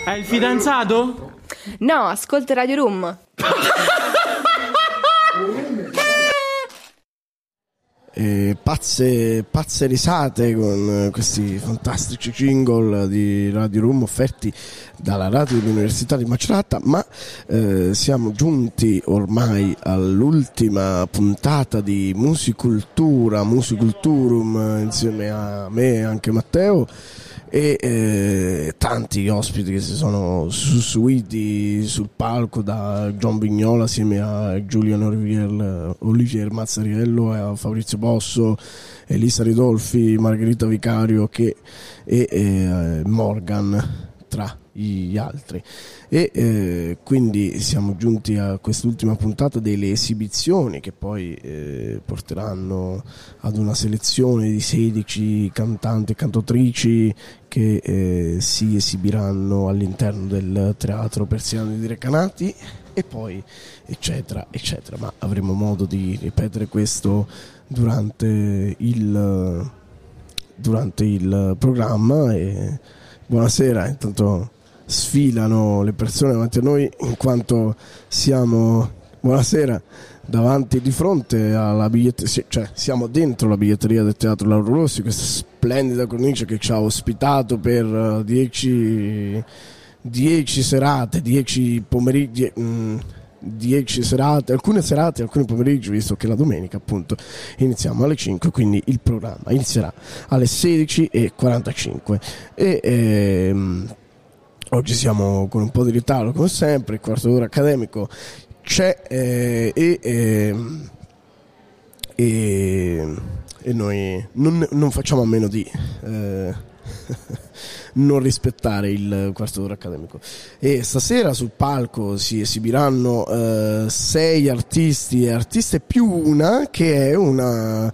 È il fidanzato? No, ascolta Radio Room. Pazze risate con questi fantastici jingle di Radio Room offerti dalla radio dell'Università di Macerata, ma siamo giunti ormai all'ultima puntata di Musiculturum insieme a me e anche Matteo e tanti ospiti che si sono susseguiti sul palco, da John Vignola assieme a Giulian Olivier Mazzariello e a Fabrizio Bosso, Elisa Ridolfi, Margherita Vicario e Morgan tra gli altri, e quindi siamo giunti a quest'ultima puntata delle esibizioni che poi porteranno ad una selezione di 16 cantanti e cantautrici che si esibiranno all'interno del Teatro Persiano di Recanati, e poi eccetera eccetera, ma avremo modo di ripetere questo durante il programma. E buonasera, intanto sfilano le persone davanti a noi in quanto siamo, buonasera, davanti di fronte alla biglietteria, cioè siamo dentro la biglietteria del Teatro Lauro Rossi, questa splendida cornice che ci ha ospitato per 10 serate, 10 pomeriggi, 10 serate, alcuni pomeriggi, visto che la domenica appunto iniziamo alle 5, quindi il programma inizierà alle 16:45 e oggi siamo con un po' di ritardo come sempre, il quarto d'ora accademico c'è e noi non facciamo a meno di non rispettare il quarto d'ora accademico. E stasera sul palco si esibiranno 6 artisti e artiste più una che è una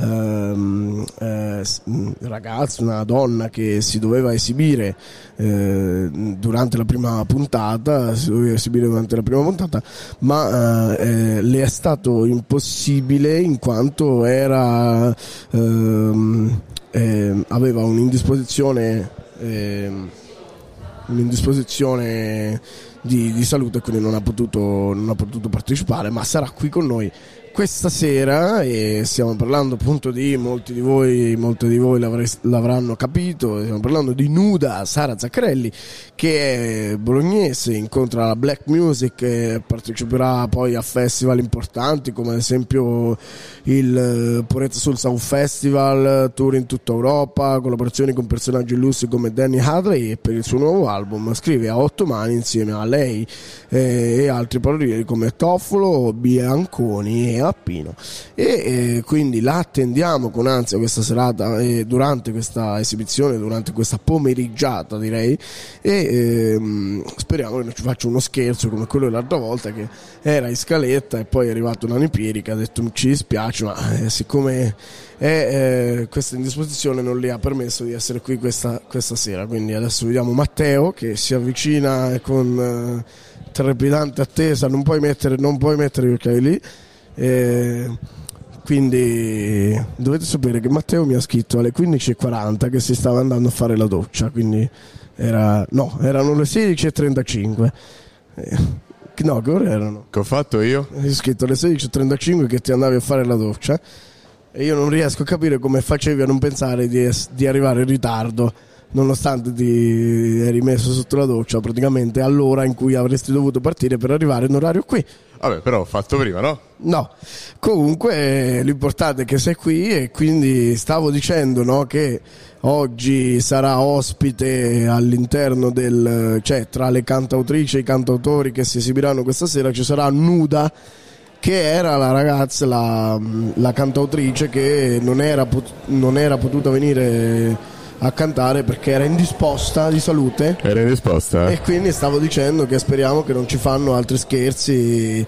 ragazza, una donna che si doveva esibire durante la prima puntata, ma le è stato impossibile in quanto era aveva un'indisposizione di salute, quindi non ha potuto partecipare, ma sarà qui con noi questa sera. E stiamo parlando appunto di molte di voi l'avranno capito, stiamo parlando di Nuda, Sara Zaccarelli, che è bolognese, incontra la Black Music e parteciperà poi a festival importanti come ad esempio il Purezza Soul Sound Festival, tour in tutta Europa, collaborazioni con personaggi illustri come Danny Hadley, e per il suo nuovo album scrive a 8 mani insieme a lei e altri parolieri come Toffolo, Bianconi e Appino, e quindi la attendiamo con ansia questa serata, durante questa esibizione, durante questa pomeriggiata direi, e speriamo che non ci faccia uno scherzo come quello dell'altra volta, che era in scaletta e poi è arrivato Nani Pieri che ha detto ci dispiace, ma siccome questa indisposizione non le ha permesso di essere qui questa sera. Quindi adesso vediamo Matteo che si avvicina con trepidante attesa, non puoi mettere gli occhiali lì, quindi dovete sapere che Matteo mi ha scritto alle 15:40 che si stava andando a fare la doccia, quindi erano le 16:35. No, che ore erano? Che ho fatto io? Hai scritto alle 16:35 che ti andavi a fare la doccia, e io non riesco a capire come facevi a non pensare di arrivare in ritardo, nonostante ti eri messo sotto la doccia praticamente all'ora in cui avresti dovuto partire per arrivare in orario qui. Vabbè, però ho fatto prima, no? No, comunque l'importante è che sei qui, e quindi stavo dicendo, no, che oggi sarà ospite all'interno cioè tra le cantautrici e i cantautori che si esibiranno questa sera ci sarà Nuda, che era la ragazza, la cantautrice che non era potuta venire a cantare perché era indisposta di salute. E quindi stavo dicendo che speriamo che non ci fanno altri scherzi,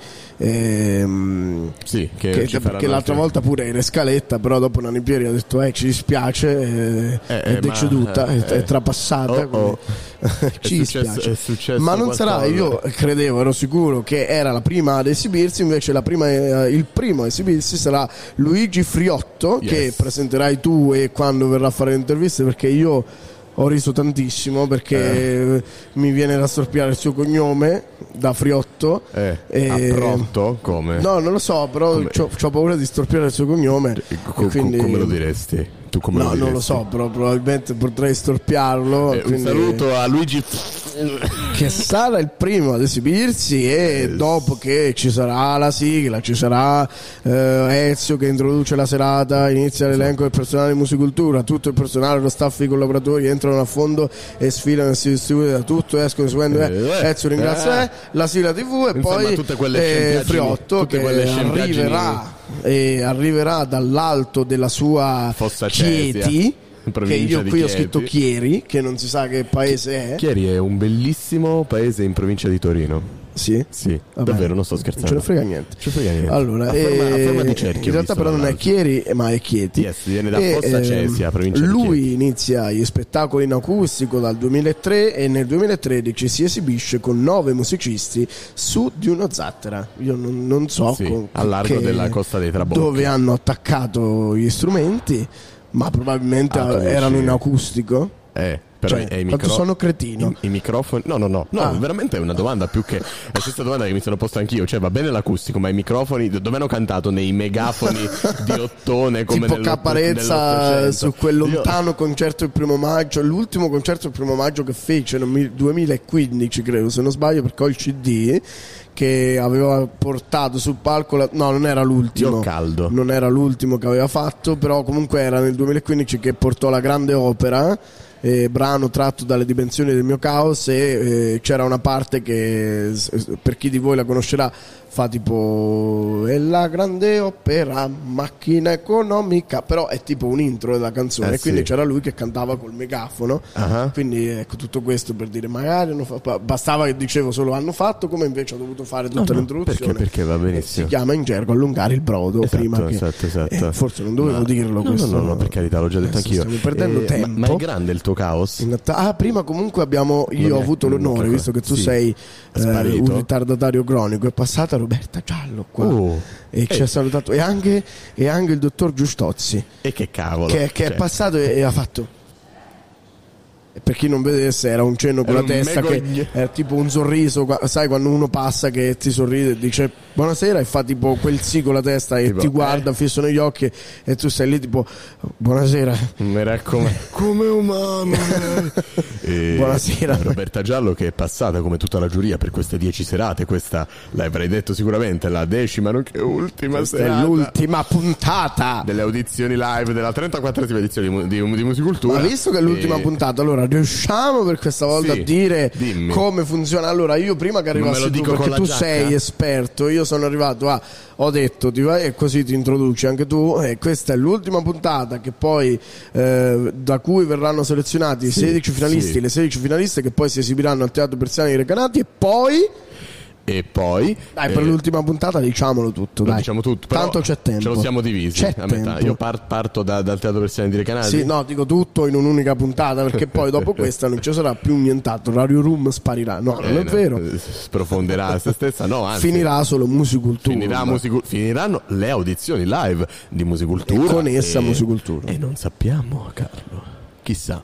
sì, perché l'altra volta pure era in scaletta, però dopo Nani Pieri ha detto ci dispiace, è deceduta, è trapassata, ci dispiace, è successo ma non qualcosa. sarà, io ero sicuro che era la prima ad esibirsi, invece il primo a esibirsi sarà Luigi Friotto, che presenterai tu e quando verrà a fare le interviste, perché io ho riso tantissimo perché mi viene da storpiare il suo cognome da Friotto. Pronto? Come? No, non lo so, però c'ho paura di storpiare il suo cognome. Quindi... Come lo diresti? Tu come lo diresti? Non lo so, però probabilmente potrei storpiarlo. Un saluto a Luigi, che sarà il primo ad esibirsi, e dopo che ci sarà la sigla, ci sarà Ezio che introduce la serata, inizia l'elenco del personale di Musicultura, tutto il personale, lo staff, i collaboratori entrano a fondo e sfilano e si distribuiscono da tutto, escono seguendo Ezio ringrazia la sigla TV, e insomma, poi tutte quelle Friotto che arriverà dall'alto della sua Fossa Chieti, che io qui ho Chieti. scritto Chieri, che non si sa che paese è. Chieri è un bellissimo paese in provincia di Torino. Sì? Sì, Vabbè, davvero, non sto scherzando. Non ce ne frega niente. Ce ne frega niente. Allora, a forma di cerchio, in realtà però non è Chieri, ma è Chieti. Yes, viene da Fossa Cesia, provincia di Lui Chieti. inizia gli spettacoli in acustico dal 2003 e nel 2013 si esibisce con 9 musicisti su di uno zattera. Io non so a largo della Costa dei Trabocchi, dove hanno attaccato gli strumenti, ma probabilmente erano in acustico. Però Quanto sono cretino. I microfoni. No, veramente è una domanda più che. È la stessa domanda che mi sono posto anch'io. Cioè, va bene l'acustico, ma i microfoni dove hanno cantato? Nei megafoni di ottone, come tipo Caparezza su quel lontano concerto il 1 maggio. L'ultimo concerto il 1 maggio che fece nel 2015, credo, se non sbaglio, perché ho il CD che aveva portato sul palco no, non era l'ultimo. Io caldo. Non era l'ultimo che aveva fatto, però comunque era nel 2015 che portò la grande opera, brano tratto dalle dimensioni del mio caos, e c'era una parte che, per chi di voi la conoscerà, fa tipo è la grande opera, macchina economica, però è tipo un intro della canzone, e quindi c'era lui che cantava col megafono. Quindi ecco, tutto questo per dire, magari bastava che dicevo solo hanno fatto, come invece ho dovuto fare tutta l'introduzione, perché va benissimo. Si chiama in gergo allungare il brodo. Esatto. Forse non dovevo dirlo questo. No, per carità, l'ho già detto anch'io. Stiamo perdendo tempo. Ma è grande il tuo caos? In realtà, prima comunque io ho avuto l'onore, visto che tu sei un ritardatario cronico, è passata Roberta Giallo qua e ci ha salutato, e anche il dottor Giustozzi, e che cavolo, che è passato e ha fatto, e per chi non vedesse era un cenno con la testa che era tipo un sorriso, sai quando uno passa che ti sorride e dice buonasera, e fa tipo quel sì con la testa e tipo, ti guarda fisso negli occhi, e tu stai lì tipo buonasera, era come umano. Buonasera. Roberta Giallo, che è passata come tutta la giuria per queste 10 serate, questa l'avrai detto sicuramente, la 10ª nonché ultima questa serata, è l'ultima puntata delle audizioni live della 34esima edizione di Musicultura. Ma visto che è l'ultima puntata, allora riusciamo per questa volta a dire come funziona? Allora, io prima che arrivassi tu, perché tu sei esperto, io sono arrivato ho detto e così ti introduci anche tu, e questa è l'ultima puntata che poi da cui verranno selezionati i 16 finalisti, le 16 finaliste, che poi si esibiranno al Teatro Persiani di Recanati, e poi dai, per l'ultima puntata diciamolo tutto, dai. Diciamo tutto, però tanto c'è tempo, ce lo siamo divisi a metà. Io parto dal Teatro Persiani di Recanati. Sì, no, dico tutto in un'unica puntata, perché poi dopo questa non ci sarà più nient'altro, Radio Room sparirà. No, non è vero. Sprofonderà se stessa, no, anzi, finirà solo Musicultura. Finiranno le audizioni live di Musicultura, e con essa Musicultura. E non sappiamo, Carlo. Chissà.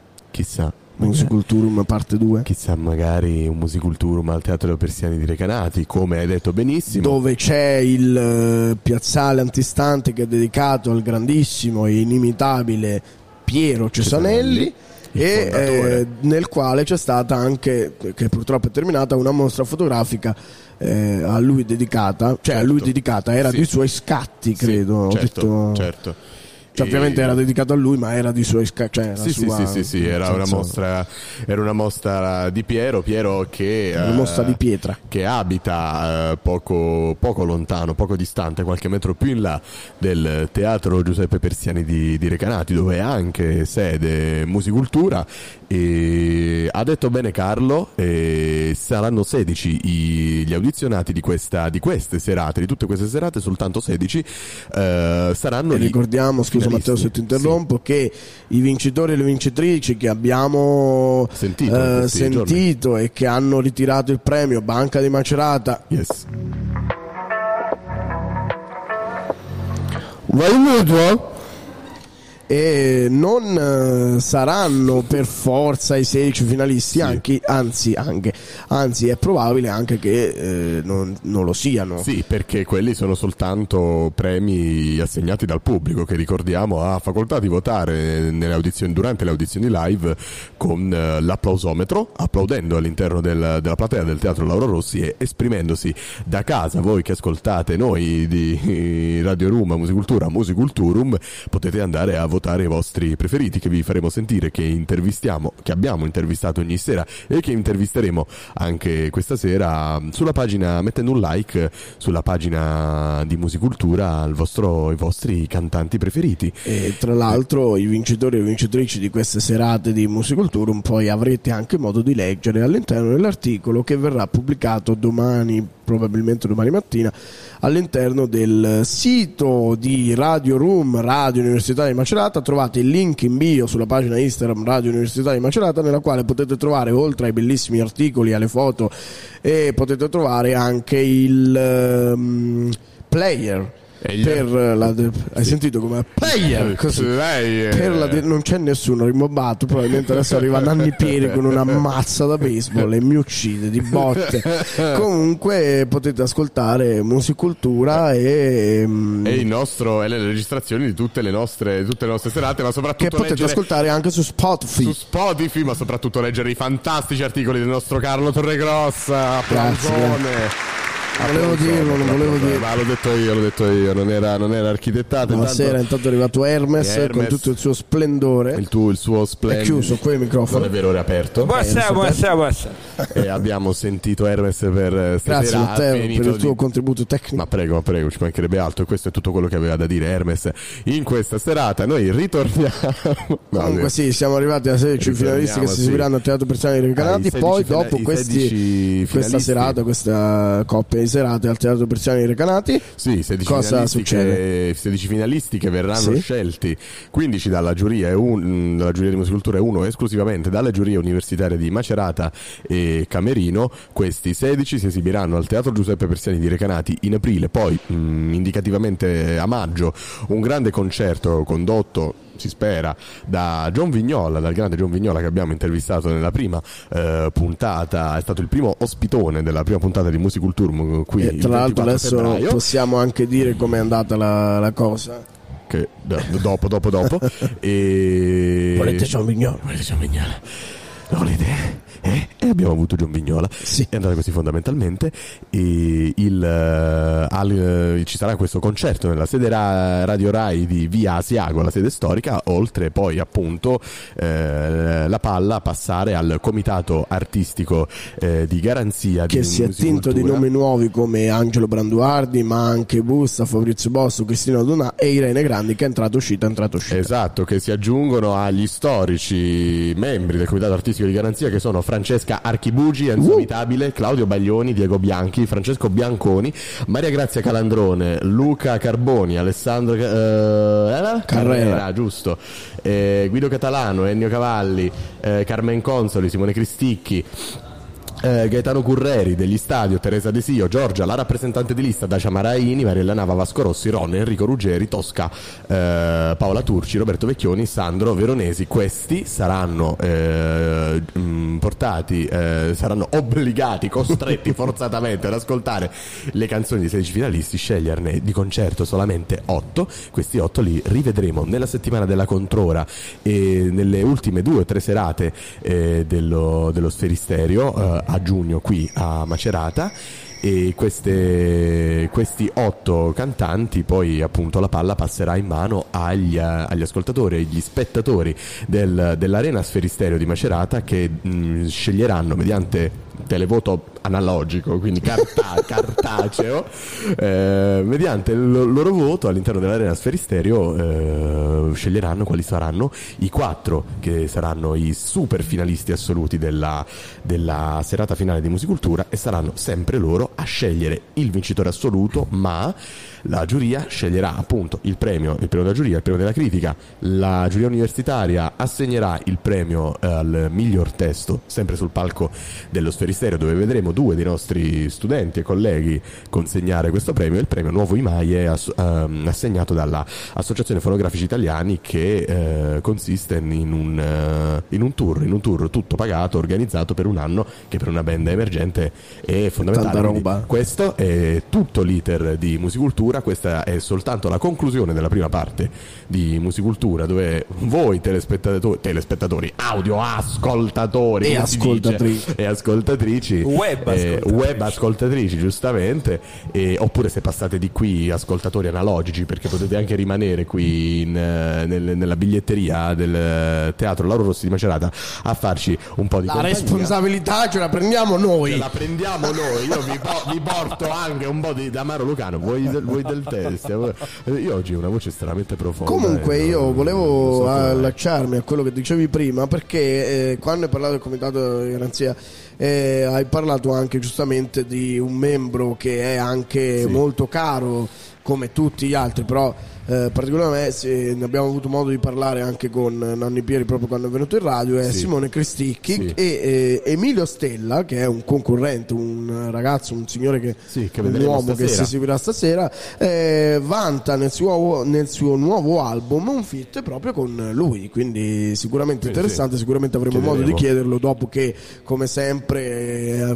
Musiculturum parte 2. Chissà, magari un Musiculturum al Teatro Persiani di Recanati, come hai detto benissimo, dove c'è il piazzale antistante che è dedicato al grandissimo e inimitabile Piero Cesanelli, e nel quale c'è stata anche, che purtroppo è terminata, una mostra fotografica a lui dedicata, era dei suoi scatti, credo. Certo. Cioè, ovviamente era dedicato a lui, ma era di suoi sì, era una mostra di Piero che una mostra di pietra, che abita poco lontano, poco distante, qualche metro più in là del Teatro Giuseppe Persiani di Recanati, dove è anche sede Musicultura. E ha detto bene Carlo, saranno 16 gli audizionati di queste serate, di tutte queste serate, soltanto 16 saranno. E ricordiamo, scusa Matteo se ti interrompo, che i vincitori e le vincitrici che abbiamo sentito e che hanno ritirato il premio Banca di Macerata, vai mutuo, e non saranno per forza i 16 finalisti, anzi è probabile anche che non lo siano. Sì, perché quelli sono soltanto premi assegnati dal pubblico, che ricordiamo ha facoltà di votare durante le audizioni live con l'applausometro, applaudendo all'interno della platea del Teatro Lauro Rossi e esprimendosi da casa. Voi che ascoltate noi di Radio Room, Musiculturum, potete andare a votare i vostri preferiti, che vi faremo sentire, che abbiamo intervistato ogni sera e che intervisteremo anche questa sera sulla pagina, mettendo un like sulla pagina di Musicultura i vostri cantanti preferiti. E tra l'altro i vincitori e vincitrici di queste serate di Musiculturum poi avrete anche modo di leggere all'interno dell'articolo che verrà pubblicato probabilmente domani mattina, all'interno del sito di Radio Room, Radio Università di Macerata. Trovate il link in bio sulla pagina Instagram Radio Università di Macerata, nella quale potete trovare, oltre ai bellissimi articoli, alle foto, e potete trovare anche il player. Hai sentito come player? Così. Non c'è nessuno rimobbato, probabilmente adesso arriva Nanni Pieri con una mazza da baseball e mi uccide di botte. Comunque potete ascoltare Musicultura e le registrazioni di tutte le nostre serate, ma soprattutto che potete ascoltare anche su Spotify, ma soprattutto leggere i fantastici articoli del nostro Carlo Torregrossa. Applausone. Non volevo dirlo. Ma l'ho detto io, non era architettato. Buonasera, intanto è arrivato Hermes con tutto il suo splendore. Il suo splendido. È chiuso qui il microfono. Non è vero, è aperto. Buonasera. E abbiamo sentito Hermes per stasera. Grazie Matteo per il tuo contributo tecnico. Ma prego, ci mancherebbe altro. E questo è tutto quello che aveva da dire Hermes in questa serata. Noi ritorniamo. Comunque siamo arrivati ai 16 finalisti che si esibiranno al Teatro Persiani di Recanati. Poi dopo questa serata, questa coppia di serate al Teatro Persiani di Recanati, 16 finalisti che verranno scelti, 15 dalla giuria di Musicultura e 1 esclusivamente dalla giuria universitaria di Macerata e Camerino. Questi 16 si esibiranno al Teatro Giuseppe Persiani di Recanati in aprile, poi indicativamente a maggio un grande concerto condotto, si spera, da John Vignola, dal grande John Vignola, che abbiamo intervistato nella prima puntata. È stato il primo ospitone della prima puntata di Musiculturum qui. E tra l'altro adesso febbraio. Possiamo anche dire com'è andata la cosa. Che dopo. E volete John Vignola? Lo volete? E abbiamo avuto John Vignola. Sì. È andata così fondamentalmente. E ci sarà questo concerto nella sede Radio Rai di Via Asiago, la sede storica, oltre poi appunto la palla a passare al comitato artistico di garanzia che si è attinto di nomi nuovi come Angelo Branduardi, ma anche Busta, Fabrizio Bossu, Cristina Donà e Irene Grandi, che è entrato uscita. Esatto, che si aggiungono agli storici membri del comitato artistico di garanzia, che sono Francesca Archibugi, Enzo Vitabile, Claudio Baglioni, Diego Bianchi, Francesco Bianconi, Maria Grazia Calandrone, Luca Carboni, Alessandro Carrera, giusto, Guido Catalano, Ennio Cavalli, Carmen Consoli, Simone Cristicchi, Gaetano Curreri degli Stadio, Teresa Desio, Giorgia, la rappresentante di lista Dacia Maraini, Mariella Nava, Vasco Rossi, Ron, Enrico Ruggeri, Tosca, Paola Turci, Roberto Vecchioni, Sandro Veronesi. Questi saranno saranno obbligati, costretti forzatamente ad ascoltare le canzoni dei 16 finalisti, sceglierne di concerto solamente 8. Questi 8 li rivedremo nella settimana della Controra e nelle ultime 2 o 3 serate dello Sferisterio a giugno qui a Macerata. E questi 8 cantanti, poi appunto la palla passerà in mano agli ascoltatori, agli spettatori dell'Arena Sferisterio di Macerata, che sceglieranno mediante televoto analogico, quindi cartaceo, mediante il loro voto all'interno dell'Arena Sferisterio sceglieranno quali saranno i 4 che saranno i super finalisti assoluti della serata finale di Musicultura, e saranno sempre loro a scegliere il vincitore assoluto, ma la giuria sceglierà appunto il premio della giuria, il premio della critica. La giuria universitaria assegnerà il premio al miglior testo, sempre sul palco dello Sferisterio, dove vedremo 2 dei nostri studenti e colleghi consegnare questo premio. Il premio Nuovo IMAI è assegnato dalla Associazione Fonografici Italiani, che consiste in un tour tutto pagato, organizzato per un anno, che per una band emergente è fondamentale. Tanta roba. Questo è tutto l'iter di Musicultura. Questa è soltanto la conclusione della prima parte di Musicultura, dove voi telespettatori, audio ascoltatori e ascoltatrici, web ascoltatrici, giustamente, oppure se passate di qui, ascoltatori analogici, perché potete anche rimanere qui nella biglietteria del Teatro Lauro Rossi di Macerata a farci un po' di la compagnia. responsabilità ce la prendiamo noi. Io vi porto anche un po' di Amaro Lucano, voi del test. Io oggi ho una voce estremamente profonda. Comunque io volevo allacciarmi a quello che dicevi prima, perché quando hai parlato del comitato di garanzia hai parlato anche giustamente di un membro che è anche molto caro come tutti gli altri, però particolarmente ne abbiamo avuto modo di parlare anche con Nanni Pieri proprio quando è venuto in radio, è Simone Cristicchi e Emilio Stella, che è un concorrente, un ragazzo, un signore un uomo che si seguirà stasera, vanta nel suo nuovo album un feat proprio con lui, quindi sicuramente interessante. Sicuramente avremo modo di chiederlo dopo che, come sempre,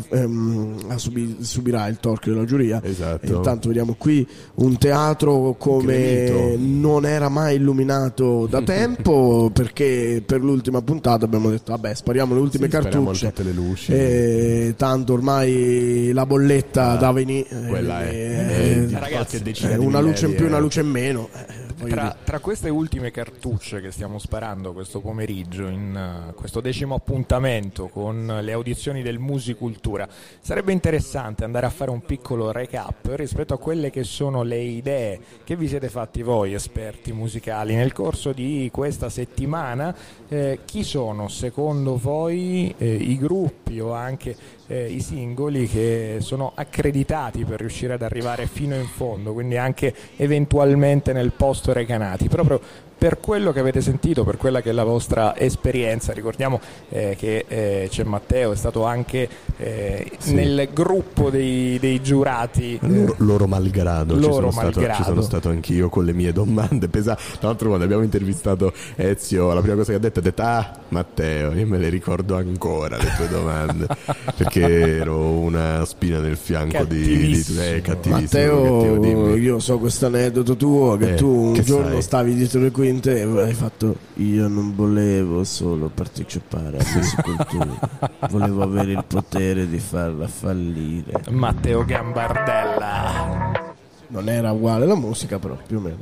subirà il talk della giuria. Esatto. Intanto vediamo qui un teatro come non era mai illuminato da tempo, perché per l'ultima puntata abbiamo detto vabbè, spariamo le ultime cartucce, tutte le luci, tanto ormai la bolletta da venire, quella è ragazzi, una luce in più, una luce in meno. Tra queste ultime cartucce che stiamo sparando questo pomeriggio in questo 10° appuntamento con le audizioni del Musicultura, sarebbe interessante andare a fare un piccolo recap rispetto a quelle che sono le idee che vi siete fatti voi, esperti musicali, nel corso di questa settimana. Chi sono secondo voi i gruppi o anche i singoli che sono accreditati per riuscire ad arrivare fino in fondo, quindi anche eventualmente nel posto Recanati, proprio per quello che avete sentito, per quella che è la vostra esperienza. Ricordiamo che c'è Matteo, è stato anche nel gruppo dei giurati, loro malgrado, ci sono stato anch'io con le mie domande pesanti. Tra l'altro, quando abbiamo intervistato Ezio, la prima cosa che ha detto Matteo, io me le ricordo ancora le tue domande perché ero una spina nel fianco di cattivissimo. Matteo, io so questo aneddoto tuo, che tu un giorno stavi dietro le quinte e hai fatto: io non volevo solo partecipare a Musicultura, volevo avere il potere di farla fallire. Matteo Gambardella. Non era uguale la musica, però più o meno.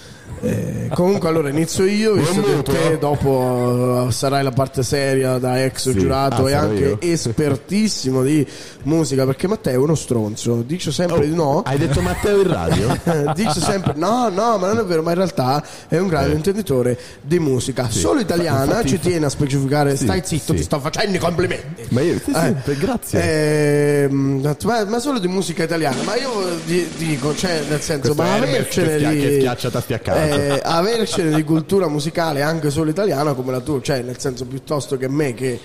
Comunque allora inizio io, visto che te dopo sarai la parte seria da ex giurato e anche espertissimo di musica, perché Matteo è uno stronzo, dice sempre di no. Hai detto Matteo in radio? Dice sempre no, ma non è vero, ma in realtà è un grande intenditore di musica, solo italiana. Infatti, ci tiene a specificare, stai zitto, ti sto facendo i complimenti. Ma io grazie. Ma solo di musica italiana, ma io dico, cioè nel senso, ma avercene che schiacciata a fiaccare. Avercene di cultura musicale anche solo italiana come la tua, cioè nel senso, piuttosto che me che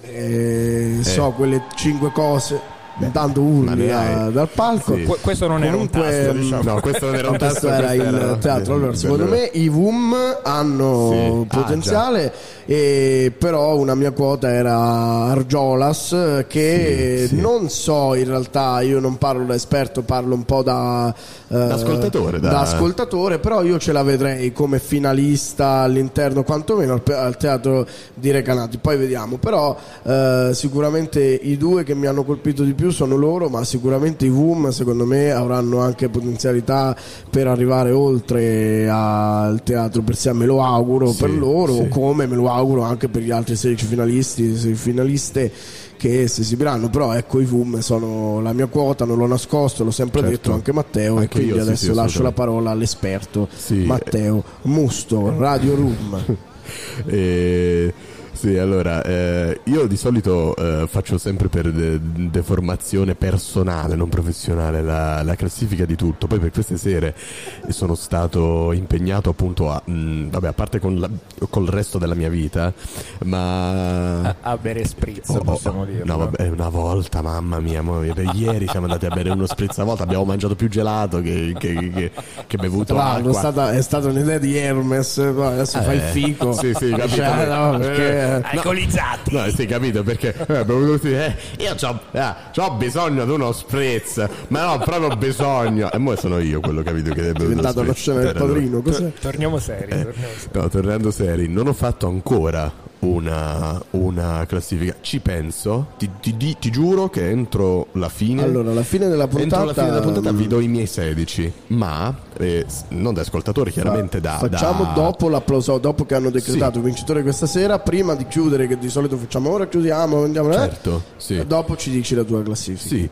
so quelle 5 cose. Intanto urli dal palco. Questo non era un tasto, diciamo. No, questo non era un tasto, era il teatro. Allora, secondo me i VUM hanno potenziale, però una mia quota era Argiolas, che non so, in realtà io non parlo da esperto, parlo un po' da ascoltatore, però io ce la vedrei come finalista all'interno quantomeno al teatro di Recanati, poi vediamo. Però sicuramente i due che mi hanno colpito di più sono loro, ma sicuramente i VUM secondo me avranno anche potenzialità per arrivare oltre al teatro Persia, me lo auguro per loro, come me lo auguro anche per gli altri 16 finaliste che si esibiranno. Però ecco, i VUM sono la mia quota, non l'ho nascosto, l'ho sempre detto anche Matteo, anche e quindi adesso lascio la parola all'esperto Matteo Musto, Radio Room. Sì, allora, io di solito faccio sempre per deformazione personale, non professionale, la classifica di tutto. Poi per queste sere sono stato impegnato appunto a parte col resto della mia vita, ma a bere spritz, possiamo dire. No, vabbè, una volta, mamma mia, ieri siamo andati a bere uno spritz a volta, abbiamo mangiato più gelato che bevuto acqua. È stata un'idea di Hermes, adesso fai il fico. Sì, capito. No, perché alcolizzati. No, sì, capito, perché io c'ho bisogno di uno spritz, ma no, proprio bisogno. E mo sono io quello, capito, che è diventato lo scena del padrino. Cos'è? Torniamo seri. No, tornando seri, non ho fatto ancora una classifica. Ci penso, ti giuro che entro la fine della puntata vi do i miei 16, ma non da ascoltatori, chiaramente facciamo dopo l'applauso, dopo che hanno decretato il vincitore questa sera, prima di chiudere, che di solito facciamo ora, chiudiamo, andiamo, certo, sì. Dopo ci dici la tua classifica. Sì,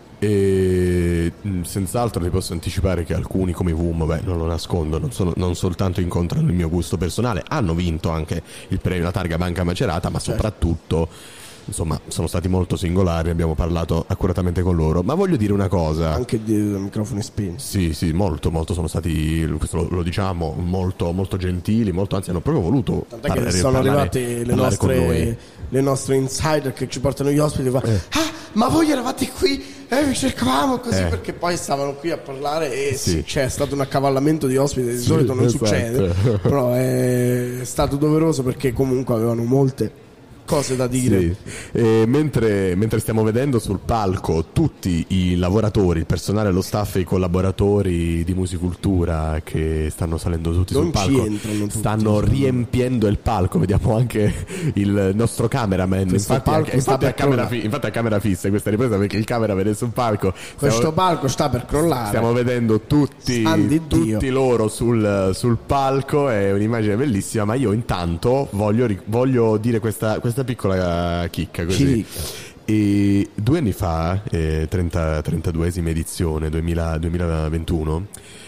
e senz'altro ti posso anticipare che alcuni come VUM, non lo nascondo, non soltanto incontrano il mio gusto personale, hanno vinto anche il premio, la targa Banca Macerata, ma soprattutto, insomma, sono stati molto singolari, abbiamo parlato accuratamente con loro. Ma voglio dire una cosa, anche di microfoni spenti. Sì, molto sono stati, questo lo diciamo, molto gentili, anzi hanno proprio voluto tant'è che sono arrivate le nostre insider che ci portano gli ospiti, ma voi eravate qui vi cercavamo così, perché poi stavano qui a parlare e c'è stato un accavallamento di ospiti, di solito non succede, però è stato doveroso perché comunque avevano molte cose da dire. Sì. E mentre stiamo vedendo sul palco tutti i lavoratori, il personale, lo staff e i collaboratori di Musicultura che stanno salendo tutti sul palco, stanno riempiendo il palco. Vediamo anche il nostro cameraman, infatti a camera fissa questa ripresa, perché il camera vede sul palco. Questo palco sta per crollare. Stiamo vedendo tutti loro sul palco, è un'immagine bellissima, ma io intanto voglio dire questa piccola chicca così. E 2 anni fa, 32esima edizione 2021,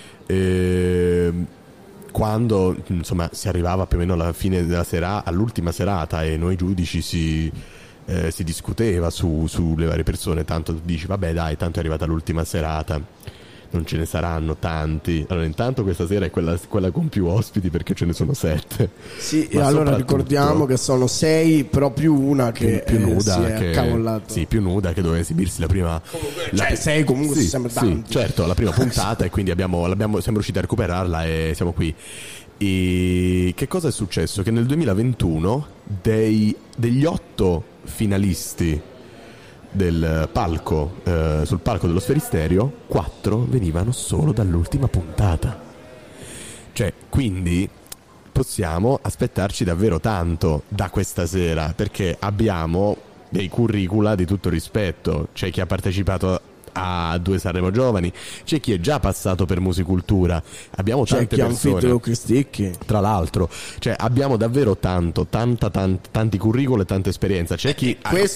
quando insomma si arrivava più o meno alla fine della all'ultima serata, e noi giudici si discuteva sulle varie persone. Tanto tu dici vabbè dai, tanto è arrivata l'ultima serata, non ce ne saranno tanti. Allora intanto questa sera è quella con più ospiti, perché ce ne sono 7. Sì, e allora ricordiamo che sono 6, però più una che più nuda, si è accavollata. Sì, più nuda, che doveva esibirsi la prima. Comunque, 6 comunque si sembra tanti. Sì, certo, la prima puntata, e quindi siamo riusciti a recuperarla e siamo qui. E che cosa è successo? Che nel 2021 degli 8 finalisti del palco, sul palco dello Sferisterio, 4 venivano solo dall'ultima puntata. Cioè, quindi possiamo aspettarci davvero tanto da questa sera, perché abbiamo dei curricula di tutto rispetto. C'è chi ha partecipato a 2 Sanremo Giovani, c'è chi è già passato per Musicultura, abbiamo tante persone, tra l'altro, cioè abbiamo davvero tanti curricula e tanta esperienza. C'è chi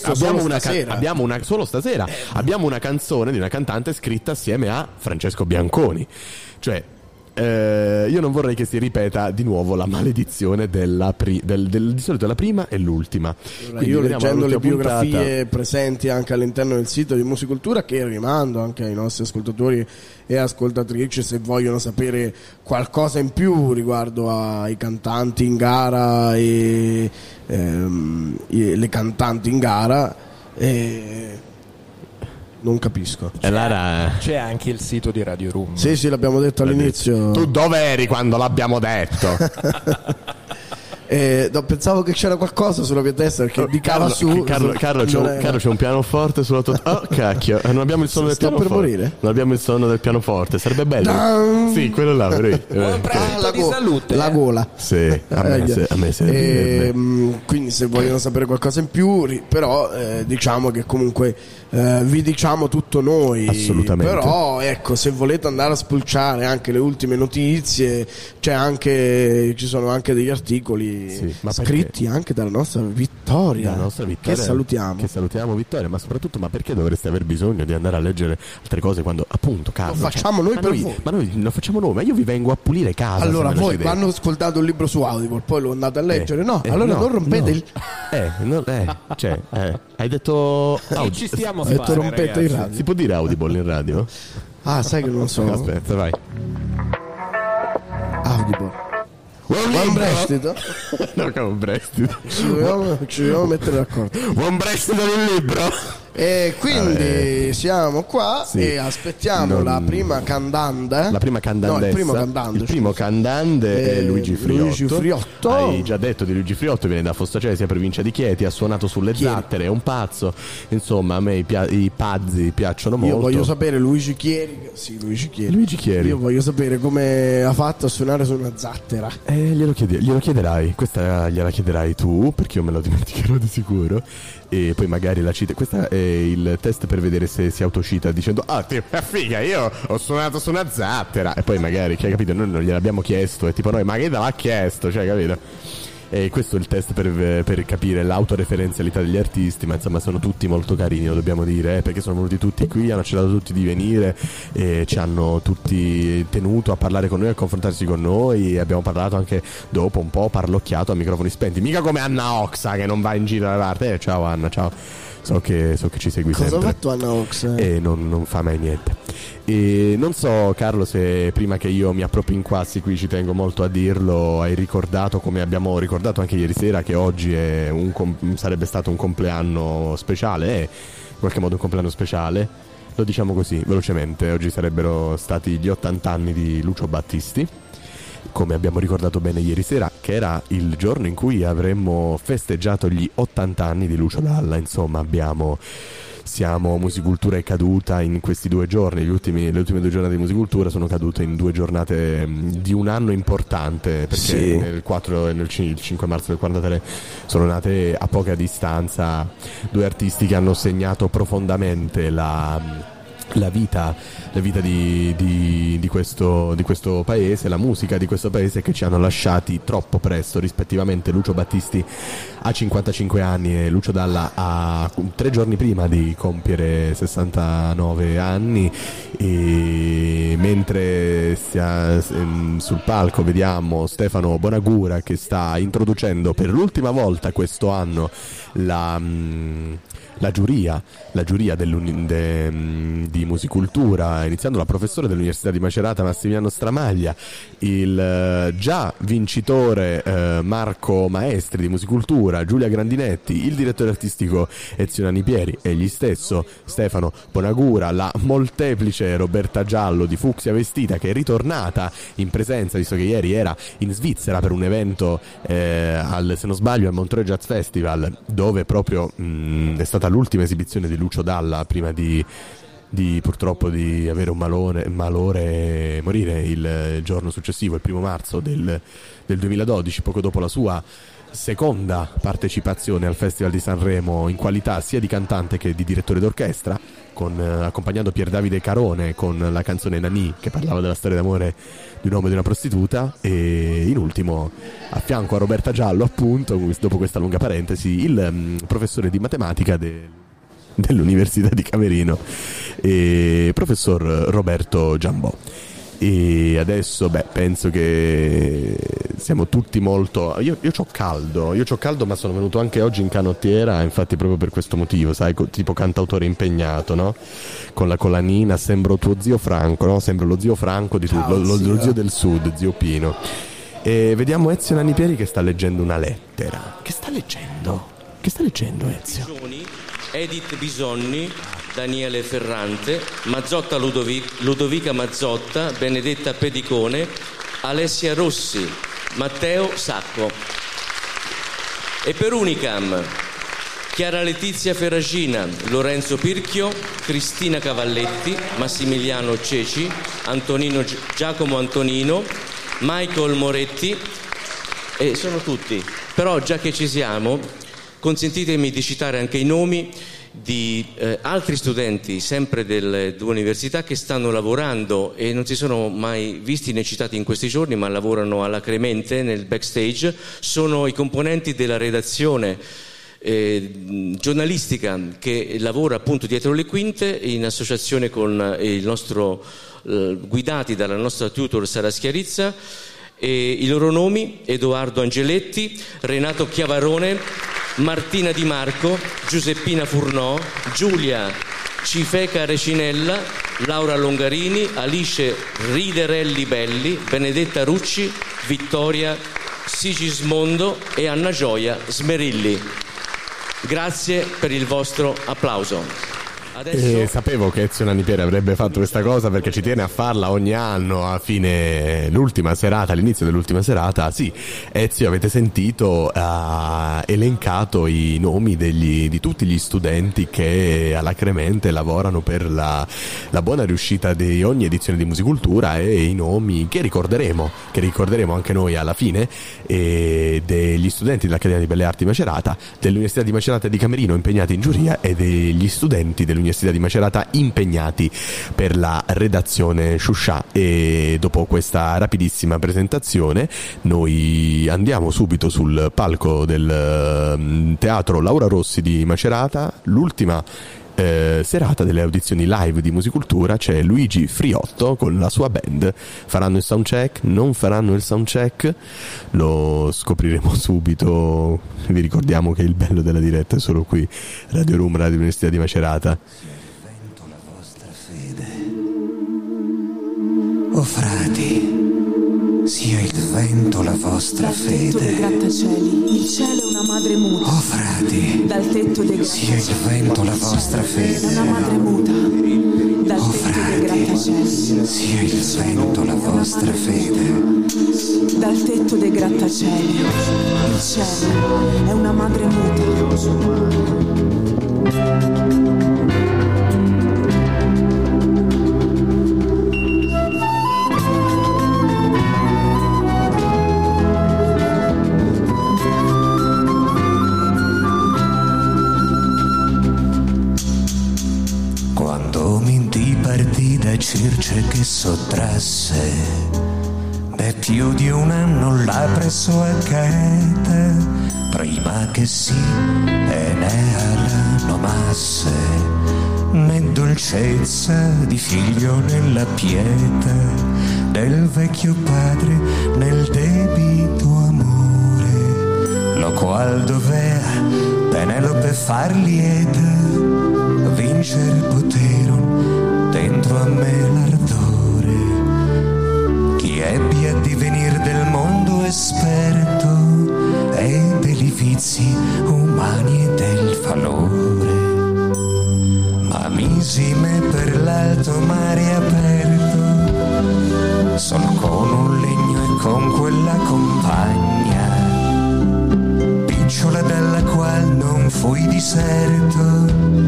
solo stasera abbiamo una canzone di una cantante scritta assieme a Francesco Bianconi. Cioè io non vorrei che si ripeta di nuovo la maledizione di solito la prima e l'ultima. Allora, io leggendo le biografie presenti anche all'interno del sito di Musicultura, che rimando anche ai nostri ascoltatori e ascoltatrici se vogliono sapere qualcosa in più riguardo ai cantanti in gara e le cantanti in gara, non capisco. C'è anche il sito di Radio Room. Sì, l'abbiamo detto all'inizio. Tu dove eri quando l'abbiamo detto? Pensavo che c'era qualcosa sulla mia testa, perché di Carlo c'è un pianoforte sulla tua. Oh cacchio, non abbiamo il suono del pianoforte. Per morire? Non abbiamo il suono del pianoforte, sarebbe bello. Sì, quello là, di salute. La gola. Sì, a me serve. Quindi se vogliono sapere qualcosa in più, però diciamo che comunque vi diciamo tutto noi. Assolutamente. Però ecco, se volete andare a spulciare anche le ultime notizie, ci sono anche degli articoli scritti anche dalla nostra Vittoria, che salutiamo Vittoria, ma soprattutto, ma perché dovreste aver bisogno di andare a leggere altre cose quando appunto Carlo, lo facciamo noi per voi? Ma noi lo facciamo noi, ma io vi vengo a pulire casa. Allora voi quando ascoltate un libro su Audible poi lo andate a leggere, allora non rompete hai detto ci stiamo Ho detto rompete il radio. si può dire Audible in radio? Ah, sai che non so. Aspetta, vai. Audible. Buon prestito. No, che un prestito. Ci dobbiamo mettere d'accordo. Buon prestito del libro. E quindi siamo qua e aspettiamo la prima candanda. La prima candandessa. No, il primo candante. Il primo candante è Luigi Friotto. Luigi Friotto. Hai già detto di Luigi Friotto, viene da Fostacesia, provincia di Chieti, ha suonato sulle zattere, è un pazzo. Insomma, a me i pazzi piacciono molto. Io voglio sapere Luigi Chieri. Sì, Luigi Chieri. Luigi Chieri. Io voglio sapere come ha fatto a suonare su una zattera. Glielo chiederai. Questa gliela chiederai tu, perché io me lo dimenticherò di sicuro. E poi magari la cita. Questa è il test per vedere se si autocita dicendo figa, io ho suonato su una zattera. E poi magari, che hai capito, noi non gliel'abbiamo chiesto. E tipo noi, ma che te l'ha chiesto? Cioè, capito? E questo è il test per capire l'autoreferenzialità degli artisti. Ma insomma sono tutti molto carini, lo dobbiamo dire, perché sono venuti tutti qui, hanno accettato tutti di venire e ci hanno tutti tenuto a parlare con noi, a confrontarsi con noi. E abbiamo parlato anche dopo un po', parlocchiato a microfoni spenti, mica come Anna Oxa che non va in giro da parte. Ciao Anna, ciao. So che ci segui sempre. Cosa ha fatto Anna Ox? E non fa mai niente. E non so, Carlo, se prima che io mi appropri in quassi qui, ci tengo molto a dirlo, hai ricordato, come abbiamo ricordato anche ieri sera, che oggi è sarebbe stato un compleanno speciale, è in qualche modo un compleanno speciale. Lo diciamo così, velocemente, oggi sarebbero stati gli 80 anni di Lucio Battisti, come abbiamo ricordato bene ieri sera, che era il giorno in cui avremmo festeggiato gli 80 anni di Lucio Dalla. Insomma, Musicultura è caduta in questi 2 giorni, le ultime 2 giornate di Musicultura sono cadute in 2 giornate di un anno importante, perché nel 4 e il 5 marzo del 43 sono nate a poca distanza 2 artisti che hanno segnato profondamente la vita di questo paese, la musica di questo paese, che ci hanno lasciati troppo presto, rispettivamente Lucio Battisti a 55 anni e Lucio Dalla a 3 giorni prima di compiere 69 anni. E mentre sul palco vediamo Stefano Bonagura che sta introducendo per l'ultima volta questo anno la giuria di Musicultura, iniziando la professore dell'Università di Macerata Massimiliano Stramaglia, il già vincitore Marco Maestri di Musicultura, Giulia Grandinetti, il direttore artistico Ezio Nanipieri, egli stesso Stefano Bonagura, la molteplice Roberta Giallo di Fucsia Vestita, che è ritornata in presenza, visto che ieri era in Svizzera per un evento se non sbaglio al Montreux Jazz Festival, dove proprio è stata l'ultima esibizione di Lucio Dalla prima di purtroppo di avere un malore e morire il giorno successivo, il 1 marzo del 2012, poco dopo la sua seconda partecipazione al Festival di Sanremo in qualità sia di cantante che di direttore d'orchestra, accompagnando Pier Davide Carone con la canzone Nani, che parlava della storia d'amore di un uomo e di una prostituta, e in ultimo a fianco a Roberta Giallo, appunto, dopo questa lunga parentesi, il professore di matematica dell'Università di Camerino, professor Roberto Giambò. E adesso penso che siamo tutti molto... Io c'ho caldo, ma sono venuto anche oggi in canottiera, infatti proprio per questo motivo, sai, tipo cantautore impegnato, no? Con la collanina, sembro tuo zio Franco, no? Sembro lo zio Franco di tutto, lo zio del sud, zio Pino. E vediamo Ezio Nanipieri che sta leggendo una lettera. Che sta leggendo Ezio? Edith Bisonni, Daniele Ferrante, Mazzotta Ludovica Mazzotta, Benedetta Pedicone, Alessia Rossi, Matteo Sacco. E per Unicam, Chiara Letizia Ferragina, Lorenzo Pirchio, Cristina Cavalletti, Massimiliano Ceci, Giacomo Antonino, Michael Moretti, e sono tutti. Però già che ci siamo, consentitemi di citare anche i nomi di altri studenti sempre delle 2 università che stanno lavorando e non si sono mai visti né citati in questi giorni, ma lavorano alacremente nel backstage. Sono i componenti della redazione giornalistica che lavora appunto dietro le quinte in associazione con il nostro guidati dalla nostra tutor Sara Schiarizza. E i loro nomi: Edoardo Angeletti, Renato Chiavarone, Martina Di Marco, Giuseppina Furnò, Giulia Cifeca Recinella, Laura Longarini, Alice Riderelli Belli, Benedetta Rucci, Vittoria Sigismondo e Anna Gioia Smerilli. Grazie per il vostro applauso. E sapevo che Ezio Nanipieri avrebbe fatto questa cosa perché ci tiene a farla ogni anno a fine l'ultima serata, all'inizio dell'ultima serata. Sì, Ezio, avete sentito, ha elencato i nomi di tutti gli studenti che alacremente lavorano per la buona riuscita di ogni edizione di Musicultura, e i nomi che ricorderemo anche noi alla fine, degli studenti dell'Accademia di Belle Arti Macerata, dell'Università di Macerata e di Camerino impegnati in giuria, e degli studenti dell'Università di Macerata impegnati per la redazione Sciuscià. E dopo questa rapidissima presentazione noi andiamo subito sul palco del Teatro Laura Rossi di Macerata. L'ultima serata delle audizioni live di Musicultura. C'è Luigi Friotto con la sua band. Faranno il soundcheck? Non faranno il soundcheck? Lo scopriremo subito. Vi ricordiamo che il bello della diretta è solo qui, Radio Room, Radio Università di Macerata. Vento la vostra fede, o frati, sia il vento la vostra dal tetto dei fede. grattacieli, il cielo è una madre muta. O frati, Dal tetto dei sia il grattacieli, vento la il vostra cielo è fede. una madre muta. Dal O tetto dei frati, grattacieli, sia il vento la vostra fede. dal tetto dei grattacieli, il cielo è una madre muta. Quando mi dipartì da Circe che sottrasse per più di un anno l'ha preso a Gaeta, prima che si Enea la nomasse, né dolcezza di figlio nella pietà del vecchio padre nel debito amore, lo qual dovea Penelope far lieta, vincere poteron dentro a me l'ardore, chi ebbe a divenir del mondo esperto e degli vizi umani e del valore, ma misi me per l'alto mare aperto, solo con un legno e con quella compagna, picciola dalla qual non fui diserto.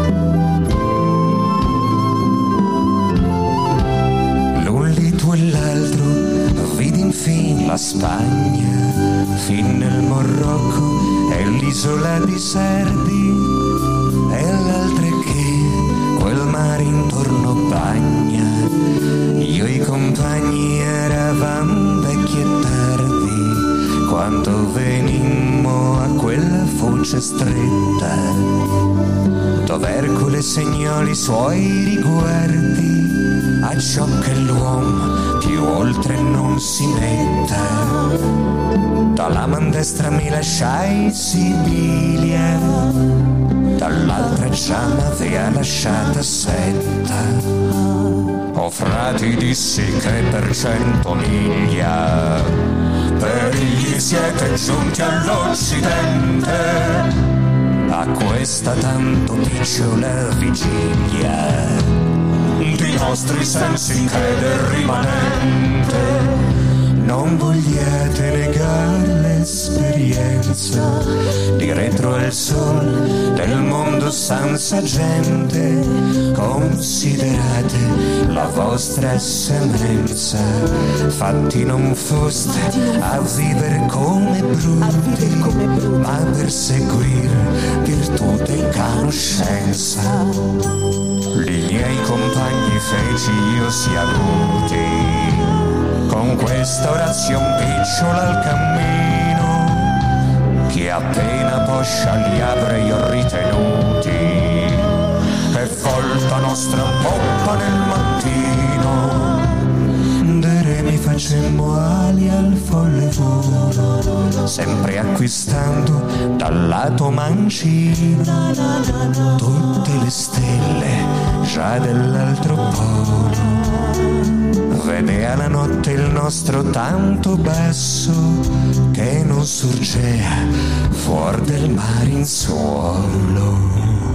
E l'altro vidi infin la Spagna, fin nel Marocco e l'isola di Sardi, e l'altra che quel mare intorno bagna. Io e i compagni eravamo vecchi e tardi quando venimmo a quella foce stretta, dove Ercole segnò i suoi riguardi, a ciò che l'uomo più oltre non si metta. Dalla man destra mi lasciai Sibilia, dall'altra già m'avea lasciata Setta. O frati, dissi che per 100 miglia per gli siete giunti all'Occidente, a questa tanto picciola vigilia di nostri sensi crede rimanente. Non vogliate negar l'esperienza di retro al sol del mondo senza gente. Considerate la vostra semenza, fatti non foste a vivere come bruti, ma per seguir virtute e conoscenza. Li miei compagni feci io sia avuti, con questa orazione picciola al cammino, che appena poscia li avrei ritenuti, e volta nostra poppa nel mattino, de re mi faccia facemmo ali al folle volo, sempre acquistando dal lato mancino tutte le stelle già dell'altro polo. Vedea la notte il nostro tanto basso che non sorgea fuor del mare in suolo.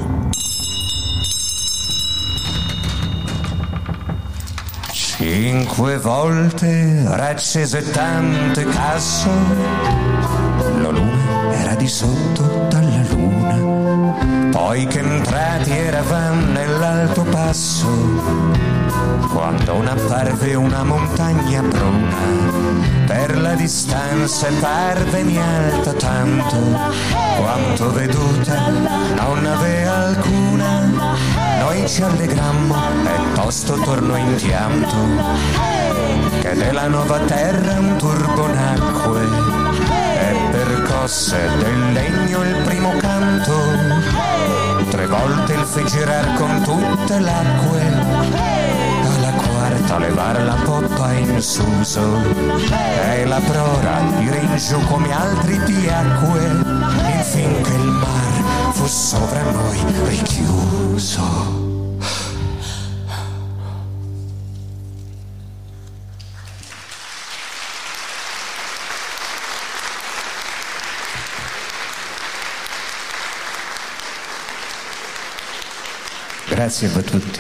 5 volte raccese tante casso, lo lume era di sotto dalla luna, poi che entrati eravamo nell'alto passo, quando un'apparve una montagna bruna, per la distanza parvemi alta tanto, quanto veduta non aveva alcuna. Noi ci allegrammo e tosto tornò in pianto, che della nuova terra un turbo nacque, e percosse del legno il primo canto, 3 volte il fe girar con tutte l'acque, alla quarta levar la poppa in suso, e la prora dire in giù come altri piacque, infin che il mar fu sovra noi richiuso. Grazie a tutti.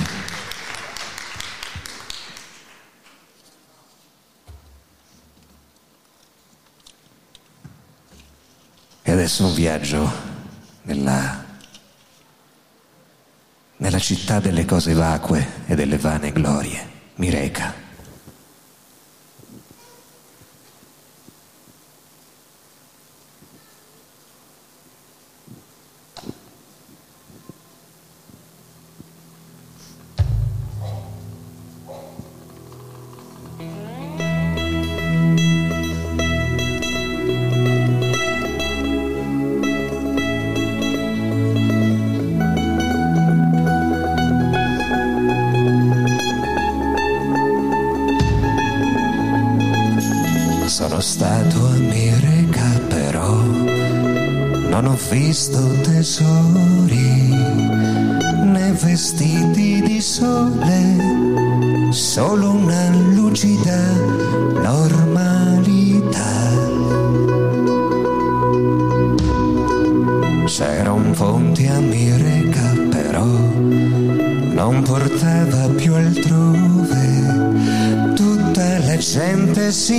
E adesso un viaggio nella città delle cose vacue e delle vane glorie, mi reca. Sono stato a Mireca però non ho visto tesori né vestiti di sole, solo una lucida normalità. C'era un ponte a Mireca però non portava più altrove, tutta la gente si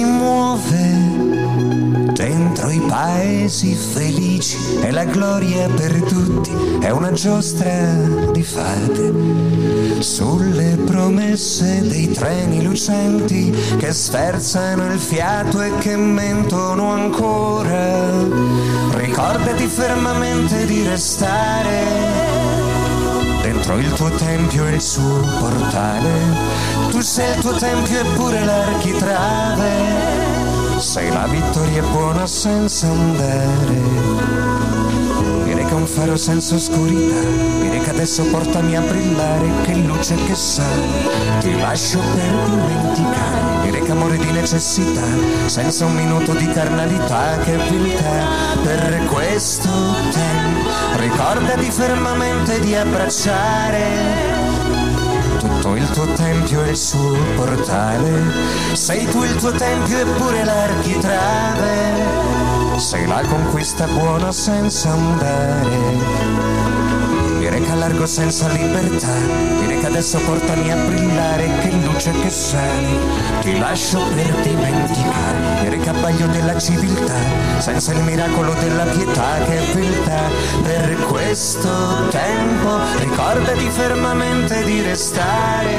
muove dentro i paesi felici e la gloria per tutti è una giostra di fate sulle promesse dei treni lucenti che sferzano il fiato e che mentono ancora. Ricordati fermamente di restare dentro il tuo tempio e il suo portale. Tu sei il tuo tempio eppure l'architrave, sei la vittoria buona senza andare. Direi che un faro senza oscurità, direi che adesso portami a brillare, che luce che sale, ti lascio per dimenticare. Direi che amore di necessità, senza un minuto di carnalità, che viltà per questo tempo. Ricordati fermamente di abbracciare tutto il tuo tempio e il suo portale. Sei tu il tuo tempio eppure l'architrave, sei la conquista buona senza andare. Direi che allargo senza libertà, direi che adesso portami a brillare, che luce che sale, ti lascio per dimenticare. Direi che abbaglio della civiltà, senza il miracolo della pietà, che viltà per questo tempo. Ricordati fermamente di restare.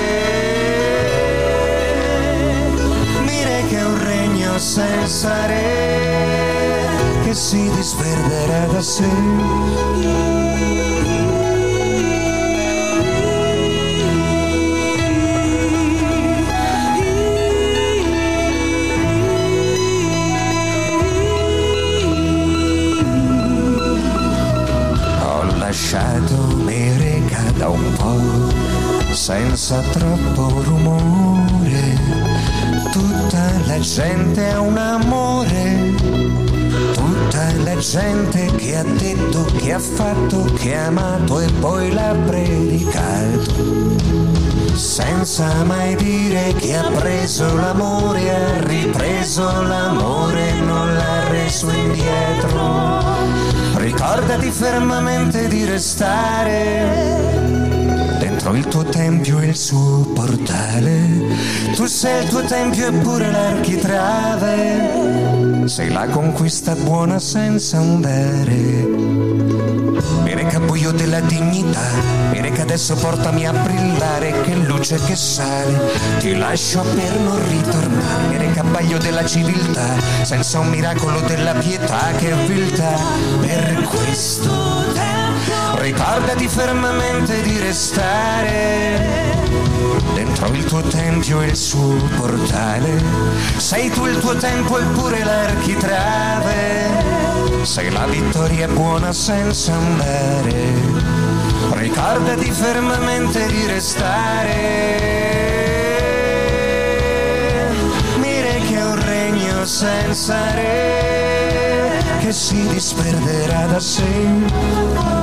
Direi che è un regno senza re, che si disperderà da sé. Lasciato Mireca da un po', senza troppo rumore, tutta la gente ha un amore, tutta la gente che ha detto, che ha fatto, che ha amato e poi l'ha predicato, senza mai dire che ha preso l'amore, ha ripreso l'amore e non l'ha reso indietro. Ricordati fermamente di restare dentro il tuo tempio e il suo portale. Tu sei il tuo tempio eppure l'architrave, sei la conquista buona senza andare. Mi reca buio della dignità, mi reca adesso portami a brillare, che luce che sale, ti lascio per non ritornare. Mi reca baglio della civiltà, senza un miracolo della pietà, che viltà. Per questo tempo ricordati fermamente di restare dentro il tuo tempio e il suo portale. Sei tu il tuo tempo eppure l'architrave, sei la vittoria buona senza andare. Ricordati fermamente di restare. Mire che è un regno senza re, che si disperderà da sé.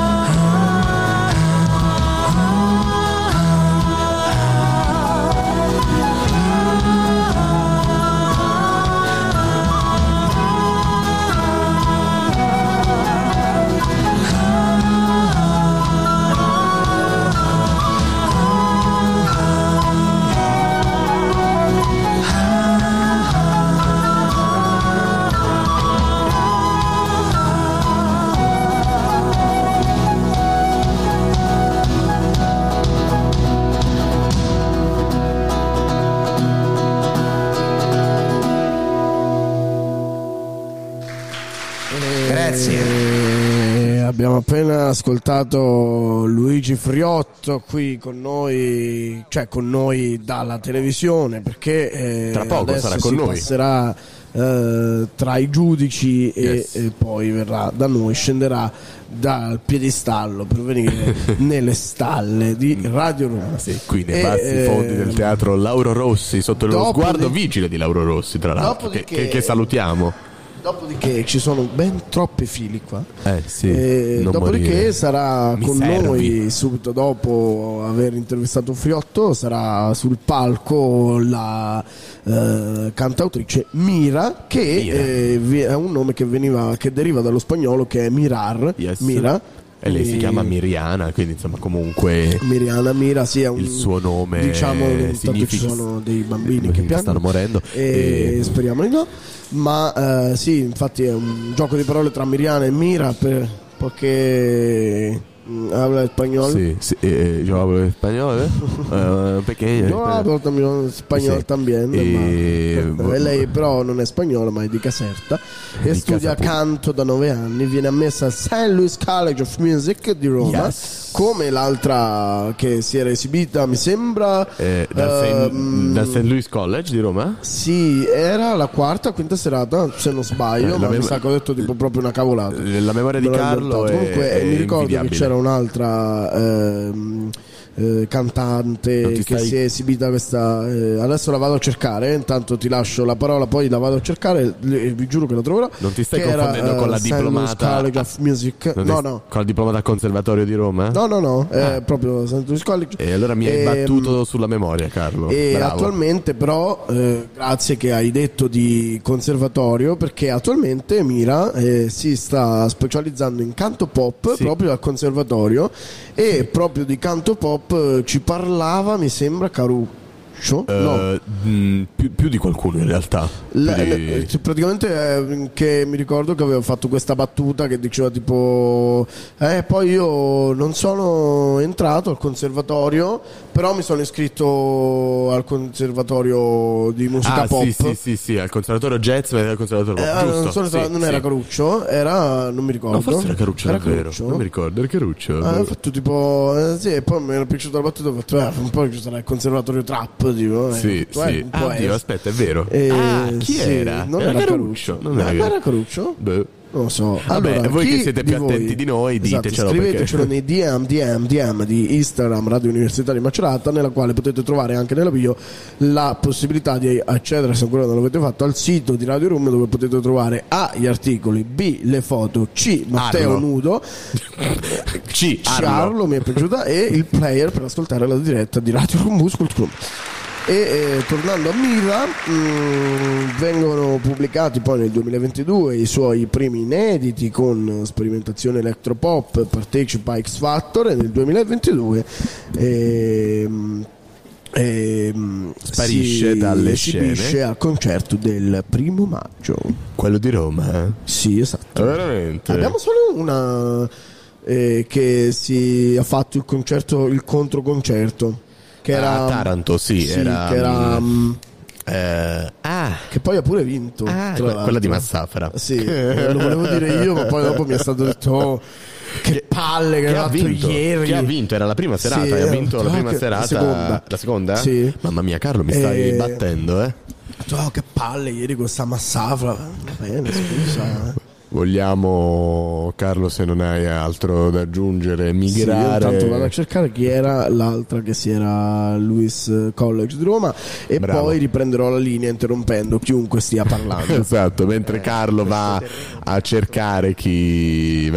Abbiamo appena ascoltato Luigi Friotto qui con noi, cioè con noi dalla televisione, perché tra poco adesso sarà con noi. passerà tra i giudici e poi verrà da noi, scenderà dal piedistallo per venire nelle stalle di Radio Roma. Sì, qui nei bassi fondi del teatro Lauro Rossi, sotto lo sguardo vigile di Lauro Rossi, tra l'altro, che salutiamo. Dopodiché ci sono ben troppi fili qua. Sì, dopodiché morire. Sarà Mi con servi. noi subito dopo aver intervistato Friotto, sarà sul palco la cantautrice Mira, che è un nome che deriva dallo spagnolo, che è mirar. Yes. Mira. E lei si chiama Miriana, quindi insomma comunque Mira sì, è il suo nome, diciamo, tanto ci sono dei bambini che stanno morendo e speriamo di no, ma sì, infatti è un gioco di parole tra Miriana e Mira perché habla español. Sí, yo hablo español, pequeño. Yo hablo también español también. Lei però non è spagnola, ma è di Caserta e studia canto da 9 anni. Viene ammessa al St. Louis College of Music di Roma, come l'altra che si era esibita, mi sembra dal St. Louis College di Roma? Sì, era la quarta o quinta serata, se non sbaglio, ma mi sa che ho detto tipo proprio una cavolata. La memoria di Carlo comunque mi ricordo invidiabile. che c'era un'altra cantante che si è esibita questa adesso la vado a cercare, intanto ti lascio la parola, poi la vado a cercare e vi giuro che la troverò. Non ti stai confondendo con la diplomata College of Music? No, con la diplomata al Conservatorio di Roma? No, è proprio St. Louis College. E allora mi hai battuto sulla memoria, Carlo. E bravo. attualmente però grazie che hai detto di conservatorio, perché attualmente Mira si sta specializzando in canto pop proprio al conservatorio, e proprio di canto pop ci parlava, mi sembra, Caruccio. Più di qualcuno in realtà. Praticamente che mi ricordo che aveva fatto questa battuta che diceva tipo poi io non sono entrato al conservatorio, però mi sono iscritto al conservatorio di musica pop. Sì, al conservatorio jazz e al conservatorio pop, giusto? Non era Caruccio, non mi ricordo. No, forse era Caruccio, davvero. Non mi ricordo, era Caruccio. Ho fatto tipo e poi mi era piaciuta la battuta, ho fatto un po' ci sarà il conservatorio trap, tipo, Oddio, aspetta, è vero. Chi era? Non era Caruccio. Non era Caruccio? Non lo so. Vabbè, Allora, voi chi che siete più attenti di noi, ditecelo, scrivetecelo nei DM di Instagram Radio Università di Macerata, nella quale potete trovare anche nella bio la possibilità di accedere, se ancora non l'avete fatto, al sito di Radio Room, dove potete trovare A, gli articoli, B, le foto, C, Matteo Arlo. nudo, C, Arlo mi è piaciuta, e il player per ascoltare la diretta di Radio Room Musical Club. E tornando a Mira, vengono pubblicati poi nel 2022 i suoi primi inediti con sperimentazione electropop, partecipa a X Factor, e nel 2022 sparisce dalle esibisce al concerto del 1° maggio. Quello di Roma, eh? Sì, esatto. Veramente? Abbiamo solo una che si ha fatto il concerto, il controconcerto, che era a Taranto, sì, era che era che poi ha pure vinto, quella di Massafra. sì, lo volevo dire io, ma poi dopo mi è stato detto che palle che ha fatto ieri. Che ha vinto, era la prima serata, Sì, ha vinto la prima che- serata. La seconda? Sì. Mamma mia, Carlo, mi stai battendo, eh? Che palle ieri questa Massafra. Va bene, scusa. Vogliamo, Carlo, se non hai altro da aggiungere, Sì, io migrare. intanto vado a cercare chi era l'altra, che si era Luis College di Roma, e Bravo. poi riprenderò la linea interrompendo chiunque stia parlando. Esatto, mentre Carlo va a cercare chi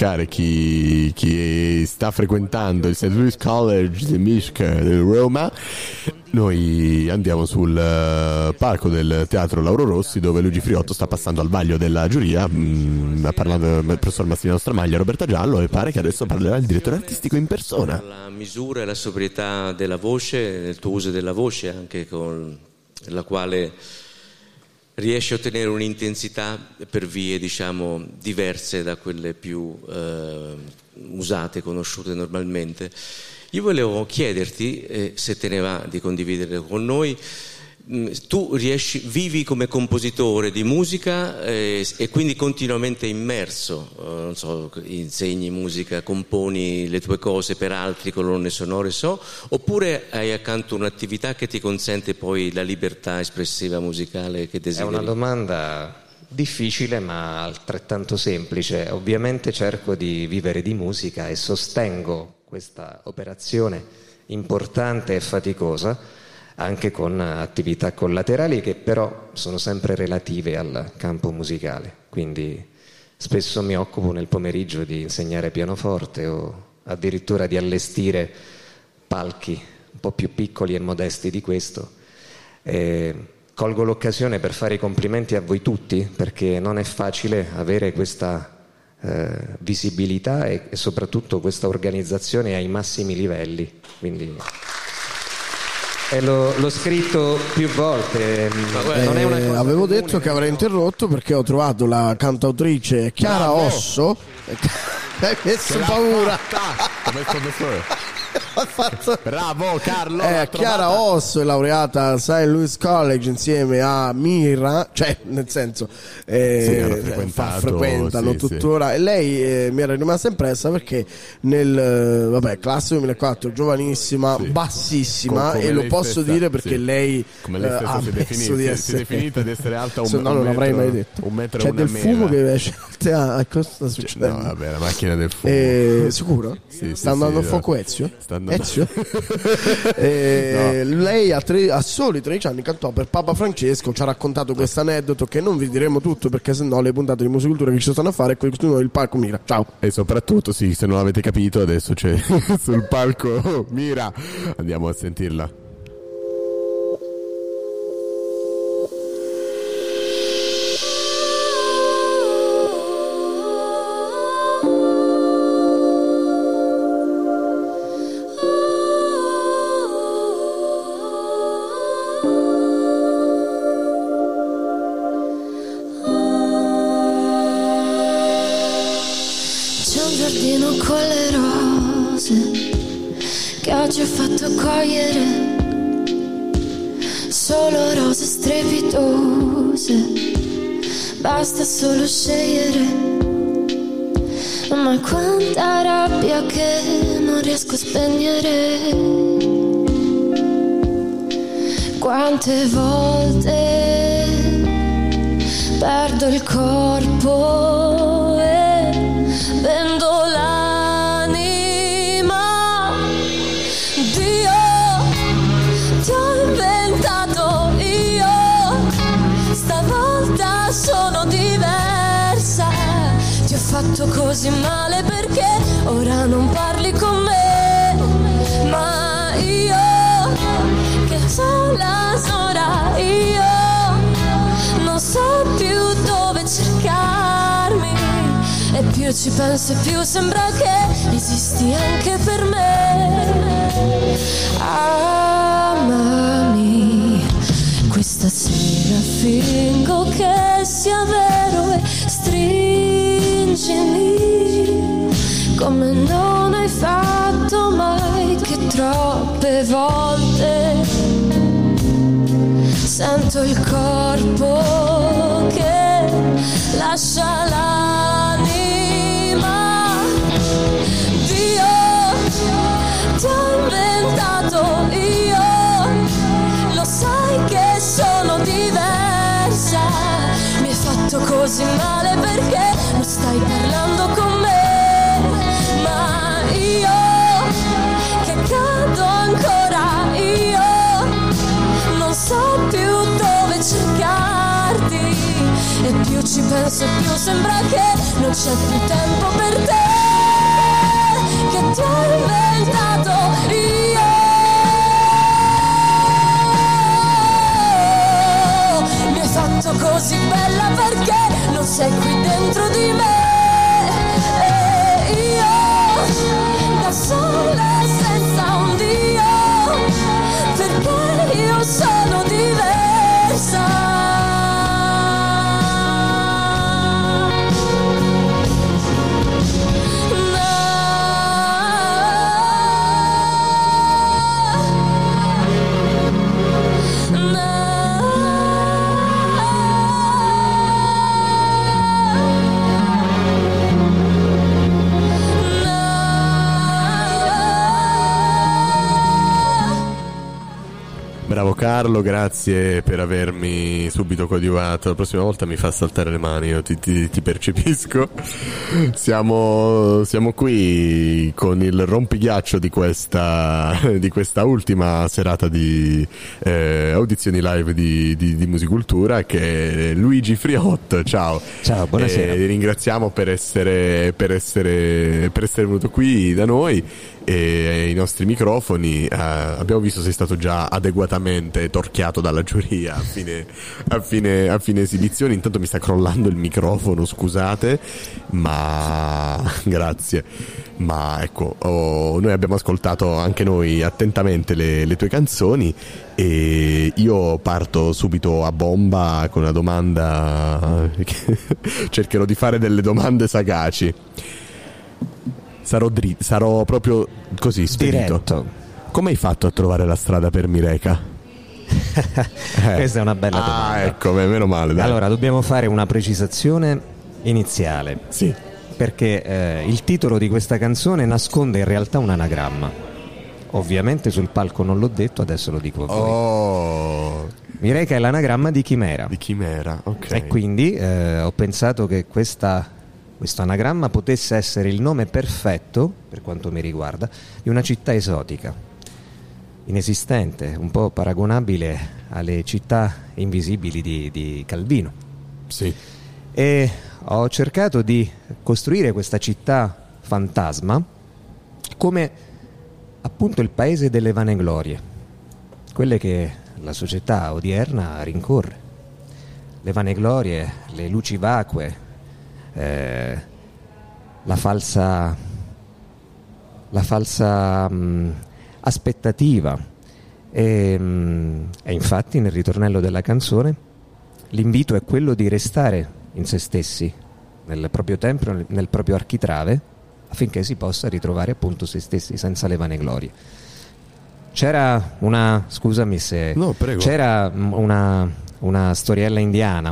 sta frequentando il St. Louis College di Michigan di Roma, noi andiamo sul palco del Teatro Lauro Rossi, dove Luigi Friotto sta passando al vaglio della giuria, ha parlato il professor Massimiliano Stramaglia e Roberta Giallo, e pare che adesso parlerà il direttore artistico in persona. La misura e la sobrietà della voce, del tuo uso della voce, anche con la quale riesci a ottenere un'intensità per vie, diciamo, diverse da quelle più usate, conosciute normalmente. Io volevo chiederti, se te ne va di condividere con noi, tu vivi come compositore di musica e quindi continuamente immerso, non so, insegni musica, componi le tue cose per altri, colonne sonore, oppure hai accanto un'attività che ti consente poi la libertà espressiva musicale che desideri? È una domanda difficile ma altrettanto semplice. Ovviamente cerco di vivere di musica e sostengo questa operazione importante e faticosa anche con attività collaterali che però sono sempre relative al campo musicale. Quindi spesso mi occupo nel pomeriggio di insegnare pianoforte o addirittura di allestire palchi un po' più piccoli e modesti di questo. Colgo l'occasione per fare i complimenti a voi tutti, perché non è facile avere questa visibilità e soprattutto questa organizzazione ai massimi livelli. Quindi l'ho scritto più volte. Non è una cosa avevo comune, detto che avrei interrotto perché ho trovato la cantautrice Chiara Osso. Hai messo paura. Come il professore. Bravo Carlo. Chiara Osso è laureata al St. Louis College insieme a Mira, cioè nel senso frequentano sì, tuttora, e lei mi era rimasta impressa perché nel classe 2004, giovanissima, bassissima, come e lo lei posso stessa, dire perché sì. lei Come lei stessa ha si messo di essere definita di essere alta se no non l'avrei mai detto. Un metro c'è e una del fumo che esce cosa sta succedendo? No, vabbè, la macchina del fumo. Sicuro? Sì, sta andando a sì, fuoco Ezio? Sta andando- Ezio? Lei a soli 13 anni cantò per Papa Francesco, ci ha raccontato questo aneddoto che non vi diremo tutto perché sennò le puntate di Musicultura che ci stanno a fare e questo il palco Mira. Ciao. E soprattutto, sì, se non l'avete capito, adesso c'è sul palco Mira. Andiamo a sentirla. C'è un giardino con le rose che oggi ho fatto cogliere, solo rose strepitose, basta solo scegliere. Ma quanta rabbia che non riesco a spegnere, quante volte perdo il corpo e vendo l'anima. Dio, ti ho inventato io, stavolta sono diversa. Ti ho fatto così male perché ora non parli con me, ma io che sola sola, io non so più dove cercarmi, e più ci penso e più sembra che esisti anche per me. Amami, questa sera fingo che sia vero e stringimi come non hai fatto mai, che troppe volte sento il corpo che lascia l'anima. Dio, ti ho inventato io, lo sai che sono diversa. Mi hai fatto così male perché non stai parlando con me, ma io che cado ancora, io non so più dove cercarti, e più ci penso e più sembra che non c'è più tempo per te, che ti ho inventato io. Mi hai fatto così bella perché non sei qui dentro di me, e io da sola e senza un Dio, perché io sono diversa. Bravo Carlo, grazie per avermi subito coadiuvato. La prossima volta mi fa saltare le mani, io ti percepisco. Siamo qui con il rompighiaccio di questa ultima serata di audizioni live di Musicultura, che è Luigi Friot. Ciao. Ciao, buonasera. Ringraziamo per essere venuto qui da noi e i nostri microfoni. Abbiamo visto sei stato già adeguatamente torchiato dalla giuria a fine esibizione. Intanto mi sta crollando il microfono, scusate, ma grazie. Ma ecco, noi abbiamo ascoltato anche noi attentamente le tue canzoni, e io parto subito a bomba con una domanda. Cercherò di fare delle domande sagaci. Sarò proprio così spedito. Diretto. Come hai fatto a trovare la strada per Mireca? Questa è una bella domanda. Ecco, meno male, dai. Allora, dobbiamo fare una precisazione iniziale. Sì. Perché il titolo di questa canzone nasconde in realtà un anagramma. Ovviamente sul palco non l'ho detto, adesso lo dico a voi. Oh. Mireca è l'anagramma di chimera. Di chimera, ok. E quindi ho pensato che questo anagramma potesse essere il nome perfetto, per quanto mi riguarda, di una città esotica, inesistente, un po' paragonabile alle città invisibili di Calvino. Sì. E ho cercato di costruire questa città fantasma come appunto il paese delle vaneglorie, quelle che la società odierna rincorre. Le vaneglorie, le luci vacue, la falsa aspettativa, e infatti nel ritornello della canzone l'invito è quello di restare in se stessi, nel proprio tempio, nel proprio architrave, affinché si possa ritrovare appunto se stessi senza le vaneglorie. C'era una, scusami se no, prego. C'era una storiella indiana,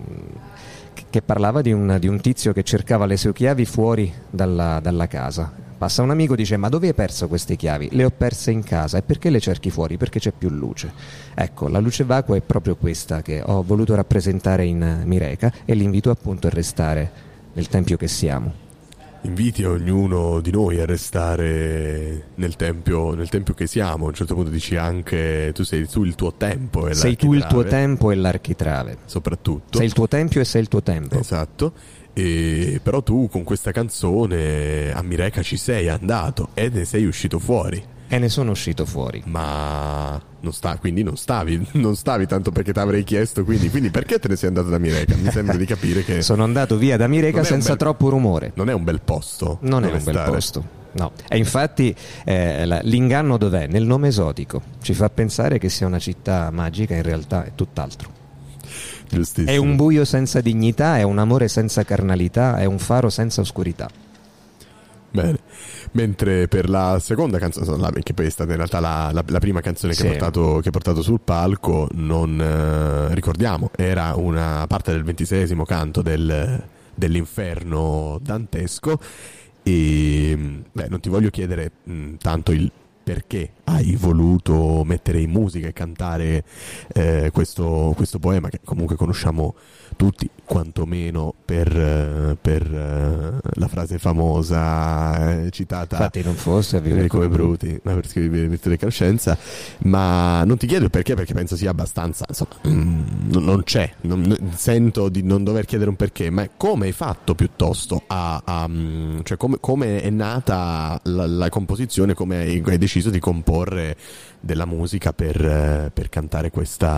che parlava di un tizio che cercava le sue chiavi fuori dalla casa. Passa un amico, dice: ma dove hai perso queste chiavi? Le ho perse in casa. E perché le cerchi fuori? Perché c'è più luce. Ecco, la luce vacua è proprio questa che ho voluto rappresentare in Mireca, e l'invito appunto a restare nel tempio che siamo. Inviti ognuno di noi a restare nel tempio che siamo. A un certo punto dici anche: sei tu il tuo tempo e sei tu il tuo tempo e l'architrave, soprattutto sei il tuo tempio e sei il tuo tempo. Esatto. E però tu con questa canzone a Mireca ci sei andato e ne sei uscito fuori. E ne sono uscito fuori. Ma non stavi tanto perché ti avrei chiesto, quindi perché te ne sei andato da Mireca? Mi sembra di capire che sono andato via da Mireca senza troppo rumore. Non è un bel posto. Non è un bel posto. No, e infatti l'inganno dov'è? Nel nome esotico. Ci fa pensare che sia una città magica, in realtà è tutt'altro. Giustissimo. È un buio senza dignità, è un amore senza carnalità, è un faro senza oscurità. Bene. Mentre per la seconda canzone, che poi è stata in realtà la prima canzone che hai portato sul palco, non ricordiamo, era una parte del 26esimo canto dell'inferno dantesco. E non ti voglio chiedere tanto il perché hai voluto mettere in musica e cantare questo poema, che comunque conosciamo tutti, quantomeno per la frase famosa citata: infatti non fosse a vivere come bruti, ma per scrivere virtù di conoscenza. Ma non ti chiedo il perché penso sia abbastanza, insomma, non c'è, sento di non dover chiedere un perché, ma come hai fatto piuttosto cioè come è nata la composizione, come hai deciso di comporre della musica per cantare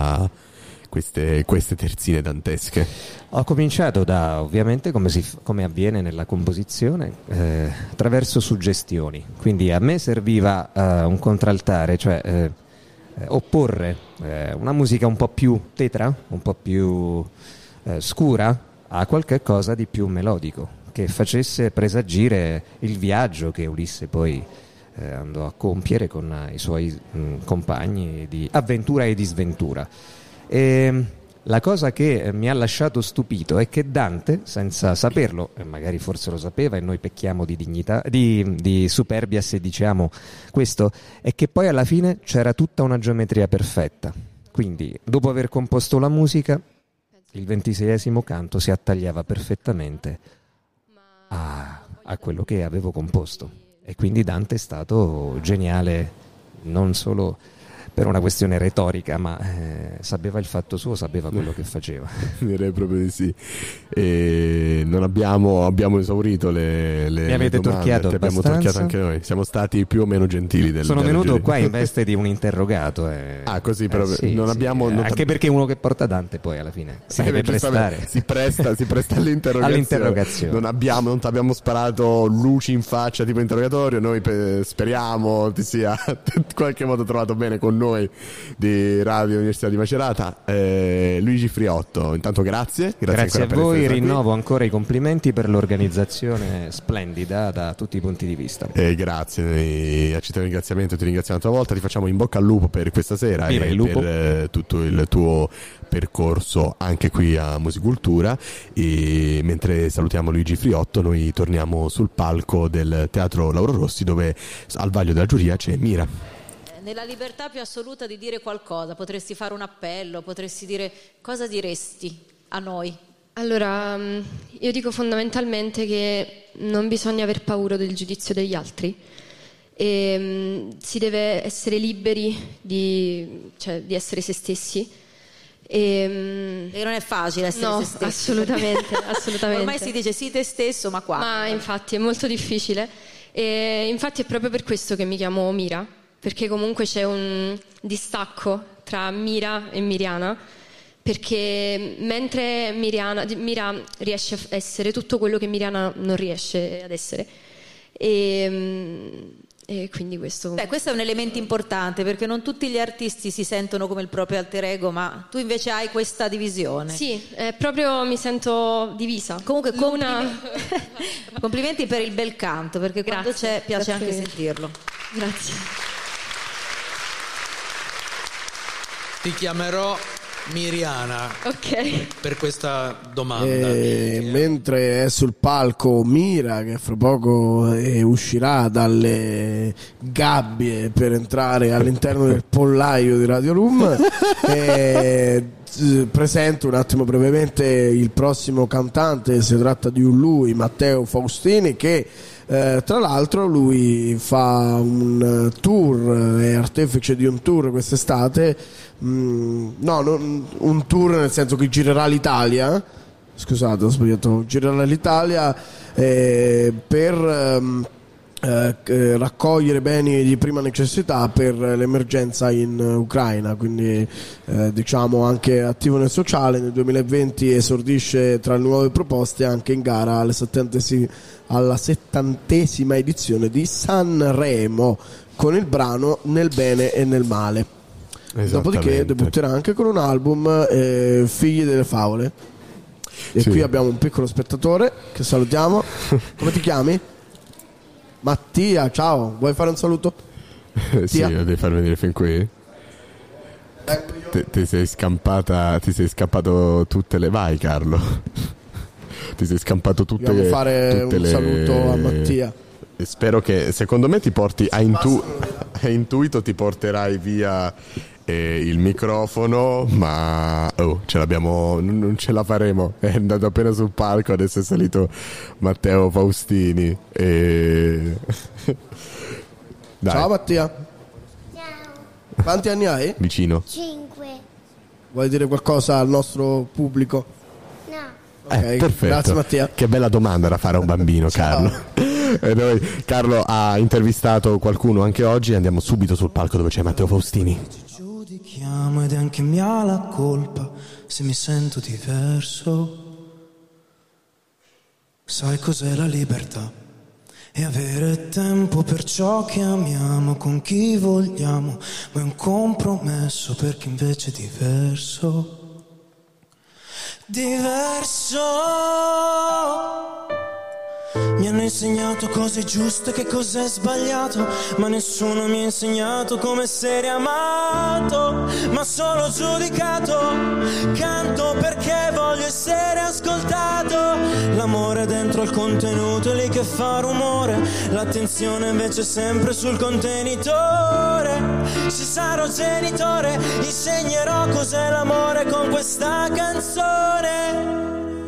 queste terzine dantesche? Ho cominciato ovviamente come avviene nella composizione, attraverso suggestioni. Quindi a me serviva un contraltare, cioè opporre una musica un po' più tetra, un po' più scura, a qualche cosa di più melodico, che facesse presagire il viaggio che Ulisse poi andò a compiere con i suoi compagni di avventura e di sventura. E la cosa che mi ha lasciato stupito è che Dante, senza saperlo, e magari forse lo sapeva e noi pecchiamo di dignità, di superbia se diciamo questo, è che poi alla fine c'era tutta una geometria perfetta. Quindi dopo aver composto la musica, il 26esimo canto si attagliava perfettamente a quello che avevo composto. E quindi Dante è stato geniale non solo per una questione retorica, ma sapeva il fatto suo, sapeva quello che faceva. Direi proprio di sì. E non abbiamo esaurito le mi avete domande, torchiato abbiamo torchiato anche noi. Siamo stati più o meno gentili sono venuto qua in veste di un interrogato. Così proprio. Sì, non sì. abbiamo anche perché uno che porta Dante poi alla fine si deve prestare. Si presta all'interrogazione. Non ti abbiamo sparato luci in faccia tipo interrogatorio. Noi speriamo ti sia in qualche modo trovato bene con noi di Radio Università di Macerata. Luigi Friotto, intanto grazie a voi, rinnovo ancora i complimenti per l'organizzazione splendida da tutti i punti di vista. Grazie, noi accettiamo il ringraziamento, ti ringraziamo un'altra volta, ti facciamo in bocca al lupo per questa sera. Viva il lupo. Per tutto il tuo percorso anche qui a Musicultura. E mentre salutiamo Luigi Friotto, noi torniamo sul palco del Teatro Lauro Rossi, dove al vaglio della giuria c'è Mira. Nella libertà più assoluta di dire qualcosa, potresti fare un appello, potresti dire, cosa diresti a noi? Allora, io dico fondamentalmente che non bisogna aver paura del giudizio degli altri e si deve essere liberi di essere se stessi. E non è facile essere se stessi. Assolutamente. Ormai si dice sii te stesso, ma qua. Ma infatti è molto difficile. E infatti è proprio per questo che mi chiamo Mira, perché comunque c'è un distacco tra Mira e Miriana, perché mentre Mira riesce a essere tutto quello che Miriana non riesce ad essere. E quindi questo è un elemento importante, perché non tutti gli artisti si sentono come il proprio alter ego, ma tu invece hai questa divisione. Sì, proprio mi sento divisa. Comunque complimenti per il bel canto, perché quando c'è piace anche sentirlo. Grazie. Ti chiamerò Miriana, Ok. per questa domanda. Mentre è sul palco Mira, che fra poco uscirà dalle gabbie per entrare all'interno del pollaio di Radio Room, presento un attimo brevemente il prossimo cantante. Si tratta di un lui, Matteo Faustini, che tra l'altro lui fa un tour, è artefice di un tour quest'estate, un tour nel senso che girerà l'Italia, scusate ho sbagliato, girerà l'Italia per raccogliere beni di prima necessità per l'emergenza in Ucraina, quindi diciamo anche attivo nel sociale. Nel 2020 esordisce tra le nuove proposte anche in gara alla 70ª edizione di Sanremo con il brano Nel bene e nel male. Dopodiché debutterà anche con un album, Figli delle favole, e qui abbiamo un piccolo spettatore che salutiamo. Come ti chiami? Mattia, ciao, vuoi fare un saluto? Sì, devi far venire fin qui. Ti sei scappato tutte le... Vai Carlo. Ti sei scampato tutte le... Dobbiamo fare un saluto a Mattia. Spero che, secondo me, ti porti a intuito ti porterai via il microfono, ma ce l'abbiamo, non ce la faremo. È andato appena sul palco, adesso è salito Matteo Faustini Dai. Ciao Mattia. Ciao. Quanti anni hai? Vicino. 5. Vuoi dire qualcosa al nostro pubblico? No. Ok, perfetto. grazie Mattia. Che bella domanda da fare a un bambino. Carlo. Carlo ha intervistato qualcuno anche oggi. Andiamo subito sul palco dove c'è Matteo Faustini. Giudichiamo ed è anche mia la colpa se mi sento diverso. Sai cos'è la libertà? E avere tempo per ciò che amiamo, con chi vogliamo, ma è un compromesso per chi invece è diverso. Diverso. Mi hanno insegnato cose giuste, che cos'è sbagliato, ma nessuno mi ha insegnato come essere amato, ma solo giudicato. Canto perché voglio essere ascoltato. L'amore dentro il contenuto è lì che fa rumore, l'attenzione invece è sempre sul contenitore. Se sarò genitore insegnerò cos'è l'amore con questa canzone.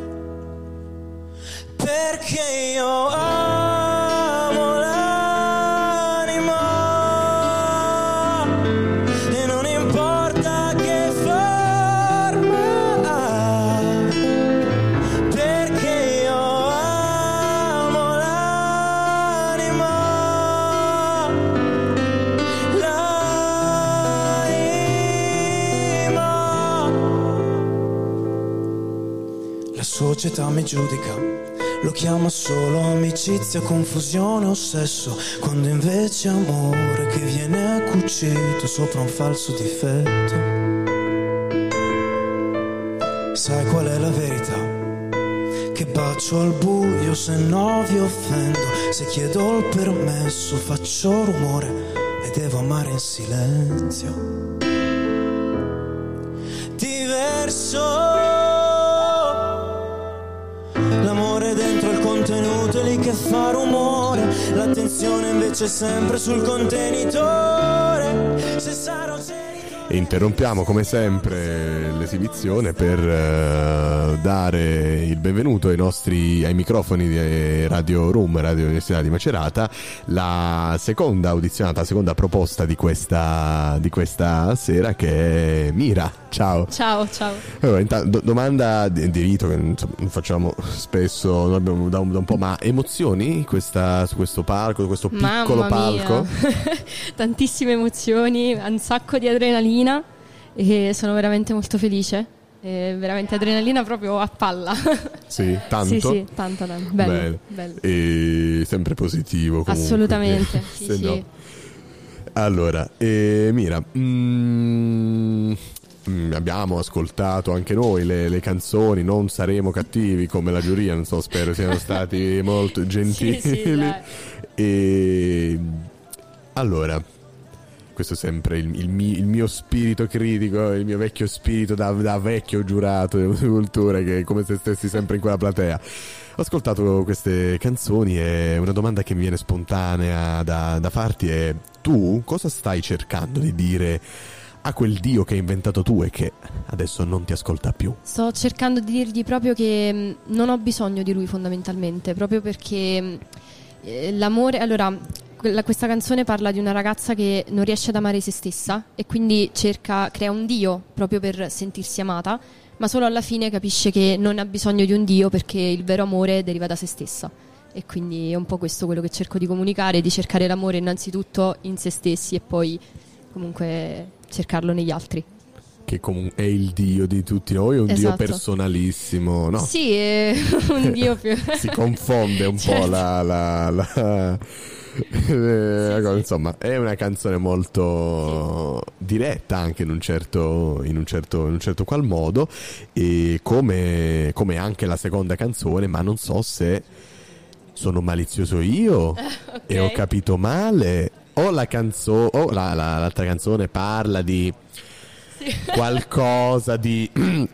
Perché io amo l'anima e non importa che forma ha. Perché io amo l'anima, la società mi giudica. Lo chiama solo amicizia, confusione o sesso, quando invece è amore che viene cucito sopra un falso difetto. Sai qual è la verità? Che bacio al buio se no vi offendo, se chiedo il permesso faccio rumore e devo amare in silenzio. Diverso. L'amore dentro il contenuto è lì che fa rumore, l'attenzione invece è sempre sul contenitore. Se sarò Interrompiamo come sempre l'esibizione per dare il benvenuto ai microfoni di Radio Room, Radio Università di Macerata, la seconda audizionata, la seconda proposta di questa sera, che è Mira. Ciao. Ciao. Allora, domanda di rito che insomma, facciamo spesso, noi abbiamo da un po', ma emozioni su questo palco, questo piccolo palco? Tantissime emozioni, un sacco di adrenalina e sono veramente molto felice. Veramente adrenalina proprio a palla. Sì, tanto? Sì, tanta. Bello. E sempre positivo comunque. Assolutamente, sì. No. Allora, Mira, abbiamo ascoltato anche noi le canzoni, non saremo cattivi come la giuria, non so, spero siano stati molto gentili. Sì, e allora, questo è sempre il mio spirito critico, il mio vecchio spirito da vecchio giurato di musicultura, che è come se stessi sempre in quella platea. Ho ascoltato queste canzoni e una domanda che mi viene spontanea da farti è: tu cosa stai cercando di dire a quel Dio che hai inventato tu e che adesso non ti ascolta più? Sto cercando di dirgli proprio che non ho bisogno di lui, fondamentalmente, proprio perché l'amore... Allora, questa canzone parla di una ragazza che non riesce ad amare se stessa e quindi crea un Dio proprio per sentirsi amata, ma solo alla fine capisce che non ha bisogno di un Dio perché il vero amore deriva da se stessa. E quindi è un po' questo quello che cerco di comunicare, di cercare l'amore innanzitutto in se stessi e poi comunque cercarlo negli altri. Che comunque è il Dio di tutti noi, è un Dio personalissimo, no? Sì, è un Dio più... Si confonde un po' la insomma, è una canzone molto diretta anche in un certo qual modo, e come anche la seconda canzone, ma non so se sono malizioso io e ho capito male, o l'altra canzone parla di qualcosa di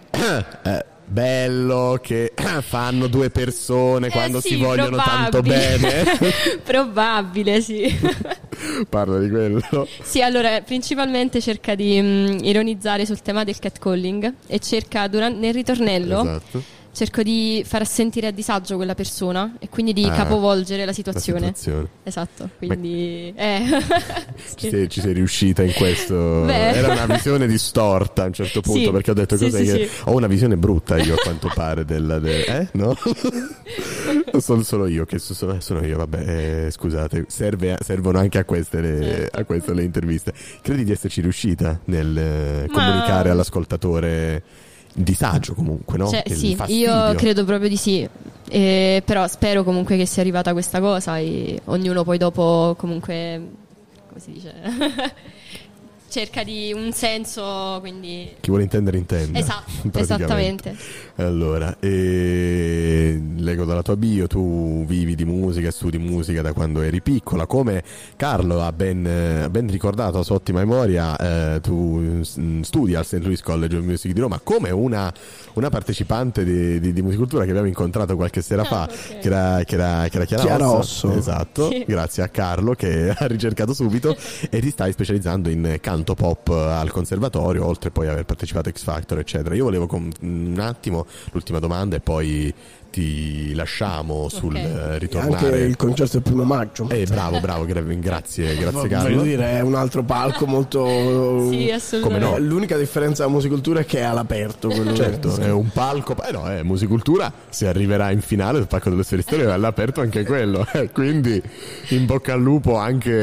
bello che fanno due persone quando si vogliono tanto bene. Probabile, sì. Parla di quello. Sì, allora principalmente cerca di ironizzare sul tema del catcalling e cerca nel ritornello, esatto, cerco di far sentire a disagio quella persona e quindi di capovolgere la situazione. Esatto, quindi ci sei riuscita in questo. Era una visione distorta a un certo punto, sì, perché ho detto che ho una visione brutta io a quanto pare no? Solo io che sono io, vabbè, scusate, servono anche a queste le interviste. Credi di esserci riuscita nel comunicare all'ascoltatore disagio comunque, no? Sì, io credo proprio di sì, però spero comunque che sia arrivata questa cosa e ognuno poi dopo comunque, come si dice, cerca di un senso, quindi chi vuole intendere intende. Esatto, esattamente. Allora, leggo dalla tua bio, tu vivi di musica, studi musica da quando eri piccola, come Carlo ha ben ricordato a sua ottima memoria, tu studi al St. Louis College of Music di Roma come una partecipante di musicultura che abbiamo incontrato qualche sera fa, okay, che era Chiara Rosso. Esatto, sì. Grazie a Carlo che ha ricercato subito e ti stai specializzando in canto pop al conservatorio, oltre poi aver partecipato a X Factor eccetera. Io volevo un attimo l'ultima domanda e poi ti lasciamo sul ritornare. Anche il concerto del 1 maggio. Bravo, grazie Carlo. Voglio dire, è un altro palco molto... Sì, assolutamente. Come no? L'unica differenza della musicultura è che è all'aperto. Certo, è un palco, è musicultura, si arriverà in finale del palco delle Sfere Storiche, è all'aperto anche quello, quindi in bocca al lupo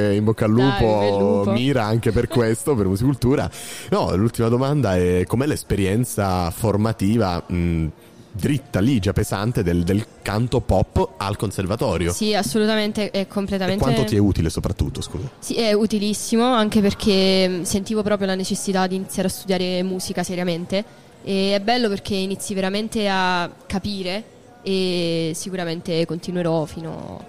Mira anche per questo, per musicultura. No, l'ultima domanda è: com'è l'esperienza formativa dritta, ligia, pesante del canto pop al conservatorio? Sì, assolutamente, è completamente... E quanto ti è utile soprattutto, scusa? Sì, è utilissimo, anche perché sentivo proprio la necessità di iniziare a studiare musica seriamente, e è bello perché inizi veramente a capire, e sicuramente continuerò fino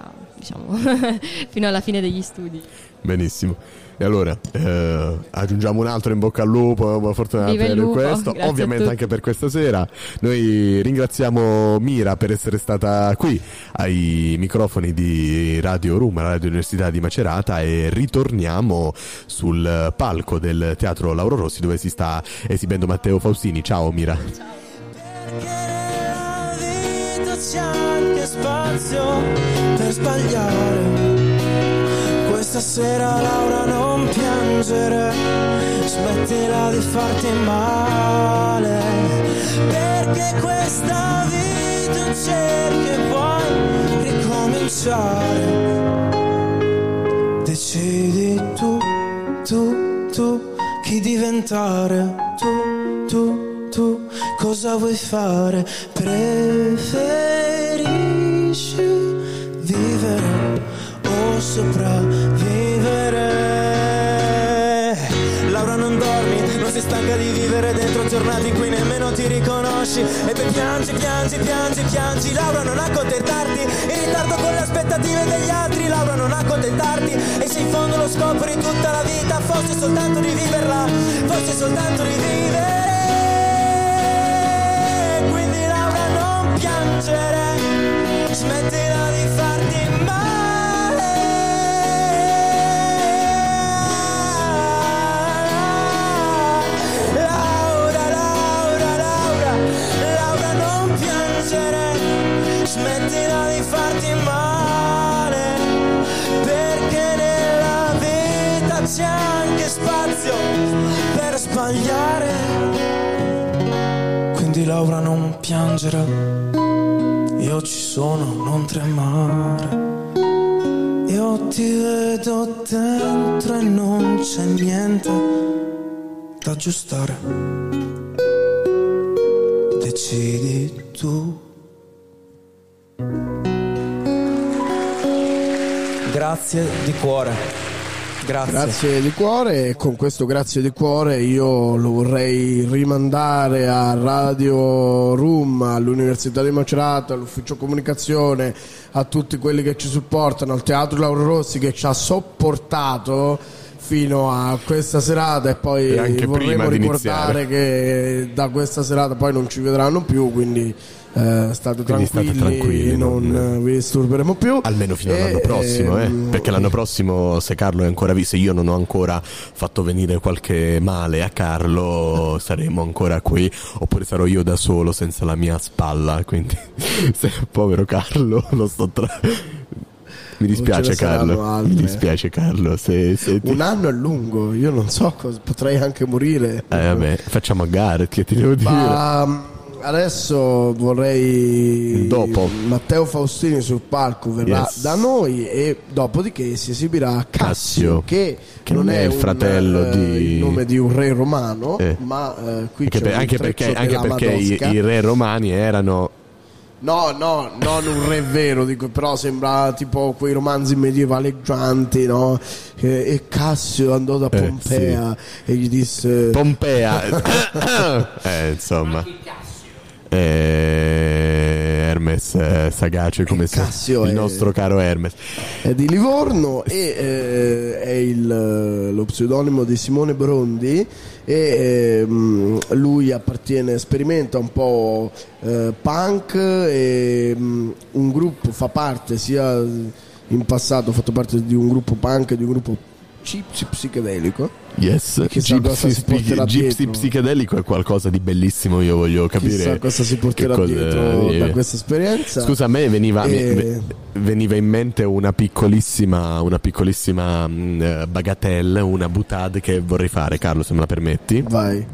alla fine degli studi. Benissimo. E allora aggiungiamo un altro in bocca al lupo, buona fortuna per questo, grazie, ovviamente anche per questa sera. Noi ringraziamo Mira per essere stata qui ai microfoni di Radio Roma, la Radio Università di Macerata, e ritorniamo sul palco del Teatro Lauro Rossi dove si sta esibendo Matteo Faustini. Ciao Mira. Perché nella vita c'è anche spazio per sbagliare. Questa sera Laura non piangere, smettila di farti male, perché questa vita è un cerchio e vuoi ricominciare. Decidi tu chi diventare, tu cosa vuoi fare, preferisci vivere o sopravvivere. Laura non dormi, non sei stanca di vivere dentro giornate in cui nemmeno ti riconosci, e poi piangi, Laura non accontentarti, in ritardo con le aspettative aspettative degli altri, Laura, non accontentarti. E se in fondo lo scopo di tutta la vita fosse soltanto di viverla, fosse soltanto di vivere. Quindi Laura, non piangere, smettila di farti male. Laura, Laura, Laura, Laura, non piangere, smettila di farti male, perché nella vita c'è anche spazio per sbagliare. Quindi Laura, non piangere, io ci sono, non tremare. Io ti vedo dentro e non c'è niente da aggiustare. Decidi tu. Grazie di cuore. Grazie di cuore, e con questo grazie di cuore io lo vorrei rimandare a Radio Room, all'Università di Macerata, all'Ufficio Comunicazione, a tutti quelli che ci supportano, al Teatro Lauro Rossi che ci ha sopportato fino a questa serata, e poi e anche vorremmo ricordare che da questa serata poi non ci vedranno più, quindi state tranquilli, non vi disturberemo più, almeno fino all'anno prossimo, perché l'anno prossimo, se Carlo è ancora vivo, se io non ho ancora fatto venire qualche male a Carlo, saremo ancora qui, oppure sarò io da solo senza la mia spalla, quindi povero Carlo, lo sto mi dispiace Carlo, mi dispiace Carlo, se un anno è lungo, io non so cosa, potrei anche morire. Vabbè, facciamo a gare, che ti devo dire. Adesso vorrei dopo Matteo Faustini sul palco verrà da noi, e dopodiché si esibirà Cassio, che non è il fratello il nome di un re romano, ma qui c'è anche perché i re romani erano non un re vero, dico, però sembra tipo quei romanzi medievaleggianti, no? E Cassio andò da Pompea e gli disse Pompea insomma Hermes sagace come Cassio il nostro caro Hermes è di Livorno, e è lo pseudonimo di Simone Brondi, e lui sperimenta un po' punk, e un gruppo fa parte, sia in passato ha fatto parte di un gruppo punk e di un gruppo gypsy psichedelico. Yes, gypsy psichedelico è qualcosa di bellissimo, io voglio capire chissà cosa si porterà dietro da questa esperienza. Scusa, a me veniva in mente una piccolissima bagatelle, una boutade che vorrei fare, Carlo, se me la permetti. Vai.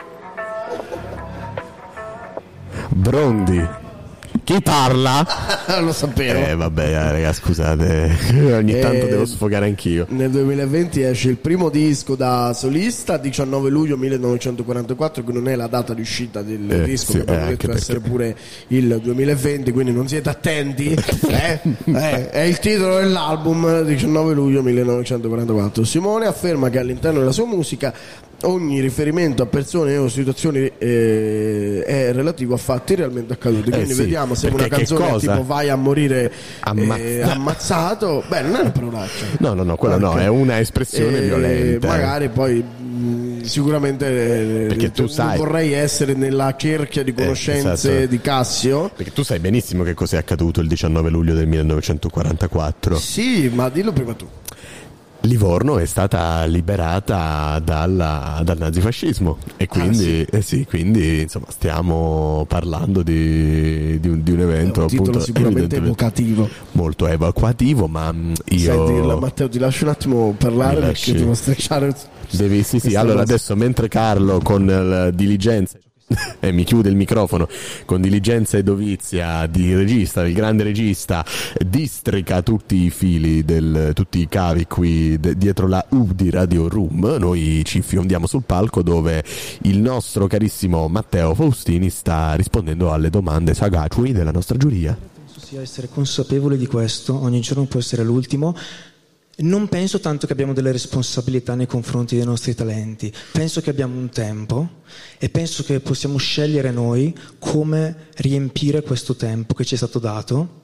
Brondi, chi parla? Lo sapevo. Vabbè, raga, scusate, ogni tanto devo sfogare anch'io. Nel 2020 esce il primo disco da solista, 19 luglio 1944, che non è la data di uscita del disco, che potrebbe essere pure il 2020, quindi non siete attenti. È il titolo dell'album, 19 luglio 1944. Simone afferma che all'interno della sua musica ogni riferimento a persone o situazioni è relativo a fatti realmente accaduti, quindi vediamo se una canzone è tipo vai a morire ammazzato, beh, non è una parolaccia, no, quella no, è una espressione violenta, magari poi sicuramente perché tu sai, non vorrei essere nella cerchia di conoscenze di Cassio, perché tu sai benissimo che cos'è accaduto il 19 luglio del 1944. Sì, ma dillo prima tu. Livorno è stata liberata dal nazifascismo, e quindi, quindi insomma stiamo parlando di un evento, un titolo appunto, sicuramente evocativo, molto evocativo, ma io sai dirla, Matteo, ti lascio un attimo parlare perché devo strecciare. Sì, allora adesso, mentre Carlo con diligenza e mi chiude il microfono, con diligenza e dovizia di regista, del grande regista, districa tutti i fili tutti i cavi qui dietro la U di Radio Room, noi ci fiondiamo sul palco dove il nostro carissimo Matteo Faustini sta rispondendo alle domande sagaci della nostra giuria. Penso sia essere consapevoli di questo, ogni giorno può essere l'ultimo. Non penso tanto che abbiamo delle responsabilità nei confronti dei nostri talenti, penso che abbiamo un tempo e penso che possiamo scegliere noi come riempire questo tempo che ci è stato dato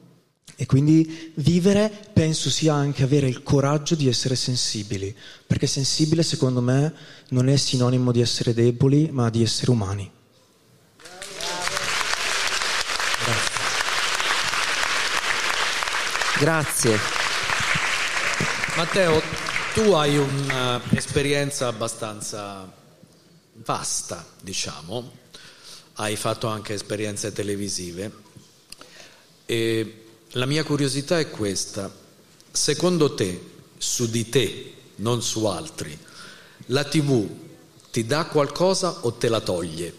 E quindi vivere penso sia anche avere il coraggio di essere sensibili, perché sensibile secondo me non è sinonimo di essere deboli, ma di essere umani. Grazie. Matteo, tu hai un'esperienza abbastanza vasta, diciamo. Hai fatto anche esperienze televisive. E la mia curiosità è questa: secondo te, su di te, non su altri, la TV ti dà qualcosa o te la toglie?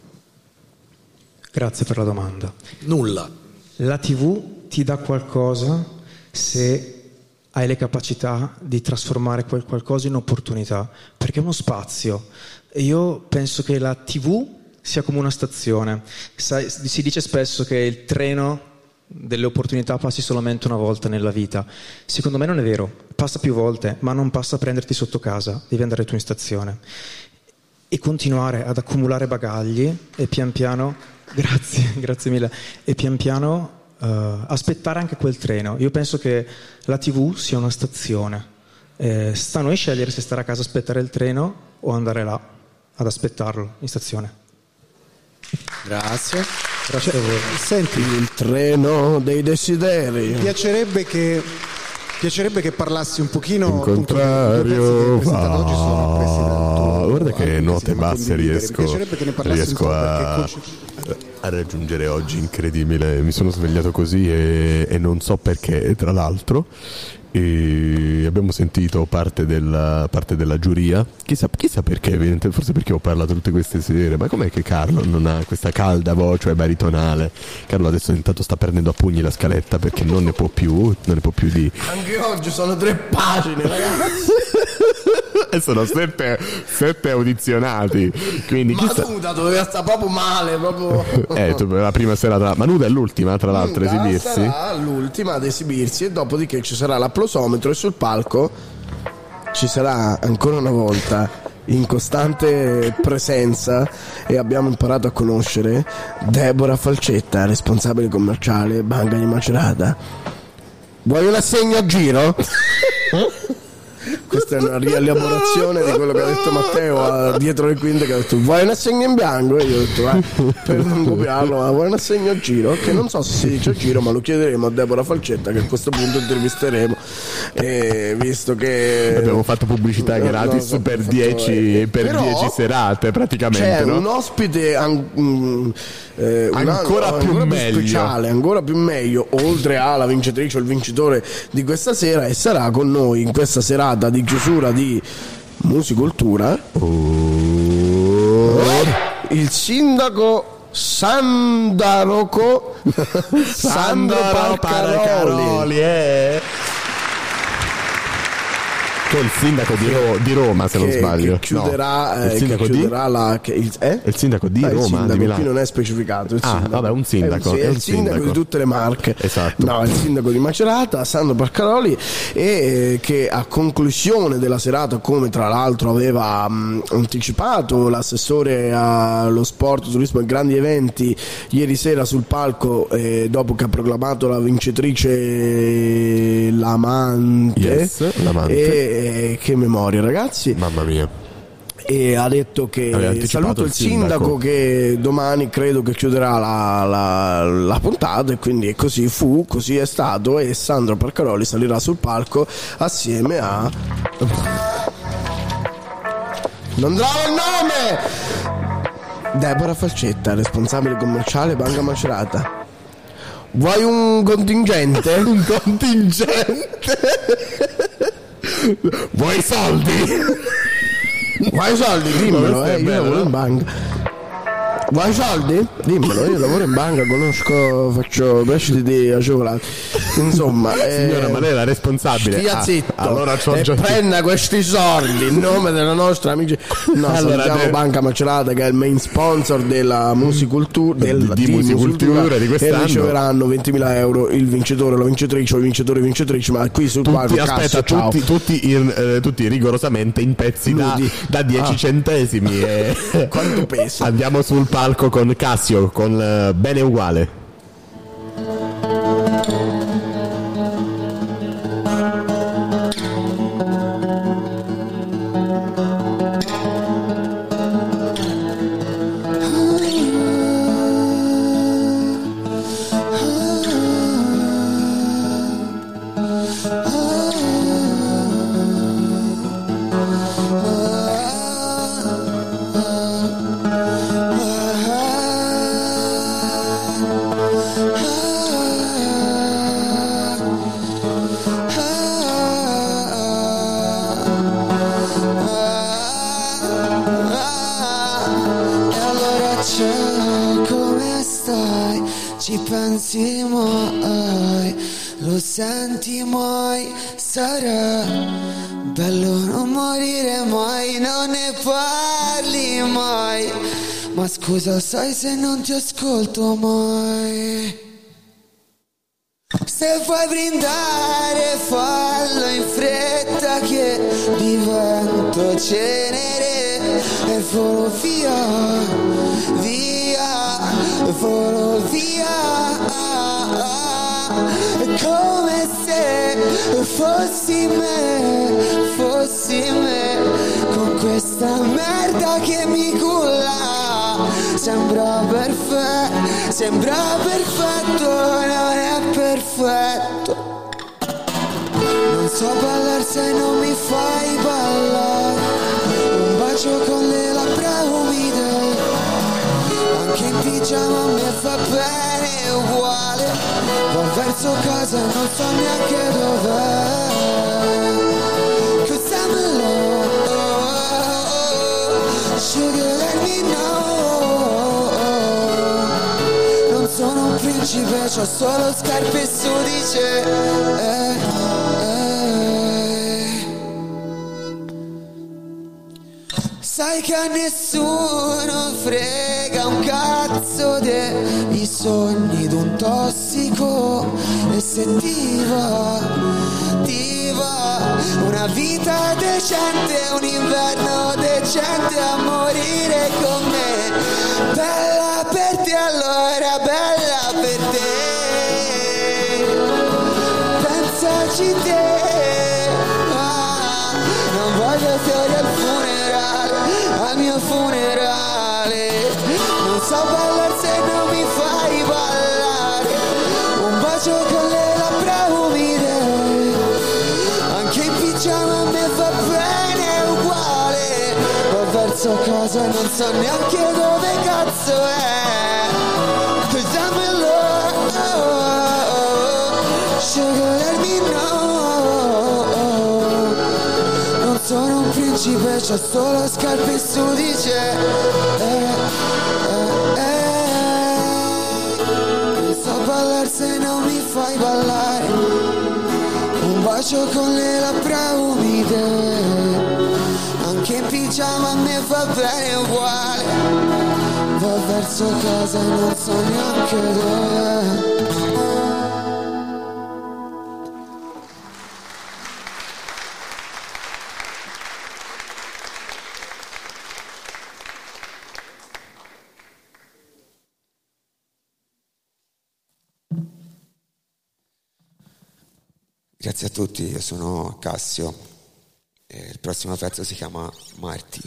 Grazie per la domanda. Nulla. La TV ti dà qualcosa se hai le capacità di trasformare quel qualcosa in opportunità, perché è uno spazio. E io penso che la TV sia come una stazione. Si dice spesso che il treno delle opportunità passi solamente una volta nella vita. Secondo me non è vero, passa più volte, ma non passa a prenderti sotto casa, devi andare tu in stazione e continuare ad accumulare bagagli e pian piano, grazie mille, e pian piano aspettare anche quel treno. Io penso che la TV sia una stazione, sta a noi scegliere se stare a casa a aspettare il treno o andare là ad aspettarlo in stazione. Grazie. Grazie a voi. Senti, il treno dei desideri. Mi piacerebbe che parlassi un pochino. In contrario, guarda che note basse riesco a raggiungere oggi, incredibile. Mi sono svegliato così e non so perché, tra l'altro. E abbiamo sentito parte della giuria, chissà perché, forse perché ho parlato tutte queste sere. Ma com'è che Carlo non ha questa calda voce baritonale? Carlo adesso intanto sta prendendo a pugni la scaletta perché non ne può più di... Anche oggi sono 3 pagine, ragazzi. E sono 7 audizionati, quindi Manuda doveva stare proprio male, proprio. La prima serata Manuda è l'ultima tra l'altro a esibirsi, sarà l'ultima ad esibirsi, e dopodiché ci sarà l'applausometro e sul palco ci sarà ancora una volta, in costante presenza, e abbiamo imparato a conoscere Deborah Falcetta, responsabile commerciale Banca di Macerata. Vuoi un assegno a giro? Questa è una rielaborazione di quello che ha detto Matteo dietro le quinte, che ha detto vuoi un assegno in bianco? E io ho detto per non copiarlo, ma vuoi un assegno a giro? Che non so se si dice a giro, ma lo chiederemo a Deborah Falcetta, che a questo punto intervisteremo, visto che abbiamo fatto pubblicità gratis per 10 serate praticamente. C'è un ospite ancora più meglio, speciale, ancora più meglio, oltre alla vincitrice o il vincitore di questa sera, e sarà con noi in questa serata di chiusura di Musicultura il sindaco Sandro Parcaroli, che è il sindaco di Roma, se non sbaglio. Che chiuderà, il sindaco il sindaco di Roma, il di Milano. Qui non è specificato. Un sindaco. È il sindaco di tutte le Marche. Esatto. No, il sindaco di Macerata, Sandro Parcaroli, e che a conclusione della serata, come tra l'altro aveva anticipato l'assessore allo sport, turismo e grandi eventi ieri sera sul palco, dopo che ha proclamato la vincitrice l'amante. Che memoria, ragazzi, mamma mia. E ha detto che saluto il sindaco che domani credo che chiuderà la puntata, e quindi così fu, così è stato, e Sandro Parcaroli salirà sul palco assieme a non trovo il nome, Deborah Falcetta, responsabile commerciale Banca Macerata. Vuoi un contingente? Un contingente? Vuoi soldi? Vuoi soldi? Dimmelo, io lavoro in banca. Vuoi soldi? Dimmelo, io lavoro in banca, faccio prestiti di agevolati. Insomma, signora, ma lei è la responsabile. Stia zitto, allora prenda questi soldi in nome della nostra amici. No, allora, salutiamo Banca Macerata, che è il main sponsor della Musicultura, di Musicultura di quest'anno, e riceveranno 20.000 euro il vincitore, la vincitrice o il vincitrice, ma qui sul palco tutti rigorosamente in pezzi da 10 centesimi. Quanto pesa? Andiamo sul palco con Cassio, con Bene Uguale. Ci pensi mai, lo senti mai, sarà bello non morire mai, non ne parli mai, ma scusa sai se non ti ascolto mai. Se vuoi brindare fallo in fretta che divento cenere e volo via, via, volo via, come se fossi me, con questa merda che mi culla. Sembra perfetto, non è perfetto. Non so ballare se non mi fai ballare. Un bacio con le labbra umide, anche in pigiama mi fa bene uguale. Va verso casa e non so neanche dov'è. Cause I'm alone, sugar let me know. Non sono un principe, c'ho solo scarpe e sudice. Sai che a nessuno frega un cazzo dei sogni d'un tossico. E se ti va una vita decente, un inverno decente a morire con me. Bella per te allora, bella per te. Pensaci te. Non voglio fiori al funerale, al mio funerale. Non so ballare se non mi fai ballare. Un bacio con le labbra umide, anche in pigiama a me fa bene uguale. Va verso casa e non so neanche dove cazzo è. Cause I'm in love, sugar let me know. Non sono un principe, c'ho solo scarpe e sudice. Non so ballare se non mi fai ballare. Un bacio con le labbra umide, anche in pigiama a me fa bene uguale. Va verso casa e non so neanche dove. Grazie a tutti, io sono Cassio e il prossimo pezzo si chiama Marti.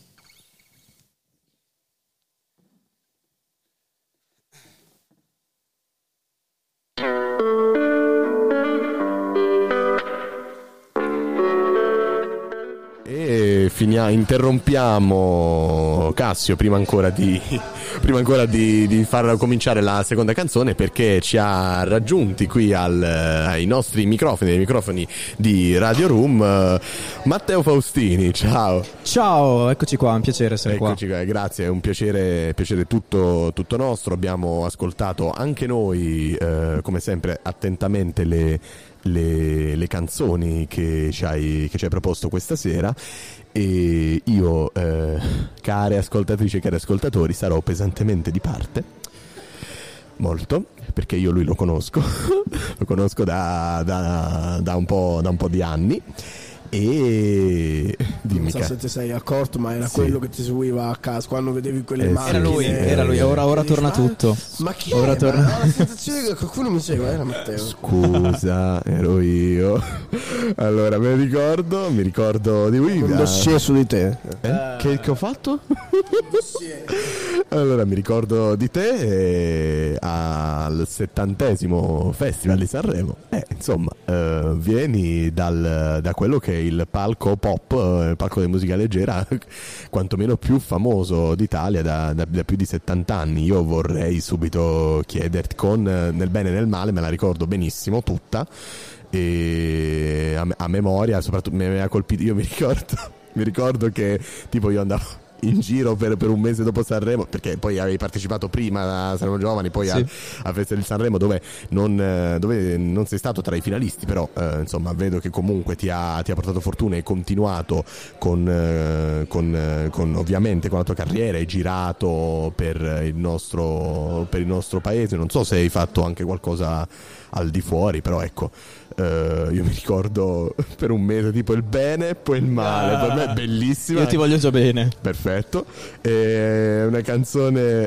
E interrompiamo Cassio prima ancora di far cominciare la seconda canzone, perché ci ha raggiunti qui ai nostri microfoni, ai microfoni di Radio Room, Matteo Faustini. Ciao, eccoci qua, un piacere essere qua. Grazie, è un piacere tutto nostro. Abbiamo ascoltato anche noi, come sempre, attentamente le canzoni che ci hai proposto questa sera, e io, care ascoltatrici e cari ascoltatori, sarò pesantemente di parte, molto, perché io lui lo conosco lo conosco da un po' di anni. E dimmi, non so se ti sei accorto, ma era quello che ti seguiva a casa quando vedevi quelle macchine. Era lui. Ora torna tutto. Ma chi ora torna? La sensazione che qualcuno mi segue, era Matteo. Scusa, ero io. Allora, mi ricordo di Guida. Un dossier su di te. Che ho fatto? Allora mi ricordo di te al 70° Festival di Sanremo. Insomma, vieni da quello che è il palco pop, il palco di musica leggera, quantomeno più famoso d'Italia da più di 70 anni. Io vorrei subito chiederti, nel bene e nel male, me la ricordo benissimo tutta, e a memoria, soprattutto mi aveva colpito. Io mi ricordo che tipo io andavo in giro per un mese dopo Sanremo, perché poi avevi partecipato prima a Sanremo Giovani, poi al Festival di Sanremo, dove non sei stato tra i finalisti, però insomma vedo che comunque ti ha portato fortuna e hai continuato con ovviamente con la tua carriera, hai girato per il nostro paese. Non so se hai fatto anche qualcosa al di fuori, però ecco, io mi ricordo per un mese tipo il bene e poi il male. Per me è bellissima. Io ti voglio già bene. Perfetto. È una canzone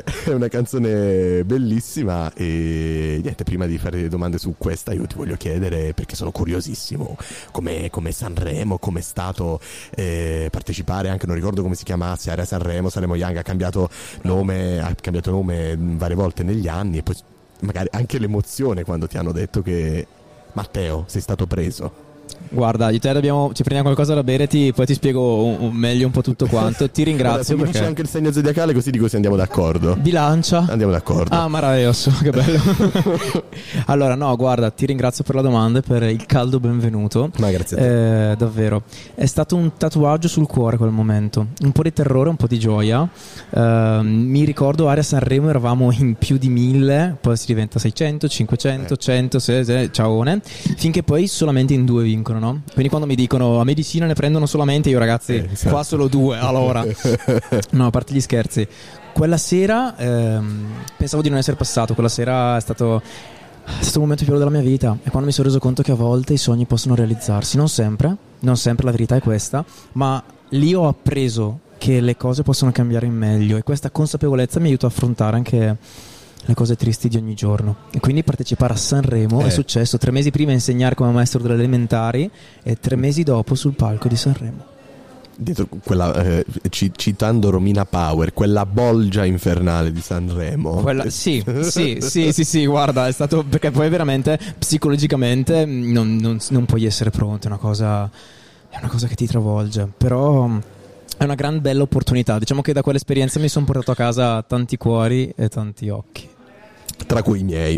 bellissima. E niente, prima di fare domande su questa, io ti voglio chiedere, perché sono curiosissimo, come Sanremo, com'è stato partecipare anche, non ricordo come si chiamasse, Area Sanremo Young, ha cambiato nome varie volte negli anni, e poi magari anche l'emozione quando ti hanno detto che Matteo sei stato preso. Guarda, di te ci prendiamo qualcosa da bere, poi ti spiego meglio un po' tutto quanto. Ti ringrazio. Guarda, perché mi dici anche il segno zodiacale, così dico se andiamo d'accordo. Bilancia. Andiamo d'accordo. Ah, meraviglioso, che bello. Allora, no, guarda, ti ringrazio per la domanda e per il caldo benvenuto. Ma grazie a te. Davvero. È stato un tatuaggio sul cuore quel momento. Un po' di terrore, un po' di gioia. Mi ricordo Area Sanremo, eravamo in più di 1000, poi si diventa 600, 500, 100, ciaone, finché poi solamente in 2 vincono, no? Quindi quando mi dicono a medicina ne prendono solamente, io ragazzi qua solo 2, allora no, a parte gli scherzi, quella sera pensavo di non essere passato. Quella sera è stato un momento più bello della mia vita, e quando mi sono reso conto che a volte i sogni possono realizzarsi, non sempre, la verità è questa, ma lì ho appreso che le cose possono cambiare in meglio, e questa consapevolezza mi aiuta a affrontare anche le cose tristi di ogni giorno. E quindi partecipare a Sanremo è successo 3 mesi prima, insegnare come maestro delle elementari, e 3 mesi dopo sul palco di Sanremo. Dietro quella, citando Romina Power, quella bolgia infernale di Sanremo. Sì, guarda, è stato, perché poi veramente psicologicamente non puoi essere pronto, è una cosa che ti travolge, però è una gran bella opportunità. Diciamo che da quell'esperienza mi sono portato a casa tanti cuori e tanti occhi, tra cui i miei.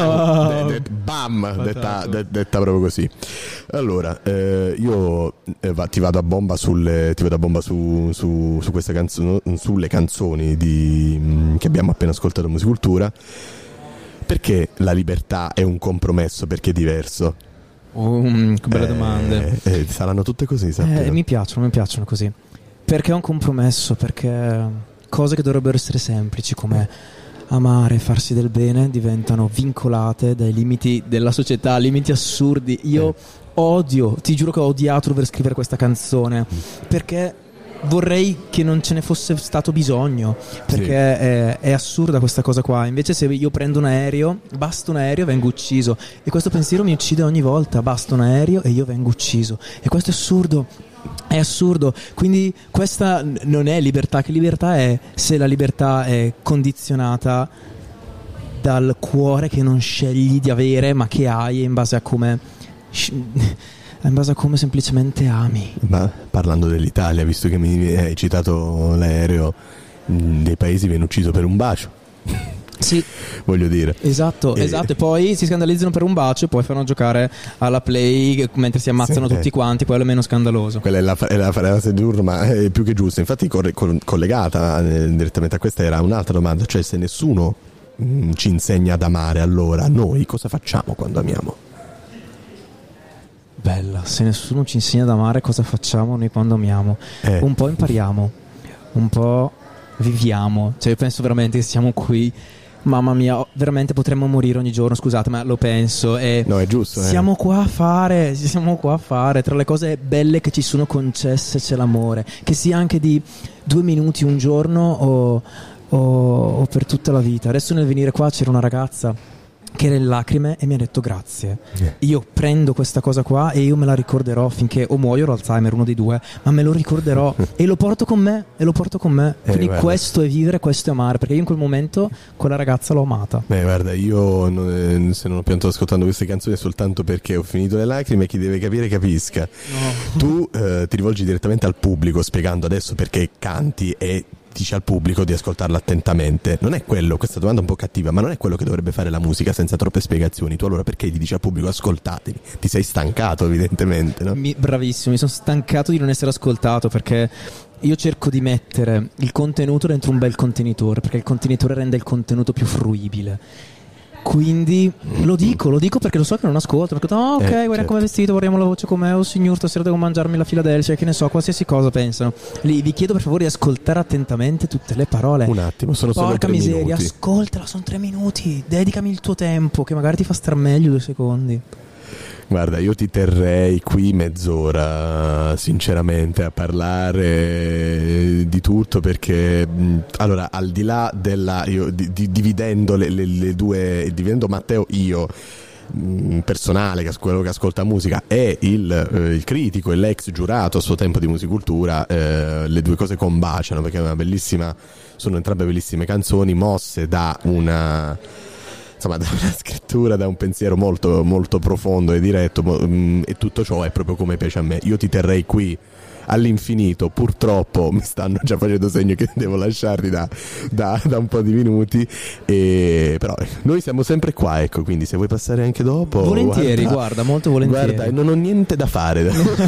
Bam, detta proprio così. Allora, io ti vado a bomba su questa canzone, sulle canzoni che abbiamo appena ascoltato a Musicultura. Perché la libertà è un compromesso? Perché è diverso? Che belle domande. Saranno tutte così, sappilo. Mi piacciono così. Perché è un compromesso? Perché cose che dovrebbero essere semplici, come amare e farsi del bene, diventano vincolate dai limiti della società, limiti assurdi. Io ti giuro che ho odiato dover scrivere questa canzone, perché vorrei che non ce ne fosse stato bisogno, perché è assurda questa cosa qua. Invece se io prendo un aereo, basta un aereo e vengo ucciso, e questo pensiero mi uccide ogni volta. Basta un aereo e io vengo ucciso, e questo è assurdo. È assurdo. Quindi questa non è libertà. Che libertà è se la libertà è condizionata dal cuore che non scegli di avere, ma che hai in base a come semplicemente ami. Ma parlando dell'Italia, visto che mi hai citato l'aereo, dei paesi viene ucciso per un bacio. Sì, voglio dire. Esatto. E poi si scandalizzano per un bacio e poi fanno giocare alla play mentre si ammazzano tutti quanti. Quello è meno scandaloso. Quella è la frase d'urlo, ma è più che giusta. Infatti collegata direttamente a questa era un'altra domanda, cioè se nessuno ci insegna ad amare, allora noi cosa facciamo quando amiamo? Bella, se nessuno ci insegna ad amare, cosa facciamo noi quando amiamo? Un po' impariamo, un po' viviamo. Cioè io penso veramente che siamo qui, mamma mia, veramente potremmo morire ogni giorno, scusate, ma lo penso. No, è giusto. Siamo qua a fare, tra le cose belle che ci sono concesse c'è l'amore, che sia anche di 2 minuti un giorno o per tutta la vita. Adesso nel venire qua c'era una ragazza che era in lacrime e mi ha detto grazie. Io prendo questa cosa qua e io me la ricorderò finché o muoio o Alzheimer, uno dei due, ma me lo ricorderò e lo porto con me. Quindi guarda, questo è vivere, questo è amare, perché io in quel momento quella ragazza l'ho amata. Guarda, io se non ho pianto ascoltando queste canzoni è soltanto perché ho finito le lacrime. Chi deve capire capisca. Tu ti rivolgi direttamente al pubblico spiegando adesso perché canti e dici al pubblico di ascoltarla attentamente. Non è quello, questa domanda è un po' cattiva, ma non è quello che dovrebbe fare la musica senza troppe spiegazioni. Tu allora perché gli dici al pubblico ascoltatemi? Ti sei stancato evidentemente, no? Bravissimo, mi sono stancato di non essere ascoltato, perché io cerco di mettere il contenuto dentro un bel contenitore, perché il contenitore rende il contenuto più fruibile. Quindi lo dico perché lo so che non ascolto, perché ok, guarda certo. come è vestito, vorremmo la voce com'è, oh signor, stasera devo mangiarmi la Philadelphia, che ne so, qualsiasi cosa pensano. Lì vi chiedo per favore di ascoltare attentamente tutte le parole. Un attimo, sono solo porca 3 miseria, minuti. ascoltala, sono 3 minuti, dedicami il tuo tempo, che magari ti fa star meglio 2 secondi. Guarda, io ti terrei qui mezz'ora sinceramente a parlare di tutto, perché allora, al di là della dividendo le due, dividendo Matteo io personale, quello che ascolta musica, e il critico e l'ex giurato a suo tempo di Musicultura, le due cose combaciano, perché è sono entrambe bellissime canzoni mosse da una scrittura, da un pensiero molto, molto profondo e diretto, e tutto ciò è proprio come piace a me. Io ti terrei qui all'infinito, purtroppo mi stanno già facendo segno che devo lasciarli da un po' di minuti, però noi siamo sempre qua, ecco, quindi se vuoi passare anche dopo, volentieri, guarda molto volentieri. Guarda, non ho niente da fare.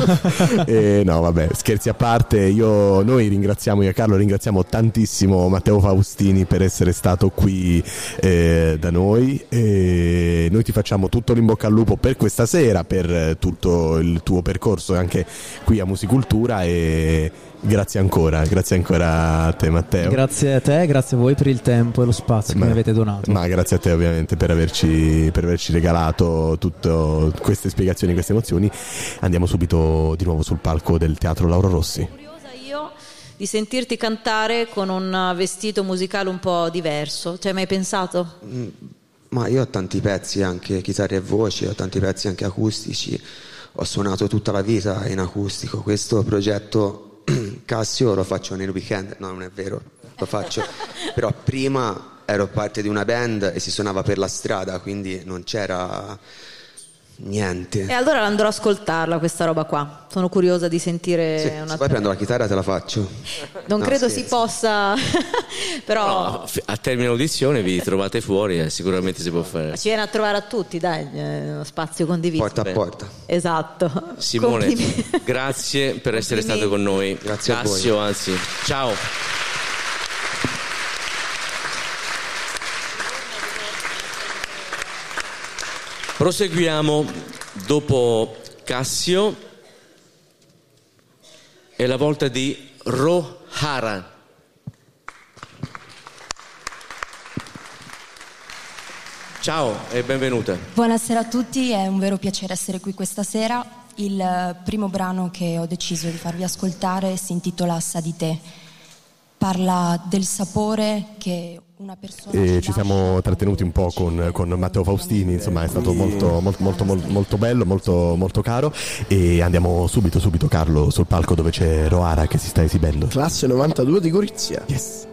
No, vabbè, scherzi a parte, noi ringraziamo, io e Carlo ringraziamo tantissimo Matteo Faustini per essere stato qui da noi, e noi ti facciamo tutto l'in bocca al lupo per questa sera, per tutto il tuo percorso anche qui a Musicultura, e grazie ancora a te Matteo. Grazie a te, grazie a voi per il tempo e lo spazio che mi avete donato. Ma grazie a te ovviamente per averci regalato tutte queste spiegazioni, queste emozioni. Andiamo subito di nuovo sul palco del Teatro Lauro Rossi. Curiosa io di sentirti cantare con un vestito musicale un po' diverso, ci hai mai pensato? Ma io ho tanti pezzi anche chitarre e voci, ho tanti pezzi anche acustici. Ho suonato tutta la vita in acustico. Questo progetto Cassio lo faccio nel weekend. No, non è vero, lo faccio. Però prima ero parte di una band e si suonava per la strada, quindi non c'era niente. E allora andrò ad ascoltarla questa roba qua. Sono curiosa di sentire Sì, se poi prendo la chitarra te la faccio. Non credo scherzo. si possa però No, a termine audizione vi trovate fuori e sicuramente si può fare. ci viene a trovare a tutti, dai, uno spazio condiviso. Porta a porta. Esatto. Simone, Complimenti. grazie per essere stato con noi. Grazie a voi. Cassio, anzi, ciao. Proseguiamo dopo Cassio. È la volta di Rohara. Ciao e benvenuta. Buonasera a tutti, è un vero piacere essere qui questa sera. Il primo brano che ho deciso di farvi ascoltare si intitola Sa di te. Parla del sapore che una persona E ci siamo trattenuti un po' con Matteo Faustini, insomma è stato molto bello, molto caro, e andiamo subito Carlo sul palco dove c'è Rohara che si sta esibendo. Classe 92 di Gorizia. Yes.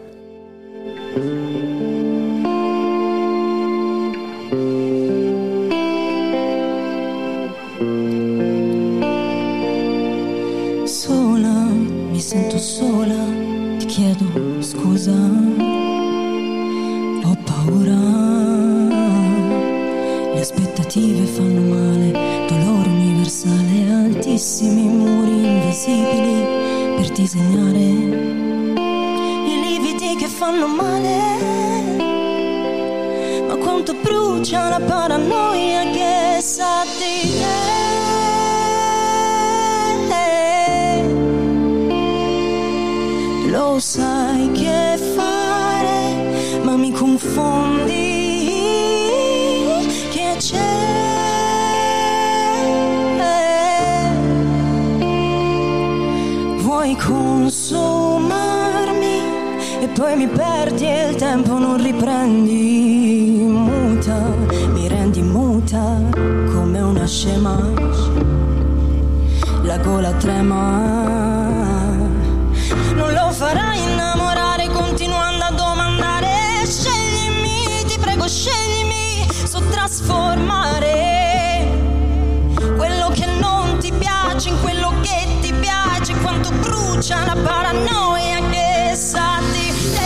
sola, mi sento sola, ti chiedo scusa, ho paura, le aspettative fanno male, dolore universale, altissimi muri invisibili per disegnare i lividi che fanno male, ma quanto brucia la paranoia che sa di te. Lo sai che fare, ma mi confondi che c'è. Vuoi consumarmi e poi mi perdi e il tempo non riprendi. Muta, mi scema, la gola trema. Non lo farai innamorare continuando a domandare. Sceglimi, ti prego sceglimi, so trasformare quello che non ti piace in quello che ti piace. Quanto brucia la paranoia che sa di te.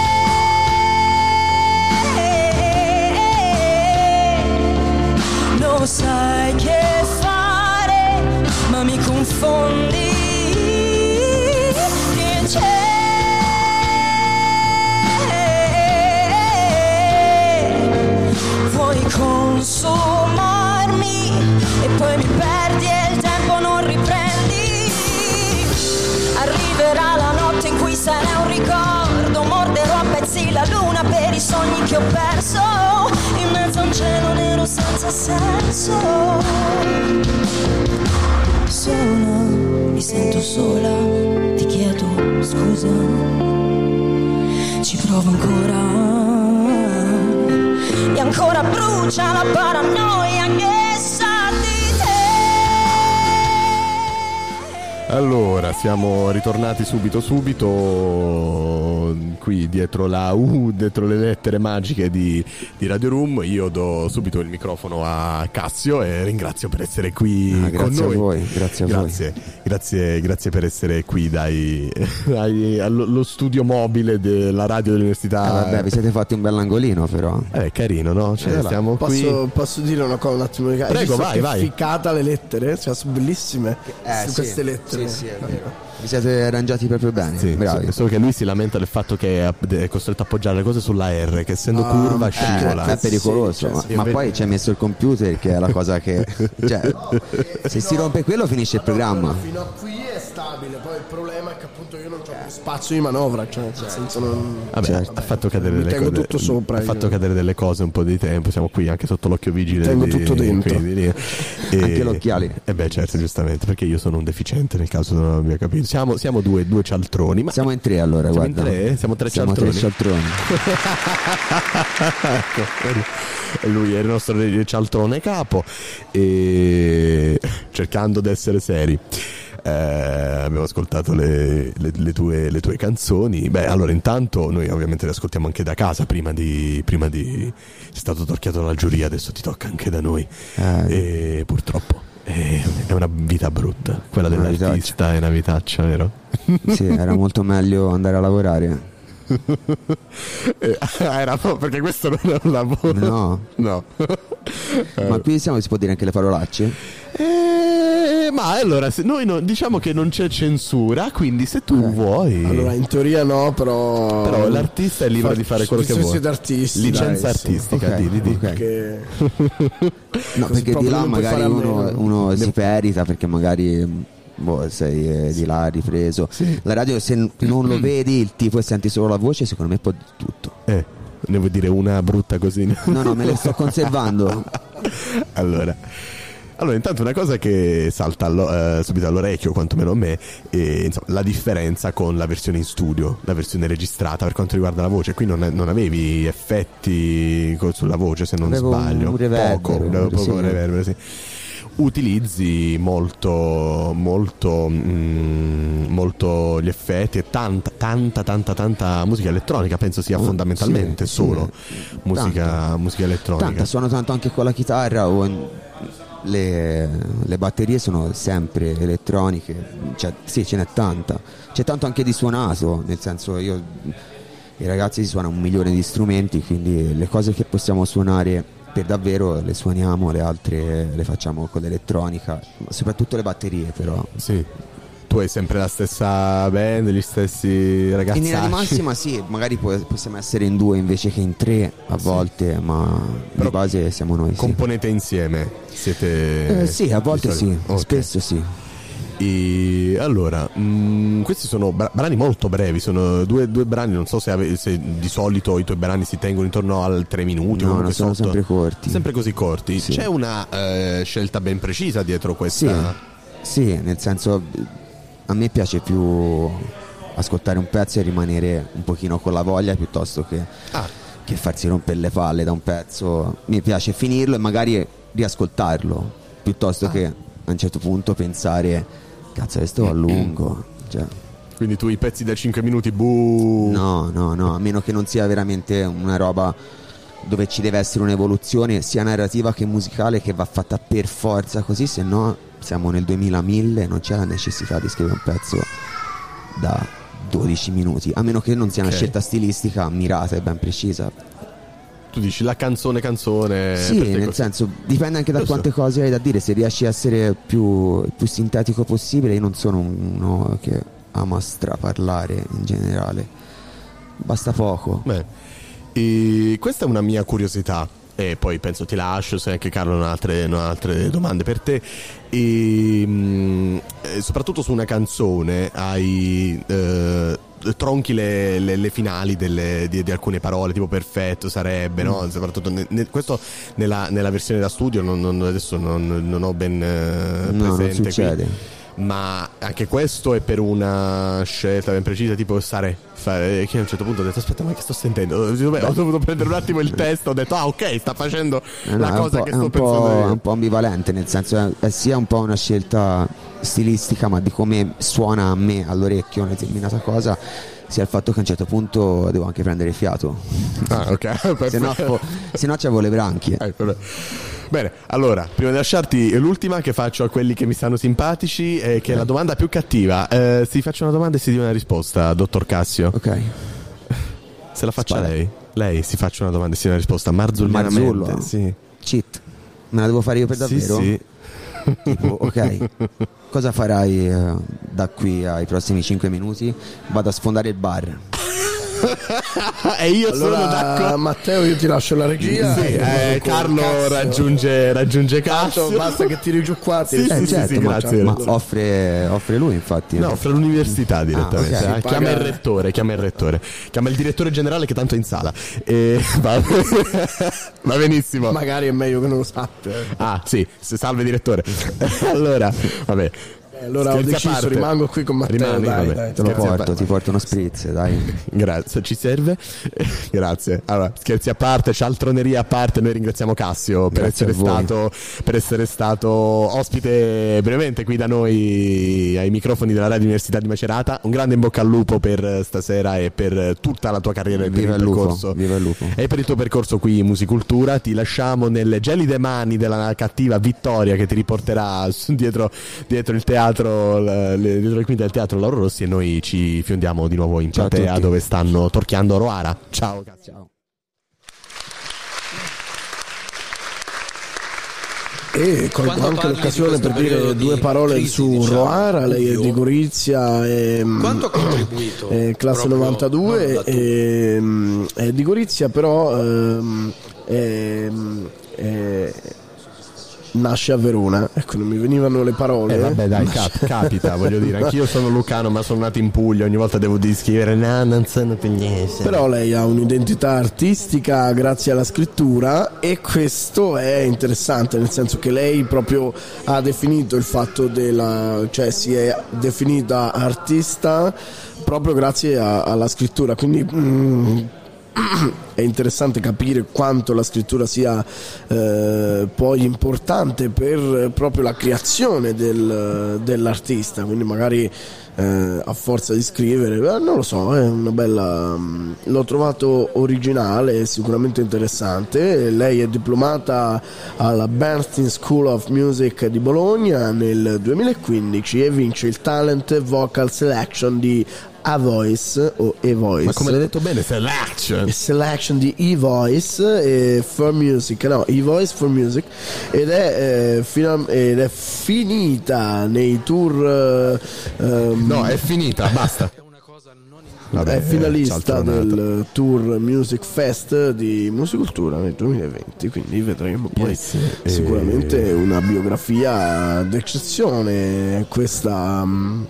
Non sai che fare, ma mi confondi. Che c'è? Vuoi consumarmi e poi mi perdi e il tempo non riprendi. Arriverà la notte in cui sarà un ricordo, morderò a pezzi la luna per i sogni che ho perso, in mezzo a un cielo nero senza senso. Sola, mi sento sola, ti chiedo scusa, ci provo ancora. E ancora brucia la paranoia che sa di te. Allora, siamo ritornati subito qui dietro dietro le lettere magiche di Radio Room. Io do subito il microfono a Cassio e ringrazio per essere qui con grazie noi. A voi, grazie a voi. Grazie per essere qui allo studio mobile della radio dell'università. Vabbè, vi siete fatti un bell'angolino però. Carino, no? Cioè, stiamo qui. Posso dire una cosa un attimo? Prego, vai. Ficcata le lettere, cioè sono bellissime queste lettere. Sì, è vero. Vi siete arrangiati proprio bene, sì, bravi. Solo che lui si lamenta del fatto che è costretto a appoggiare le cose sulla R, che essendo curva scivola. È pericoloso, ma poi ci hai messo il computer, che è la cosa che cioè, se si rompe quello finisce il programma. Fino a qui è stabile, poi il problema è che appunto io non ho più spazio di manovra, cioè nel senso non. Vabbè, ha fatto cadere delle cose. Tutto sopra. Ha fatto cadere delle cose un po' di tempo, siamo qui anche sotto l'occhio vigile. Tengo tutto dentro. Anche l'occhiali. Beh, certo, giustamente, perché io sono un deficiente nel caso non abbia capito. Siamo due cialtroni. Ma siamo in tre allora, siamo guarda. In tre? Siamo tre cialtroni. Ecco, lui è il nostro cialtrone capo e cercando di essere seri. Abbiamo ascoltato le tue canzoni. Beh, allora intanto noi ovviamente le ascoltiamo anche da casa prima di sei stato torchiato dalla giuria, adesso ti tocca anche da noi e purtroppo è una vita brutta quella dell'artista, è una vitaccia, vero? Sì, era molto meglio andare a lavorare. Perché questo non è un lavoro. No. Ma qui si può dire anche le parolacce? Ma allora noi diciamo che non c'è censura, quindi se tu vuoi. Allora in teoria no, però l'artista è libero di fare quello che vuole. Licenza artistica, di. Okay. No, perché di là magari uno si perita, perché magari sei di là ripreso. Sì. La radio, se non lo vedi il tipo e senti solo la voce, secondo me può di tutto. Ne vuoi dire una brutta così? No, me le sto conservando. Allora, intanto una cosa che salta subito all'orecchio, quantomeno a me, insomma, la differenza con la versione in studio, la versione registrata per quanto riguarda la voce. Qui non avevi effetti sulla voce, se non sbaglio. Un reverbero, poco reverbero, sì. Utilizzi molto gli effetti e tanta musica elettronica, penso sia fondamentalmente solo musica elettronica. Suono tanto anche con la chitarra le batterie sono sempre elettroniche, cioè, sì, ce n'è tanta, c'è tanto anche di suonato, nel senso i ragazzi si suonano 1 milione di strumenti, quindi le cose che possiamo suonare per davvero le suoniamo, le altre le facciamo con l'elettronica, soprattutto le batterie però. Sì. Tu hai sempre la stessa band, gli stessi ragazzi? In linea di massima sì, magari possiamo essere in 2 invece che in 3 a volte, ma di base siamo noi. Componete insieme? Siete? Sì, a volte sì, okay. Spesso sì. Allora, questi sono brani molto brevi, sono due brani, non so se di solito i tuoi brani si tengono intorno al 3 minuti. No, sono sempre corti. Sempre così corti? Sì. C'è una scelta ben precisa dietro questa? Sì, nel senso, a me piace più ascoltare un pezzo e rimanere un pochino con la voglia piuttosto che farsi rompere le palle da un pezzo. Mi piace finirlo e magari riascoltarlo piuttosto che a un certo punto pensare cazzo questo va a lungo, cioè. Quindi tu i pezzi da 5 minuti no, a meno che non sia veramente una roba dove ci deve essere un'evoluzione sia narrativa che musicale, che va fatta per forza così, se no siamo nel 2000 non c'è la necessità di scrivere un pezzo da 12 minuti, a meno che non sia una scelta stilistica mirata e ben precisa. Tu dici la canzone sì, nel senso dipende anche da quante cose hai da dire. Se riesci a essere più sintetico possibile. Io non sono uno che ama straparlare in generale, basta poco. Beh, e questa è una mia curiosità e poi penso ti lascio, se anche Carlo non ha altre domande per te. E soprattutto su una canzone hai tronchi le finali di alcune parole, tipo perfetto, sarebbe, no? Soprattutto questo nella versione da studio adesso non ho ben presente. No, non succede. Qui. Ma anche questo è per una scelta ben precisa, tipo che a un certo punto ho detto aspetta, ma che sto sentendo? Ho dovuto prendere un attimo il testo, ho detto ok, sta facendo la cosa che sto pensando io. È un po' ambivalente, nel senso è sia un po' una scelta stilistica, ma di come suona a me all'orecchio una determinata cosa, sia il fatto che a un certo punto devo anche prendere fiato. Ok. se no c'avevo le branchie. Bene, allora, prima di lasciarti l'ultima che faccio a quelli che mi stanno simpatici, che è la domanda più cattiva. Si faccia una domanda e si dia una risposta, dottor Cassio. Ok. Se la faccia lei. Lei si faccia una domanda e si dia una risposta marzullianamente. Marzullo? Sì. Cheat. Me la devo fare io per davvero? Sì. Tipo, ok, cosa farai da qui ai prossimi 5 minuti? Vado a sfondare il bar. E io allora, sono d'accordo. Matteo, io ti lascio la regia. Sì, Carlo raggiunge Cassio. Basta che tiri giù qua. Certo, grazie. Ma offre lui, infatti. No, offre l'università direttamente. Okay. Chiama il rettore, chiama il direttore generale che tanto è in sala. Va benissimo. Magari è meglio che non lo sappia. Ah, sì, salve direttore. Allora, vabbè. Allora ho deciso, rimango qui con Matteo. Dai, te lo porto, ti porto uno spritz, dai. Grazie, ci serve. Grazie. Allora, scherzi a parte, cialtroneria a parte, noi ringraziamo Cassio per essere stato ospite brevemente qui da noi ai microfoni della Radio Università di Macerata. Un grande in bocca al lupo per stasera e per tutta la tua carriera e per il percorso. Viva il lupo. E per il tuo percorso qui in Musicultura. Ti lasciamo nelle gelide mani della cattiva Vittoria che ti riporterà dietro il teatro, dietro le quinte del teatro Lauro Rossi, e noi ci fiondiamo di nuovo in platea dove stanno torchiando Roara. Ciao. E colgo anche l'occasione per dire due parole su Roara. Lei è di Gorizia, quanto ha contribuito? Classe 92, è di Gorizia, però nasce a Verona, ecco, non mi venivano le parole. Vabbè, dai, capita, voglio dire, anch'io sono lucano, ma sono nato in Puglia, ogni volta devo scrivere non sono pugliese. Però lei ha un'identità artistica grazie alla scrittura, e questo è interessante, nel senso che lei proprio ha definito il fatto cioè si è definita artista proprio grazie alla scrittura, quindi è interessante capire quanto la scrittura sia poi importante per proprio la creazione dell'artista, quindi magari a forza di scrivere, non lo so, è una bella, l'ho trovato originale, sicuramente interessante. Lei è diplomata alla Bernstein School of Music di Bologna nel 2015 e vince il Talent Vocal Selection di A-Voice o E-Voice. Ma come l'hai detto bene, Selection di E-Voice for Music, no, E-Voice for Music, ed è finita nei tour. No, è finita, basta. Vabbè, è finalista del Tour Music Fest di Musicultura nel 2020, quindi vedremo poi sicuramente una biografia d'eccezione questa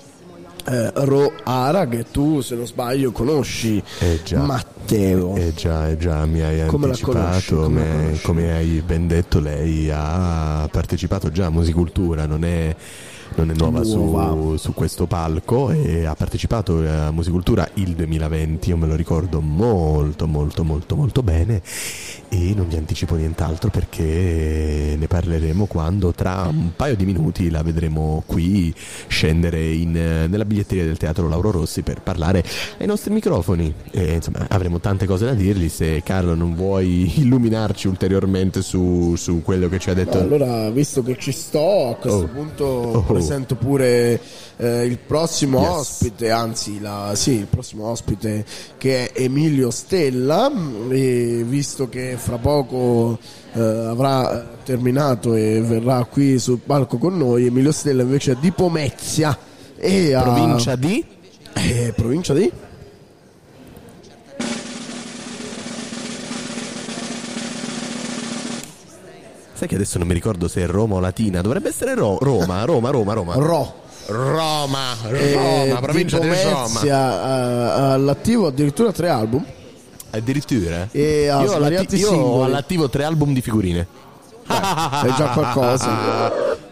Roara, che tu, se non sbaglio, conosci. Matteo. Già, mi hai anticipato. Come hai ben detto, lei ha partecipato già a Musicultura, non è su questo palco, e ha partecipato a Musicultura il 2020, io me lo ricordo molto molto molto molto bene, e non vi anticipo nient'altro perché ne parleremo quando tra un paio di minuti la vedremo qui scendere nella biglietteria del Teatro Lauro Rossi per parlare ai nostri microfoni, e insomma avremo tante cose da dirgli. Se Carlo non vuoi illuminarci ulteriormente su quello che ci ha detto. Allora, visto che ci sto, a questo punto presento pure il prossimo ospite, anzi il prossimo ospite, che è Emilio Stella, e visto che fra poco avrà terminato e verrà qui sul palco con noi, Emilio Stella invece è di Pomezia e provincia di? Provincia di? Sai che adesso non mi ricordo se è Roma o Latina, dovrebbe essere Roma, provincia di Roma. All'attivo addirittura 3 album. Addirittura? E io ho all'attivo 3 album di figurine. È già qualcosa.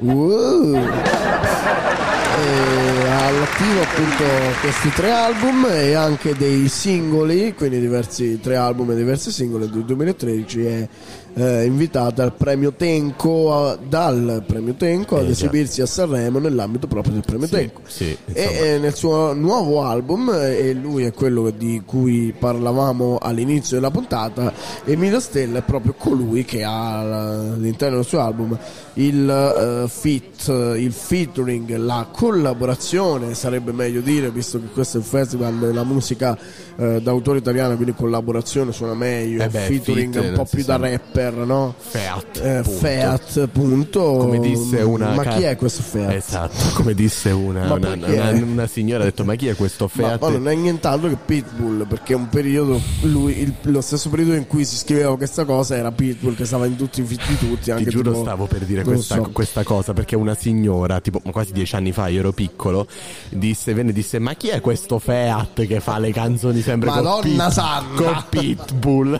All'attivo appunto questi 3 album e anche dei singoli, quindi 3 album e diversi singoli. Del 2013 è invitata al Premio Tenco, dal Premio Tenco ad esibirsi a Sanremo nell'ambito proprio del Premio Tenco. E nel suo nuovo album, e lui è quello di cui parlavamo all'inizio della puntata, Emilio Stella è proprio colui che ha all'interno del suo album il featuring, la collaborazione, sarebbe meglio dire, visto che questo è il festival della musica d'autore italiano, quindi collaborazione suona meglio, featuring un po' più da rapper, no? Feat, appunto. Come disse una ma chi è questo Feat? Esatto, come disse una signora, ha detto ma chi è questo Feat? Ma non è nient'altro che Pitbull, perché un periodo lo stesso periodo in cui si scriveva questa cosa era Pitbull che stava in tutti i feat di tutti, anche ti giuro tipo, stavo per dire questa cosa, perché una signora tipo quasi 10 anni fa, io ero piccolo, disse ma chi è questo Feat che fa le canzoni sempre con Pitbull?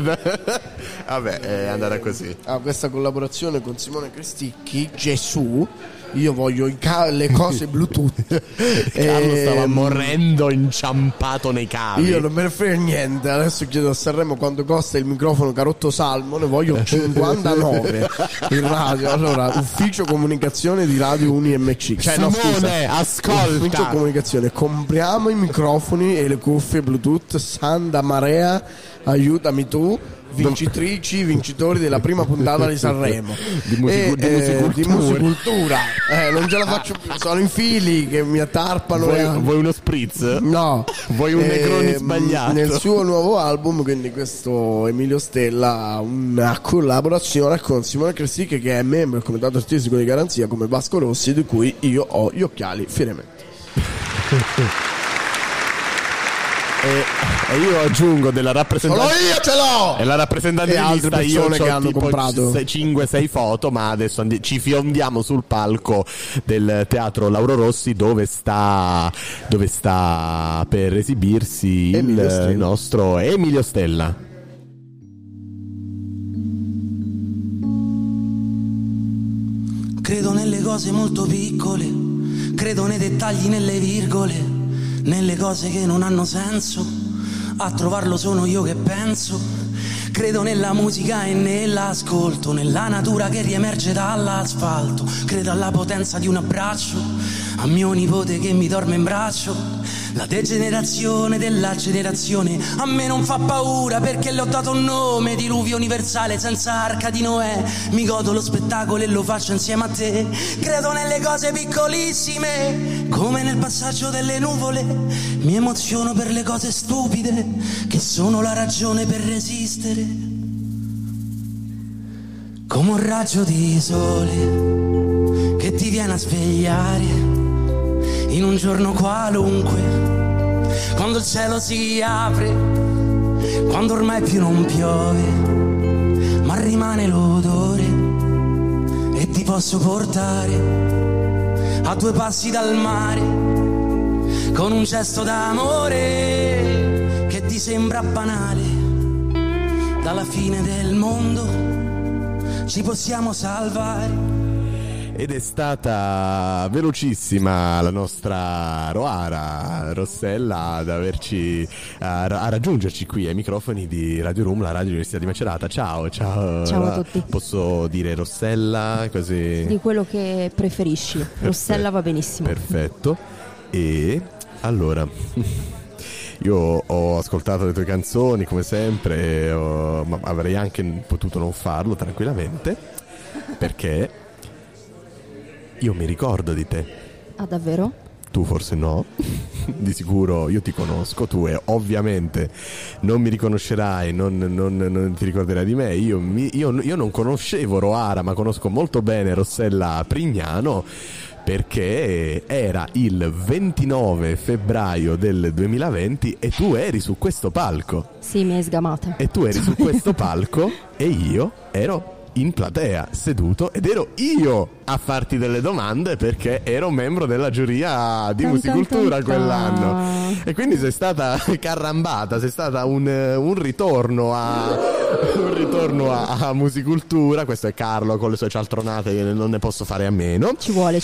Vabbè, è andata così. Questa collaborazione con Simone Cristicchi, Gesù, io voglio le cose Bluetooth. Carlo stava morendo inciampato nei cavi. Io non me ne frega niente. Adesso chiedo a Sanremo quanto costa il microfono Carotto Salmo. Ne voglio 59 in radio. Allora, ufficio comunicazione di Radio UniMC. Simone, ascolta. Ufficio comunicazione, compriamo i microfoni e le cuffie Bluetooth. Santa Marea, aiutami tu. Vincitori della prima puntata di Sanremo di musicultura. Non ce la faccio più, sono i fili che mi attarpano. Vuoi uno spritz? No. Vuoi un Negroni sbagliato? Nel suo nuovo album, quindi questo Emilio Stella ha una collaborazione con Simone Cristicchi, che è membro del comitato artistico di Garanzia, come Vasco Rossi, di cui io ho gli occhiali fieramente. E io aggiungo della rappresentante. Solo io ce l'ho! E la rappresentante di lista, io che hanno tipo comprato 5-6 foto, ma adesso ci fiondiamo sul palco del Teatro Lauro Rossi, dove sta per esibirsi il nostro Emilio Stella. Credo nelle cose molto piccole, credo nei dettagli, nelle virgole, nelle cose che non hanno senso, a trovarlo sono io che penso. Credo nella musica e nell'ascolto, nella natura che riemerge dall'asfalto. Credo alla potenza di un abbraccio, a mio nipote che mi dorme in braccio. La degenerazione della generazione a me non fa paura, perché le ho dato un nome, diluvio universale senza arca di Noè. Mi godo lo spettacolo e lo faccio insieme a te. Credo nelle cose piccolissime, come nel passaggio delle nuvole. Mi emoziono per le cose stupide, che sono la ragione per resistere. Come un raggio di sole che ti viene a svegliare in un giorno qualunque, quando il cielo si apre, quando ormai più non piove, ma rimane l'odore e ti posso portare a 2 passi dal mare, con un gesto d'amore che ti sembra banale. Dalla fine del mondo ci possiamo salvare. ed è stata velocissima la nostra Rossella ad averci a raggiungerci qui ai microfoni di Radio Room, la radio Università di Macerata. Ciao a tutti. Posso dire Rossella così? Di quello che preferisci. Rossella va benissimo. Perfetto. E allora io ho ascoltato le tue canzoni come sempre, ma avrei anche potuto non farlo tranquillamente, perché io mi ricordo di te. Ah, davvero? Tu forse no, di sicuro io ti conosco, tu ovviamente non mi riconoscerai, non ti ricorderai di me. Io non conoscevo Roara, ma conosco molto bene Rossella Prignano, perché era il 29 febbraio del 2020 e tu eri su questo palco. Sì, mi hai sgamata. E tu eri su questo palco e io ero in platea, seduto, ed ero io a farti delle domande, perché ero membro della giuria di Musicultura quell'anno. E quindi sei stata carrambata, sei stata un ritorno a Musicultura. Questo è Carlo con le sue cialtronate, non ne posso fare a meno. Ci vuole.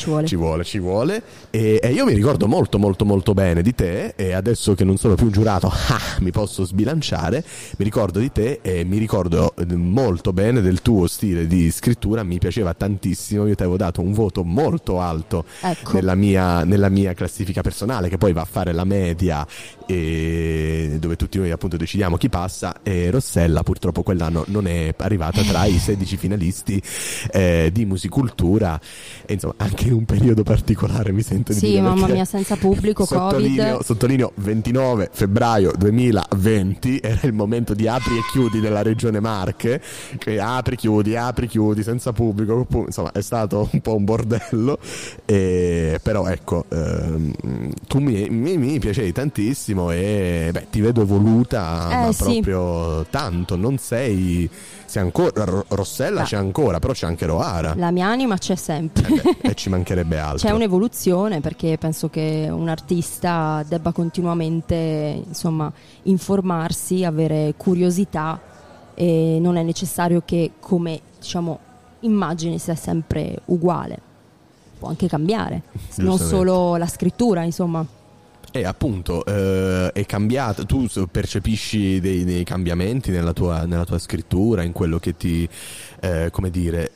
E io mi ricordo molto molto molto bene di te, e adesso che non sono più un giurato mi posso sbilanciare. Mi ricordo di te e mi ricordo molto bene del tuo stile di scrittura. Mi piaceva tantissimo, io ti avevo dato un voto molto alto, ecco, nella mia classifica personale, che poi va a fare la media, e dove tutti noi appunto decidiamo chi passa. E Rossella purtroppo quell'anno non è arrivata tra i 16 finalisti di Musicultura, e insomma anche in un periodo particolare, mi sento di dire. Sì, mamma mia, senza pubblico, sottolineo 29 febbraio 2020 era il momento di apri e chiudi della regione Marche, che apri chiudi senza pubblico, insomma è stato un po' un bordello, però ecco, tu mi piacevi tantissimo, e ti vedo evoluta, ma sì, proprio tanto. Non sei ancora Rossella, c'è ancora, però c'è anche Roara. La mia anima c'è sempre. E ci mancherebbe altro. C'è un'evoluzione, perché penso che un artista debba continuamente, insomma, informarsi, avere curiosità, e non è necessario che, come diciamo, immagine sia sempre uguale, può anche cambiare, non solo la scrittura, insomma. E appunto è cambiata, tu percepisci dei cambiamenti nella tua scrittura, in quello che ti come dire,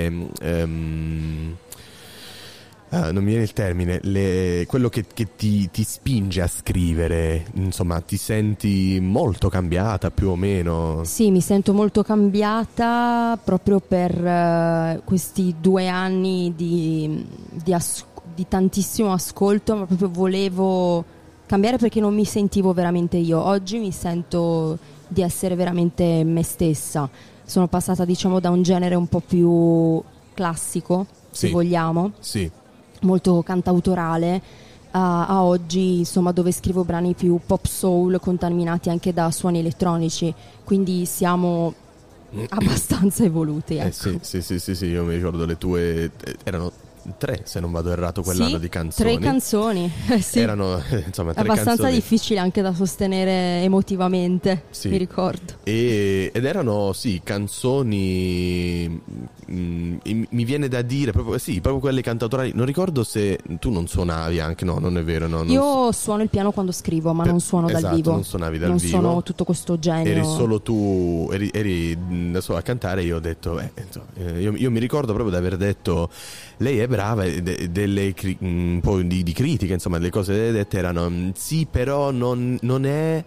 non mi viene il termine, quello che ti spinge a scrivere, insomma, ti senti molto cambiata più o meno? Sì, mi sento molto cambiata proprio per questi 2 anni di tantissimo ascolto, ma proprio volevo cambiare, perché non mi sentivo veramente io. Oggi mi sento di essere veramente me stessa. Sono passata, diciamo, da un genere un po' più classico, se vogliamo. Sì. Molto cantautorale, a oggi, insomma, dove scrivo brani più pop soul, contaminati anche da suoni elettronici, quindi siamo abbastanza evoluti, ecco. Sì, io mi ricordo le tue, erano 3, se non vado errato, quell'anno, di canzoni. 3 canzoni, sì. Erano, insomma, 3 abbastanza canzoni difficile anche da sostenere emotivamente, mi ricordo. Ed erano, canzoni, mi viene da dire, proprio quelle cantautorali. Non ricordo se tu non suonavi anche, no, non è vero. No, io suono il piano quando scrivo, ma non suono dal vivo. Non suonavi dal vivo. Non sono tutto questo genio. Eri solo tu, eri da sola a cantare. Io ho detto, io mi ricordo proprio di aver detto, lei è brava, un po' di critica, insomma, le cose dette erano sì, però non è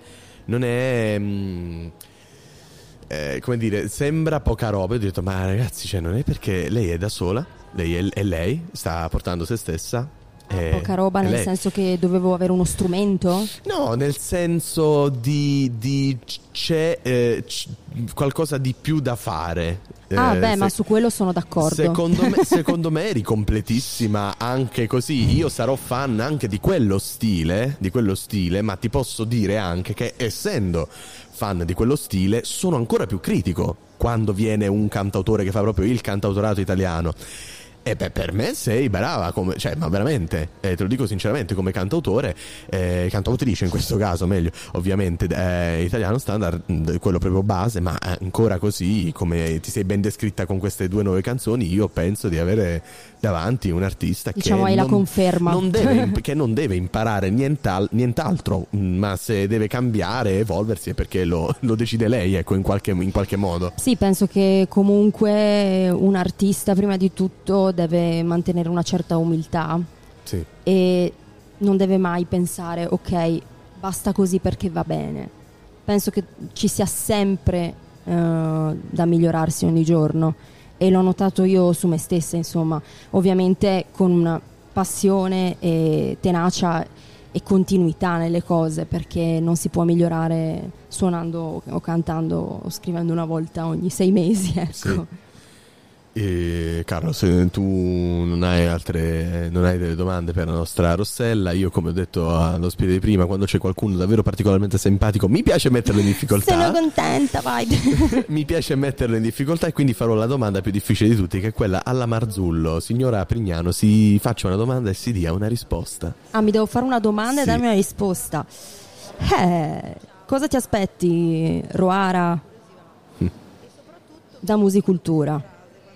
come dire, sembra poca roba. Io ho detto, ma ragazzi, cioè, non è perché lei è da sola, lei sta portando se stessa. Poca roba nel senso che dovevo avere uno strumento? No, nel senso di c'è qualcosa di più da fare. Ma su quello sono d'accordo. Secondo me eri completissima anche così. Io sarò fan anche di quello stile, ma ti posso dire anche che, essendo fan di quello stile, sono ancora più critico quando viene un cantautore che fa proprio il cantautorato italiano. per me sei brava, ma veramente, te lo dico sinceramente, come cantautrice in questo caso, meglio, ovviamente italiano standard, quello proprio base, ma ancora così, come ti sei ben descritta con queste 2 nuove canzoni, io penso di avere davanti un artista diciamo che hai la conferma. che non deve imparare nient'altro, ma se deve cambiare, evolversi, è perché lo decide lei, ecco, in qualche modo. Sì, penso che comunque un artista prima di tutto deve mantenere una certa umiltà, sì, e non deve mai pensare ok, basta così perché va bene. Penso che ci sia sempre da migliorarsi ogni giorno, e l'ho notato io su me stessa, insomma, ovviamente con una passione e tenacia e continuità nelle cose, perché non si può migliorare suonando o cantando o scrivendo una volta ogni 6 mesi, ecco. Sì. E Carlo, se tu non hai delle domande per la nostra Rossella, io, come ho detto all'ospite di prima, quando c'è qualcuno davvero particolarmente simpatico mi piace metterlo in difficoltà. Sono contenta, vai. Mi piace metterlo in difficoltà, e quindi farò la domanda più difficile di tutti, che è quella alla Marzullo. Signora Prignano, si faccia una domanda e si dia una risposta. Mi devo fare una domanda, sì, e darmi una risposta. Cosa ti aspetti, Roara, da Musicultura?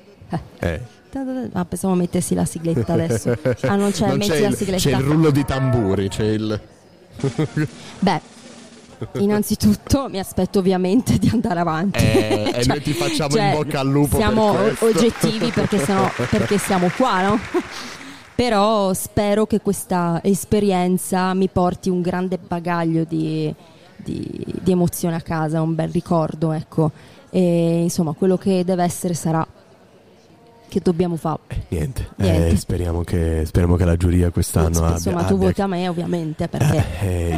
Pensavo mettessi la sigletta adesso. Non c'è, metti la sigletta. C'è il rullo di tamburi, c'è il... Beh, innanzitutto mi aspetto ovviamente di andare avanti. E noi ti facciamo in bocca al lupo. Siamo oggettivi, perché siamo qua, no? Però spero che questa esperienza mi porti un grande bagaglio di emozione a casa, un bel ricordo, ecco. E insomma, quello che deve essere sarà. Che dobbiamo fare? Niente. Speriamo che la giuria quest'anno insomma, tu voti a me, ovviamente, perché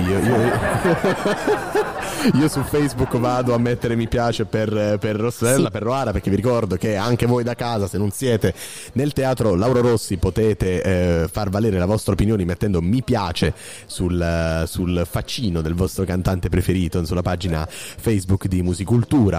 io su Facebook vado a mettere mi piace per Rossella, per Roara, perché vi ricordo che anche voi da casa, se non siete nel teatro Lauro Rossi, potete far valere la vostra opinione mettendo mi piace sul faccino del vostro cantante preferito, sulla pagina Facebook di Musicultura.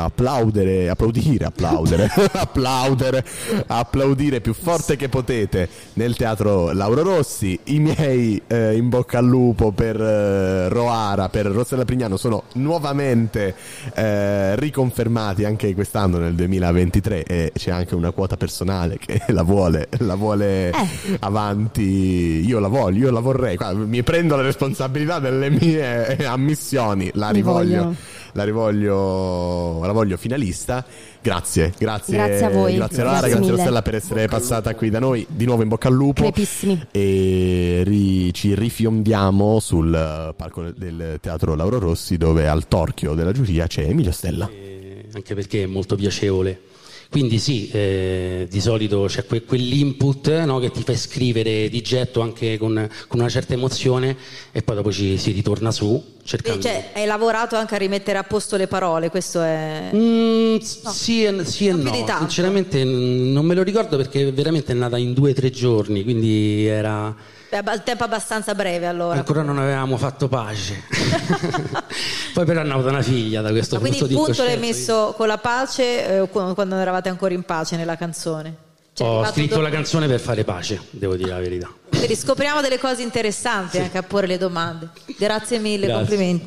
Applaudire più forte che potete nel teatro Lauro Rossi. I miei in bocca al lupo per Roara, per Rossella Prignano, sono nuovamente riconfermati anche quest'anno nel 2023, e c'è anche una quota personale che la vuole avanti. Io la vorrei, mi prendo la responsabilità delle mie ammissioni, la voglio finalista. Grazie a voi, grazie Roara, grazie Rossella per essere passata qui da noi. Di nuovo in bocca al lupo. Crepissimi. E ci rifiondiamo sul palco del teatro Lauro Rossi, dove al torchio della giuria c'è Emilio Stella. Anche perché è molto piacevole. Quindi sì, di solito c'è quell'input, no, che ti fa scrivere di getto anche con una certa emozione, e poi dopo si ritorna su cercando. Cioè, hai lavorato anche a rimettere a posto le parole, questo è... Sì e no, sinceramente non me lo ricordo, perché veramente è nata in 2-3 giorni, quindi era... il tempo abbastanza breve, allora. Ancora non avevamo fatto pace. Poi però è nata una figlia da questo punto di vista. Quindi il punto l'hai messo con la pace, quando eravate ancora in pace nella canzone? Ho scritto la canzone per fare pace, devo dire la verità. Quindi scopriamo delle cose interessanti, anche a porre le domande. Grazie mille, complimenti.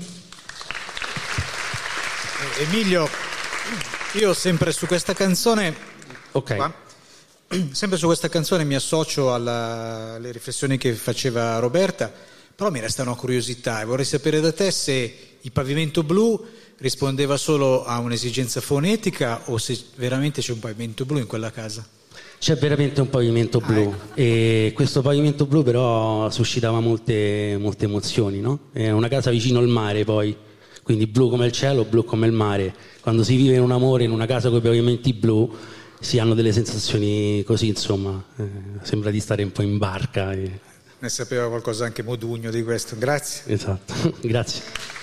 Emilio, io sempre su questa canzone... Ok. Sempre su questa canzone mi associo alle riflessioni che faceva Roberta, però mi resta una curiosità e vorrei sapere da te se il Pavimento Blu rispondeva solo a un'esigenza fonetica o se veramente c'è un pavimento blu in quella casa. C'è veramente un pavimento blu, ecco. E questo pavimento blu però suscitava molte emozioni, no? È una casa vicino al mare, poi, quindi blu come il cielo, blu come il mare. Quando si vive in un amore in una casa con i pavimenti blu si hanno delle sensazioni così, insomma, sembra di stare un po' in barca. Ne sapeva qualcosa anche Modugno di questo, grazie. Esatto, grazie.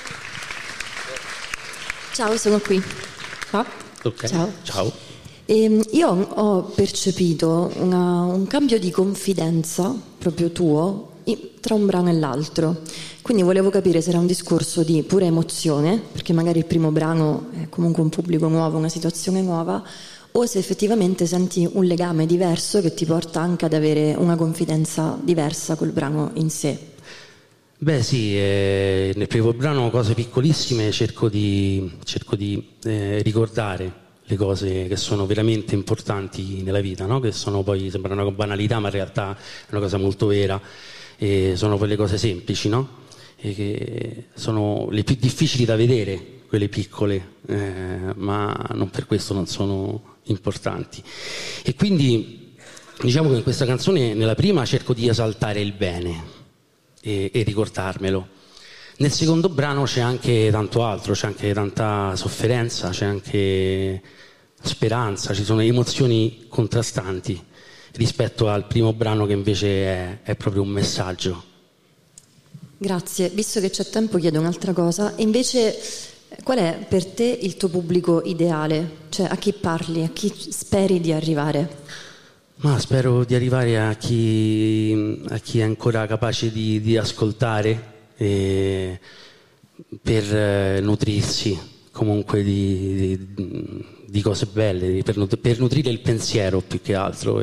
Ciao, sono qui. Okay. Ciao. Io ho percepito un cambio di confidenza proprio tuo tra un brano e l'altro, quindi volevo capire se era un discorso di pura emozione, perché magari il primo brano è comunque un pubblico nuovo, una situazione nuova, o se effettivamente senti un legame diverso che ti porta anche ad avere una confidenza diversa col brano in sé. Beh sì, nel primo brano Cose piccolissime cerco di ricordare le cose che sono veramente importanti nella vita, no? Che sono poi, sembrano una banalità, ma in realtà è una cosa molto vera, e sono quelle cose semplici, no? E che sono le più difficili da vedere, quelle piccole, ma non per questo non sono importanti. E quindi diciamo che in questa canzone, nella prima, cerco di esaltare il bene e ricordarmelo. Nel secondo brano c'è anche tanto altro, c'è anche tanta sofferenza, c'è anche speranza, ci sono emozioni contrastanti rispetto al primo brano che invece è proprio un messaggio. Grazie, visto che c'è tempo chiedo un'altra cosa. Invece qual è per te il tuo pubblico ideale? Cioè a chi parli, a chi speri di arrivare? Ma spero di arrivare a chi è ancora capace di ascoltare per nutrirsi comunque di cose belle, per nutrire il pensiero più che altro.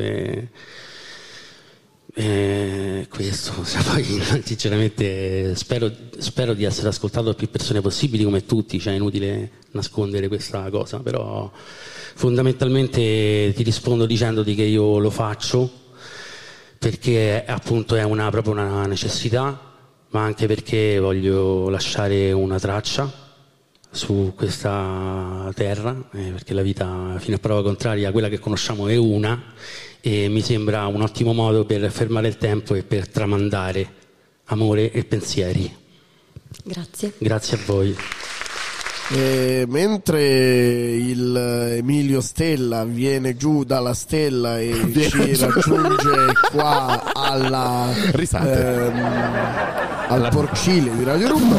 Questo, poi sinceramente spero di essere ascoltato da più persone possibili, come tutti, cioè è inutile nascondere questa cosa, però fondamentalmente ti rispondo dicendoti che io lo faccio perché appunto è proprio una necessità, ma anche perché voglio lasciare una traccia su questa terra, perché la vita fino a prova contraria, quella che conosciamo, è una, e mi sembra un ottimo modo per fermare il tempo e per tramandare amore e pensieri. Grazie. Grazie a voi. Mentre il Emilio Stella viene giù dalla stella e ci raggiunge qua alla al porcile di Radio Roma,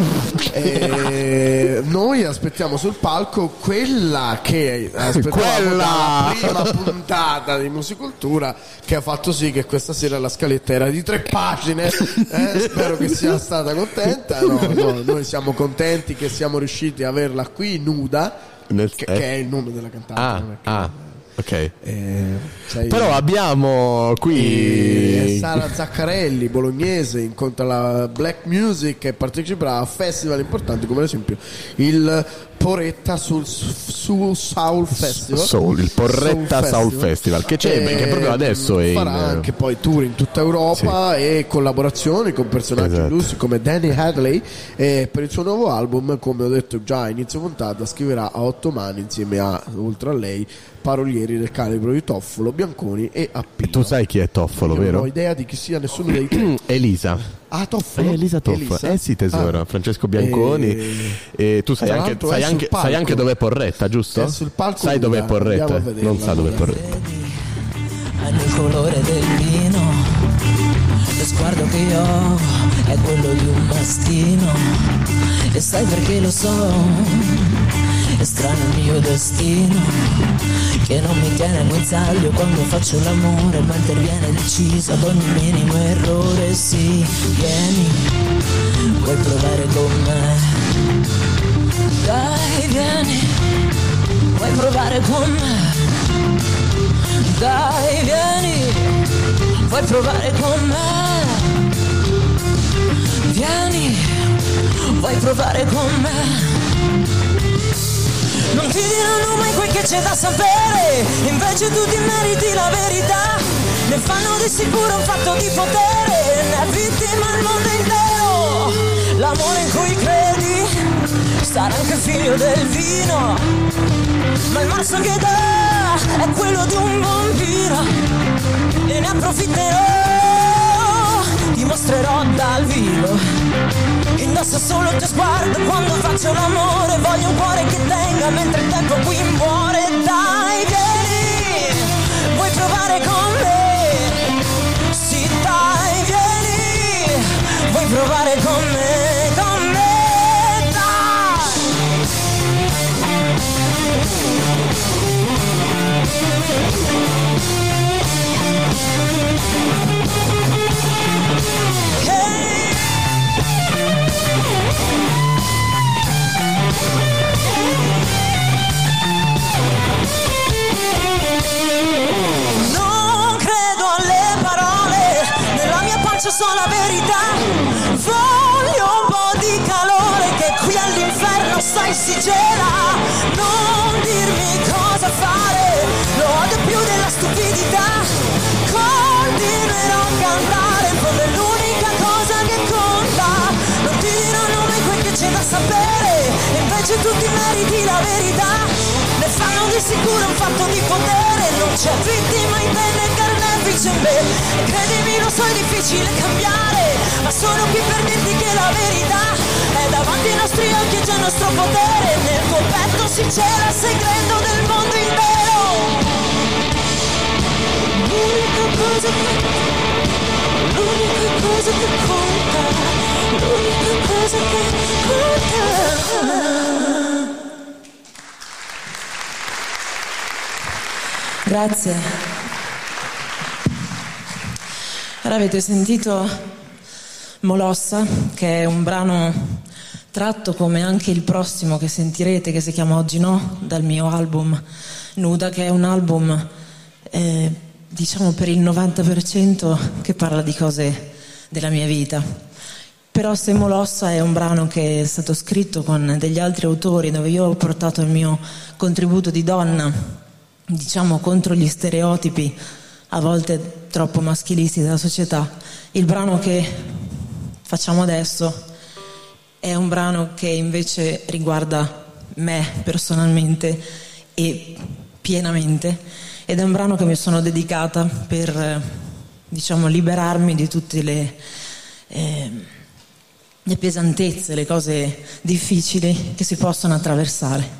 noi aspettiamo sul palco quella che aspettavamo dalla prima puntata di Musicultura, che ha fatto sì che questa sera la scaletta era di 3 pagine. Spero che sia stata contenta. No, noi siamo contenti che siamo riusciti a averla qui nuda, che è il nome della cantante. Ok. Però abbiamo qui Sara Zaccarelli, bolognese, incontra la black music e parteciperà a festival importanti come ad esempio il Porretta Soul Festival. Il Porretta Soul Festival che c'è, che proprio adesso farà anche poi tour in tutta Europa, sì, e collaborazioni con personaggi illustres come Danny Hadley, e per il suo nuovo album, come ho detto già a inizio puntata, scriverà a 8 mani insieme a, oltre a lei, parolieri del calibro di Toffolo, Bianconi e Appino. Tu sai chi è Toffolo, vero? Non ho idea di chi sia nessuno dei tre. Elisa. Toffolo? Elisa Toffolo. Sì, tesoro. Francesco Bianconi. E tu sai anche dov'è Porretta, giusto? È sul palco. Sai dov'è Porretta? Non sa dov'è Porretta. Hanno il colore del vino, lo sguardo che io ho è quello di un maschino, e sai perché lo so? È strano il mio destino, che non mi tiene guinzaglio quando faccio l'amore, ma interviene deciso ad ogni minimo errore. Sì, vieni, vuoi provare con me? Dai, vieni, vuoi provare con me? Dai, vieni, vuoi provare con me? Vieni, vuoi provare con me? Non ti diranno mai quel che c'è da sapere, invece tu ti meriti la verità. Ne fanno di sicuro un fatto di potere, ne è vittima il mondo intero. L'amore in cui credi sarà anche figlio del vino, ma il mazzo che dà è quello di un vampiro, e ne approfitterò, ti mostrerò dal vivo. Indossa solo il tuo sguardo quando faccio l'amore, voglio un cuore che tenga mentre il tempo qui muore. Dai, vieni, vuoi provare con me? Sì, dai, vieni, vuoi provare con me, con me, dai. faccio solo la verità. Voglio un po' di calore che qui all'inferno sai si gela. Non dirmi cosa fare, lo odio più della stupidità. Continuerò a cantare, in fondo è l'unica cosa che conta. Non ti dirò nome quel che c'è da sapere, e invece tu ti meriti la verità. Ne fanno di sicuro un fatto di potere, non c'è vittima in te né carnefice in me. E credimi, lo so, è difficile cambiare, ma sono qui per dirti che la verità è davanti ai nostri occhi e c'è il nostro potere. Nel tuo petto si cela il segreto del mondo intero. L'unica cosa che conta, l'unica cosa che conta. Grazie. Ora avete sentito Molossa, che è un brano tratto, come anche il prossimo che sentirete, che si chiama Oggi No, dal mio album Nuda, che è un album diciamo per il 90% che parla di cose della mia vita. Però Se Molossa è un brano che è stato scritto con degli altri autori, dove io ho portato il mio contributo di donna, diciamo contro gli stereotipi a volte troppo maschilisti della società. Il brano che facciamo adesso è un brano che invece riguarda me personalmente e pienamente, ed è un brano che mi sono dedicata per diciamo liberarmi di tutte le pesantezze, le cose difficili che si possono attraversare.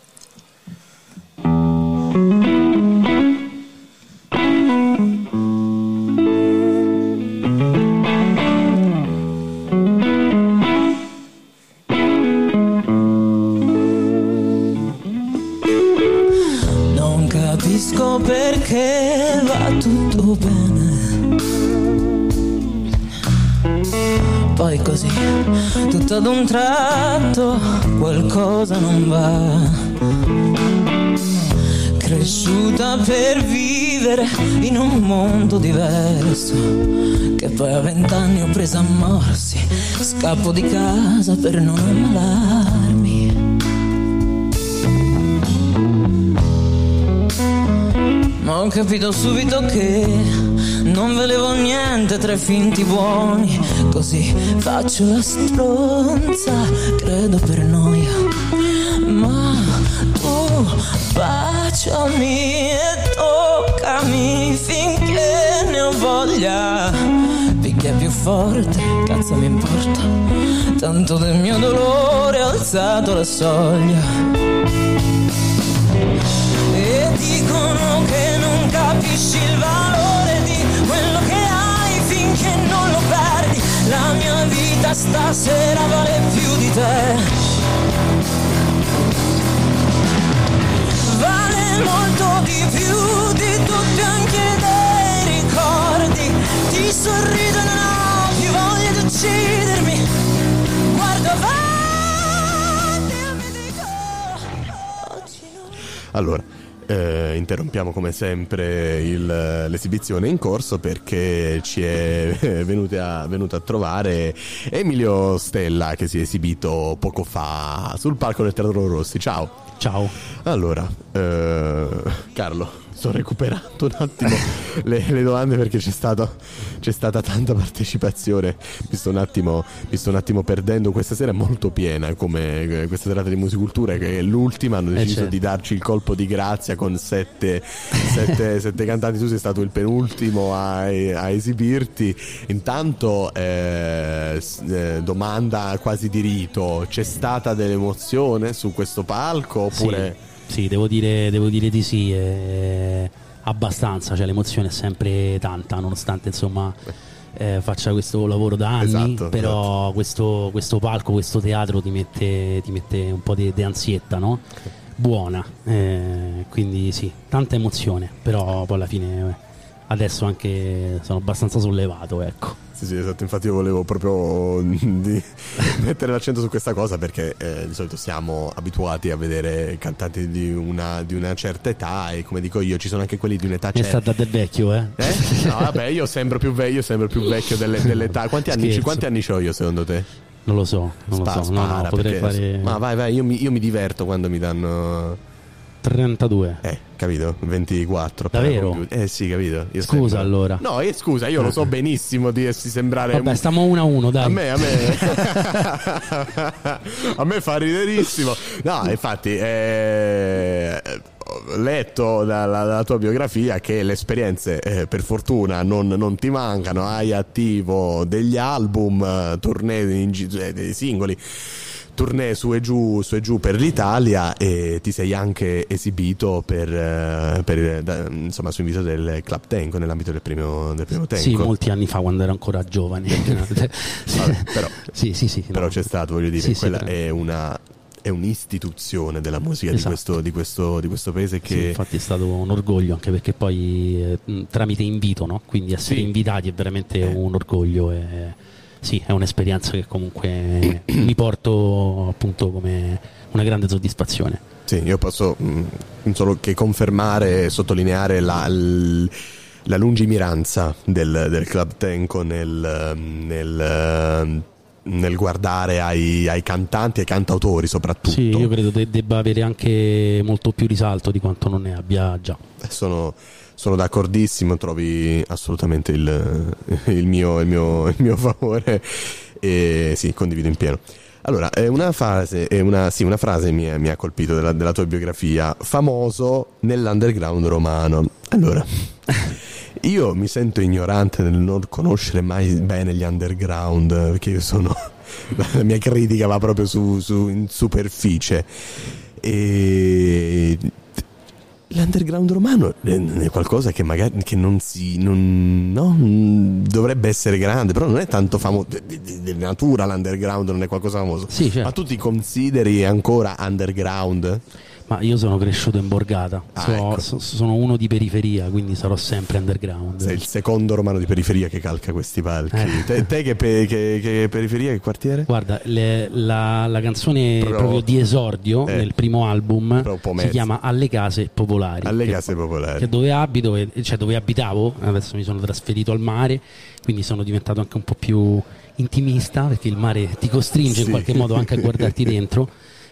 Non capisco perché va tutto bene, poi così tutto ad un tratto qualcosa non va. Cresciuta per vivere in un mondo diverso, che poi a 20 anni ho preso a morsi. Scappo di casa per non ammalarmi. Ma ho capito subito che non volevo niente tra i finti buoni, così faccio la stronza, credo per noia. Ma tu baciami e toccami finché ne ho voglia. Picchia più forte, cazzo mi importa, tanto del mio dolore ho alzato la soglia. E dicono che non capisci il valore di quello che hai finché non lo perdi. La mia vita stasera vale più di te, vale molto di più di tutti anche dei ricordi. Ti sorrido e non ho più voglia di uccidermi. Guardo avanti e mi dico oggi no. Allora, interrompiamo come sempre l'esibizione in corso perché ci è venuto a trovare Emilio Stella, che si è esibito poco fa sul palco del Teatro Rossi. Ciao. Ciao. Allora, Carlo, sto recuperando un attimo le domande perché c'è stata tanta partecipazione. Mi sto un attimo perdendo. Questa sera è molto piena, come questa serata di Musicultura, che è l'ultima. Hanno deciso di darci il colpo di grazia con sette cantanti. Tu sei stato il penultimo a esibirti. Intanto domanda quasi di rito: c'è stata dell'emozione su questo palco oppure? Sì, devo dire di sì, abbastanza, cioè l'emozione è sempre tanta, nonostante insomma faccia questo lavoro da anni, però esatto. Questo palco, questo teatro ti mette un po' di ansietta, no? Okay. Buona, quindi sì, tanta emozione, però poi alla adesso anche sono abbastanza sollevato, ecco. Sì, esatto, infatti io volevo proprio di mettere l'accento su questa cosa, perché di solito siamo abituati a vedere cantanti di una certa età, e come dico io, ci sono anche quelli di un'età Mi sta da del vecchio, No, vabbè, io sembro più vecchio dell'età. Quanti anni ho io, secondo te? Non lo so, Spara, potrei fare... Ma vai, io mi diverto quando mi danno 32. Capito? 24. Davvero? Sì, capito. Io scusa allora. No, scusa, io lo so benissimo di sembrare... Vabbè, stiamo 1-1, dai. A me fa riderissimo. No, infatti ho letto dalla tua biografia che le esperienze per fortuna non ti mancano. Hai attivo degli album, tournée dei singoli, tournée su e giù per l'Italia, e ti sei anche esibito insomma su invito del Club Tenco, nell'ambito del primo Tenco. Sì, molti anni fa, quando ero ancora giovane. Però, sì, però c'è stato, voglio dire, quella sì. È un'istituzione della musica, esatto, di questo paese che... Sì, infatti è stato un orgoglio, anche perché poi tramite invito, no? Quindi essere invitati è veramente un orgoglio, sì, è un'esperienza che comunque mi porto appunto come una grande soddisfazione. Sì, io posso solo che confermare e sottolineare la lungimiranza del Club Tenco nel guardare ai cantanti, ai cantautori soprattutto. Sì, io credo debba avere anche molto più risalto di quanto non ne abbia già. Sono d'accordissimo, trovi assolutamente il mio favore, e sì, condivido in pieno. Allora, una frase mi ha colpito della tua biografia: famoso nell'underground romano. Allora, io mi sento ignorante nel non conoscere mai bene gli underground, perché la mia critica va proprio in superficie, e l'underground romano è qualcosa che magari non dovrebbe essere grande, però non è tanto famoso di natura. L'underground non è qualcosa famoso. Sì, certo. Ma tu ti consideri ancora underground? Ma io sono cresciuto in borgata, ecco. sono uno di periferia, quindi sarò sempre underground. Sei il secondo romano di periferia che calca questi palchi. Te che periferia, che quartiere? Guarda, la canzone proprio di esordio nel primo album si chiama Alle Case Popolari. Alle Case Popolari. Che dove abito, cioè dove abitavo, adesso mi sono trasferito al mare, quindi sono diventato anche un po' più intimista, perché il mare ti costringe in qualche modo anche a guardarti dentro.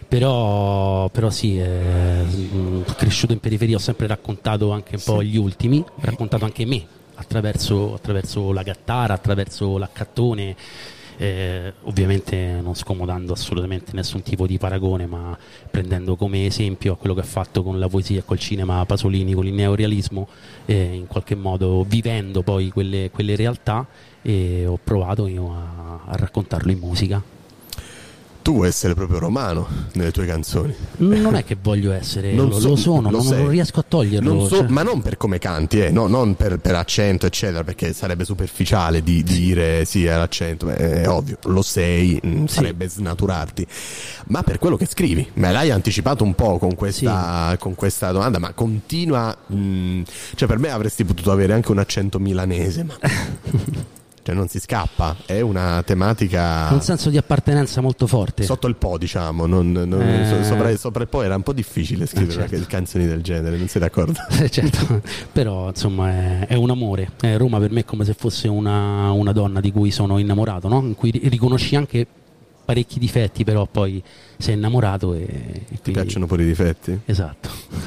Però sì, cresciuto in periferia, ho sempre raccontato anche un po' gli ultimi, ho raccontato anche me attraverso la gattara, attraverso l'accattone, ovviamente non scomodando assolutamente nessun tipo di paragone, ma prendendo come esempio quello che ha fatto con la poesia e col cinema Pasolini, con il neorealismo, in qualche modo vivendo poi quelle realtà, e ho provato io a raccontarlo in musica. Tu vuoi essere proprio romano nelle tue canzoni? Non è che voglio essere, lo sono, non riesco a toglierlo. Ma non per come canti, non per accento, eccetera, perché sarebbe superficiale di dire sì, è l'accento, è ovvio, lo sei, sarebbe snaturarti. Ma per quello che scrivi, me l'hai anticipato un po' con questa domanda, ma continua, cioè per me avresti potuto avere anche un accento milanese, ma... Cioè non si scappa, è una tematica... Un senso di appartenenza molto forte. Sotto il po', diciamo, sopra il po' era un po' difficile scrivere canzoni del genere, non sei d'accordo? Certo, però insomma è un amore. Roma per me è come se fosse una donna di cui sono innamorato, no? In cui riconosci anche parecchi difetti, però poi sei innamorato e ti quindi... piacciono pure i difetti? Esatto.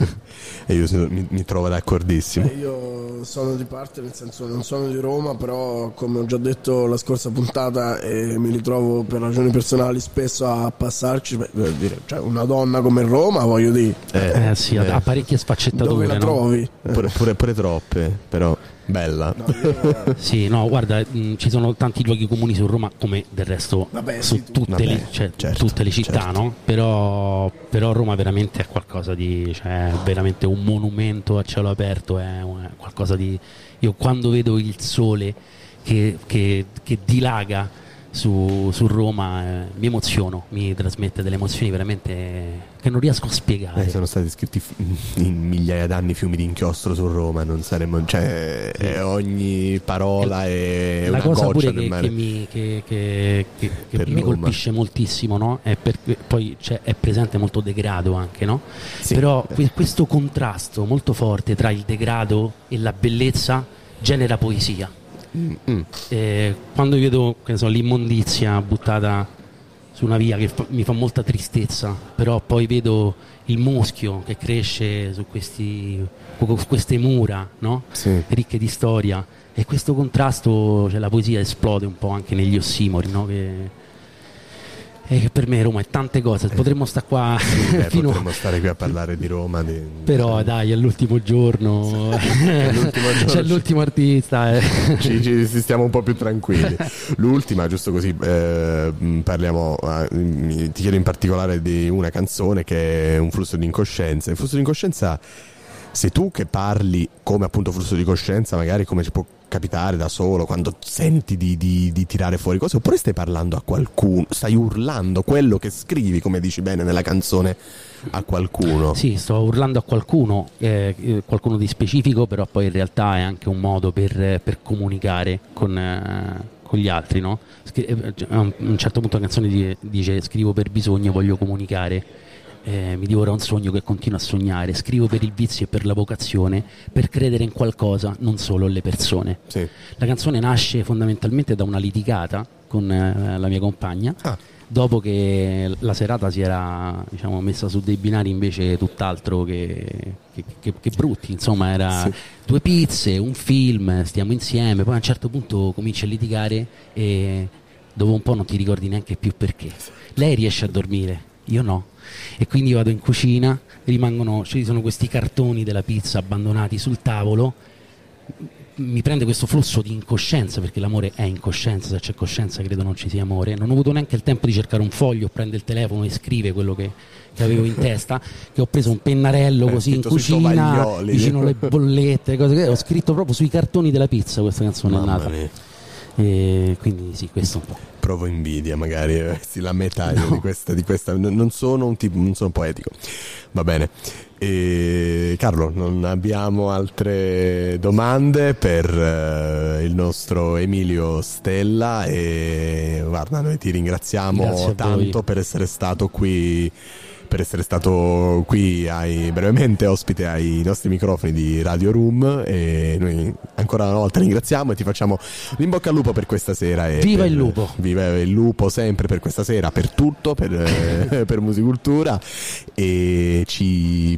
E io mi trovo d'accordissimo. Io sono di parte, nel senso non sono di Roma, però come ho già detto la scorsa puntata, mi ritrovo per ragioni personali spesso a passarci, per dire, cioè una donna come Roma, voglio dire. Sì, ha parecchie sfaccettature. Dove la trovi? Pure troppe, però bella. Sì, no, guarda, ci sono tanti luoghi comuni su Roma, come del resto su tutte le città, certo. No? Però Roma veramente è qualcosa di, cioè veramente un monumento a cielo aperto, è qualcosa di... Io quando vedo il sole che dilaga su Roma, mi emoziono, mi trasmette delle emozioni veramente che non riesco a spiegare. Sono stati scritti in migliaia d'anni fiumi di inchiostro su Roma, non saremmo, cioè ogni parola è la una cosa goccia pure del mare. che mi colpisce moltissimo, no? È poi è presente molto degrado anche, no? Sì. Però questo contrasto molto forte tra il degrado e la bellezza genera poesia. Quando vedo l'immondizia buttata su una via, che mi fa molta tristezza, però poi vedo il muschio che cresce su queste mura, no? Sì. Ricche di storia, e questo contrasto, la poesia esplode un po' anche negli ossimori, no? Che per me Roma è tante cose, potremmo stare qua potremmo stare qui a parlare di Roma, però dai, all'ultimo giorno c'è l'ultimo artista, ci stiamo un po' più tranquilli. L'ultima, giusto così parliamo, ti chiedo in particolare di una canzone che è Un flusso di incoscienza. Il flusso di incoscienza, sei tu che parli come appunto flusso di coscienza, magari come ci può capitare da solo quando senti di tirare fuori cose, oppure stai parlando a qualcuno, stai urlando quello che scrivi, come dici bene nella canzone, a qualcuno? Sì, sto urlando a qualcuno, qualcuno di specifico, però poi in realtà è anche un modo per comunicare con gli altri, no? A un certo punto la canzone dice: scrivo per bisogno, voglio comunicare. Mi divora un sogno che continua a sognare, scrivo per il vizio e per la vocazione, per credere in qualcosa, non solo alle persone. Sì. La canzone nasce fondamentalmente da una litigata con la mia compagna, dopo che la serata si era messa su dei binari invece tutt'altro che brutti, insomma era 2 pizze, un film, stiamo insieme, poi a un certo punto cominci a litigare e dopo un po' non ti ricordi neanche più perché. Lei riesce a dormire, io no. E quindi vado in cucina, ci sono questi cartoni della pizza abbandonati sul tavolo, mi prende questo flusso di incoscienza, perché l'amore è incoscienza, se c'è coscienza credo non ci sia amore. Non ho avuto neanche il tempo di cercare un foglio, prende il telefono e scrive quello che avevo in testa, che ho preso un pennarello così in cucina, vicino alle bollette, cose ho scritto proprio sui cartoni della pizza, questa canzone è nata. E quindi sì, questo un po'. Provo invidia, magari la metà di questa non sono un tipo, non sono poetico. Va bene. Carlo, non abbiamo altre domande per il nostro Emilio Stella, e guarda, noi ti ringraziamo tanto per essere stato qui brevemente ospite ai nostri microfoni di Radio Room, e noi ancora una volta ringraziamo e ti facciamo in bocca al lupo per questa sera. Viva il lupo! Viva il lupo sempre per questa sera, per tutto, per Musicultura, e ci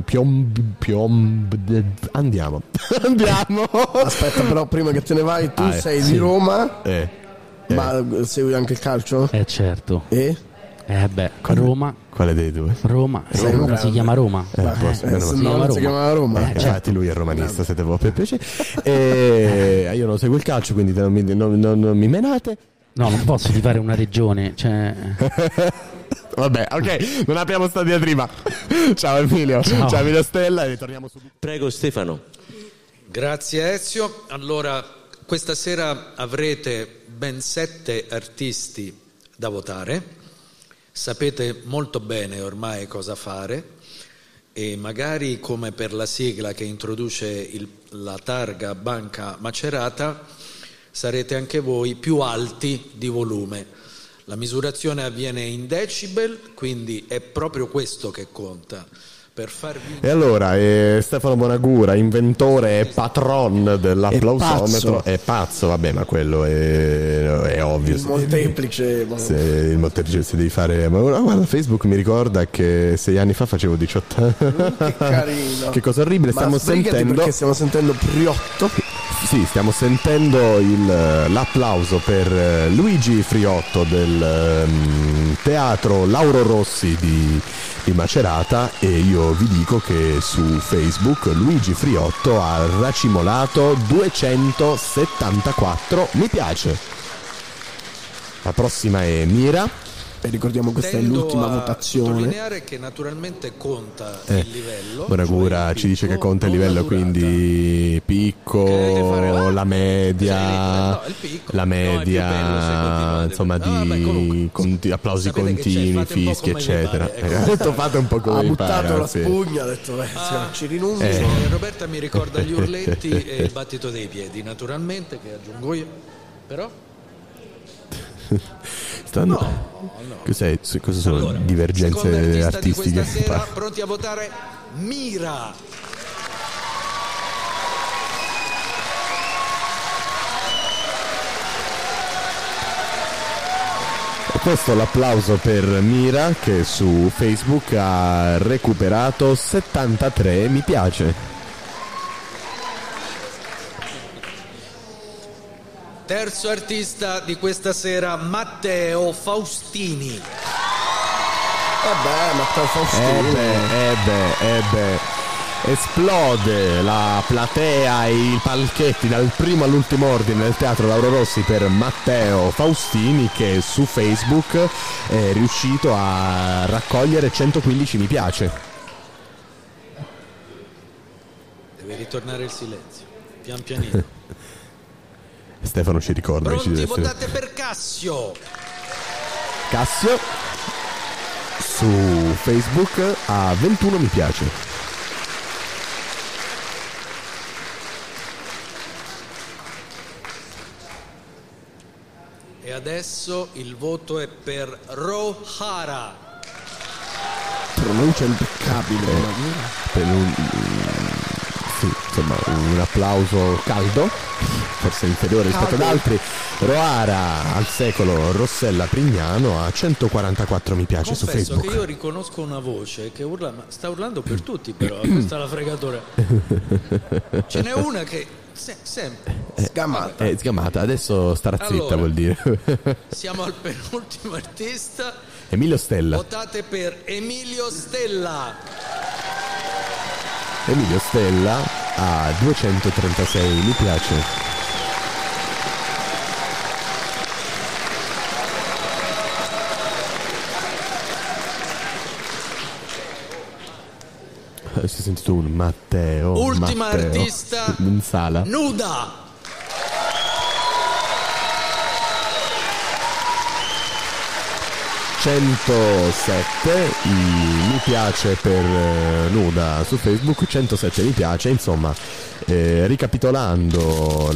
andiamo. Aspetta, però prima che te ne vai, tu sei di Roma, ma segui anche il calcio? Certo. E? Roma. Quale dei due? Roma si chiama Roma. Si chiama Roma. Infatti lui è romanista, siete voi per piacere. Io non seguo il calcio, quindi non mi menate. No, non posso di fare una regione, Vabbè, ok, non apriamo sta diatriba. Ciao Emilio. Ciao Emilio Stella, e ritorniamo subito. Prego Stefano. Grazie Ezio. Allora, questa sera avrete ben 7 artisti da votare. Sapete molto bene ormai cosa fare, e magari come per la sigla che introduce la targa Banca Macerata sarete anche voi più alti di volume. La misurazione avviene in decibel, quindi è proprio questo che conta. Per farvi... E allora, Stefano Bonagura, inventore e patron dell'applausometro, è pazzo, vabbè, ma quello è ovvio. Il molteplice. Il molteplice si devi fare. Ma guarda, Facebook mi ricorda che 6 anni fa facevo 18 anni. Che carino. Che cosa orribile, stiamo sentendo. Perché stiamo sentendo Friotto. Sì, stiamo sentendo l'applauso per Luigi Friotto del teatro Lauro Rossi di Macerata, e io vi dico che su Facebook Luigi Friotto ha racimolato 274 mi piace. La prossima è Mira. e ricordiamo questa è Tendo l'ultima a votazione. sottolineare che naturalmente conta il livello. Bonagura ci dice che conta il livello, quindi picco, la media, insomma di applausi continui, fischi, eccetera. Ha detto fate un po' come vi pare. Ha buttato la spugna, ha detto ci rinuncio. Roberta mi ricorda gli urletti e il battito dei piedi, naturalmente, che aggiungo io, però cosa sono allora, divergenze artistiche? Di questa sera, pronti a votare Mira. Questo è l'applauso per Mira, che su Facebook ha recuperato 73 mi piace. Terzo artista di questa sera, Matteo Faustini. Matteo Faustini. Esplode la platea e i palchetti dal primo all'ultimo ordine del Teatro Lauro Rossi per Matteo Faustini, che su Facebook è riuscito a raccogliere 115 mi piace. Deve ritornare il silenzio, pian pianino. Stefano ci ricorda. Pronti, votate per Cassio. Cassio su Facebook ha 21 mi piace. E adesso il voto è per Rohara. Pronuncia impeccabile. Sì, insomma, un applauso caldo, forse inferiore rispetto ad altri. Rohara al secolo, Rossella Prignano a 144 mi piace. Confesso su Facebook. che io riconosco una voce che urla, ma sta urlando per tutti, però questa è la fregatura. Ce n'è una che sempre sgamata. È sgamata, adesso starà zitta, allora, vuol dire. Siamo al penultimo artista. Emilio Stella. Votate per Emilio Stella. Emilio Stella a 236 mi piace. Si è sentito un Matteo. Ultima artista in sala. Nuda. I mi piace per Nuda su Facebook, 107 mi piace, insomma, ricapitolando,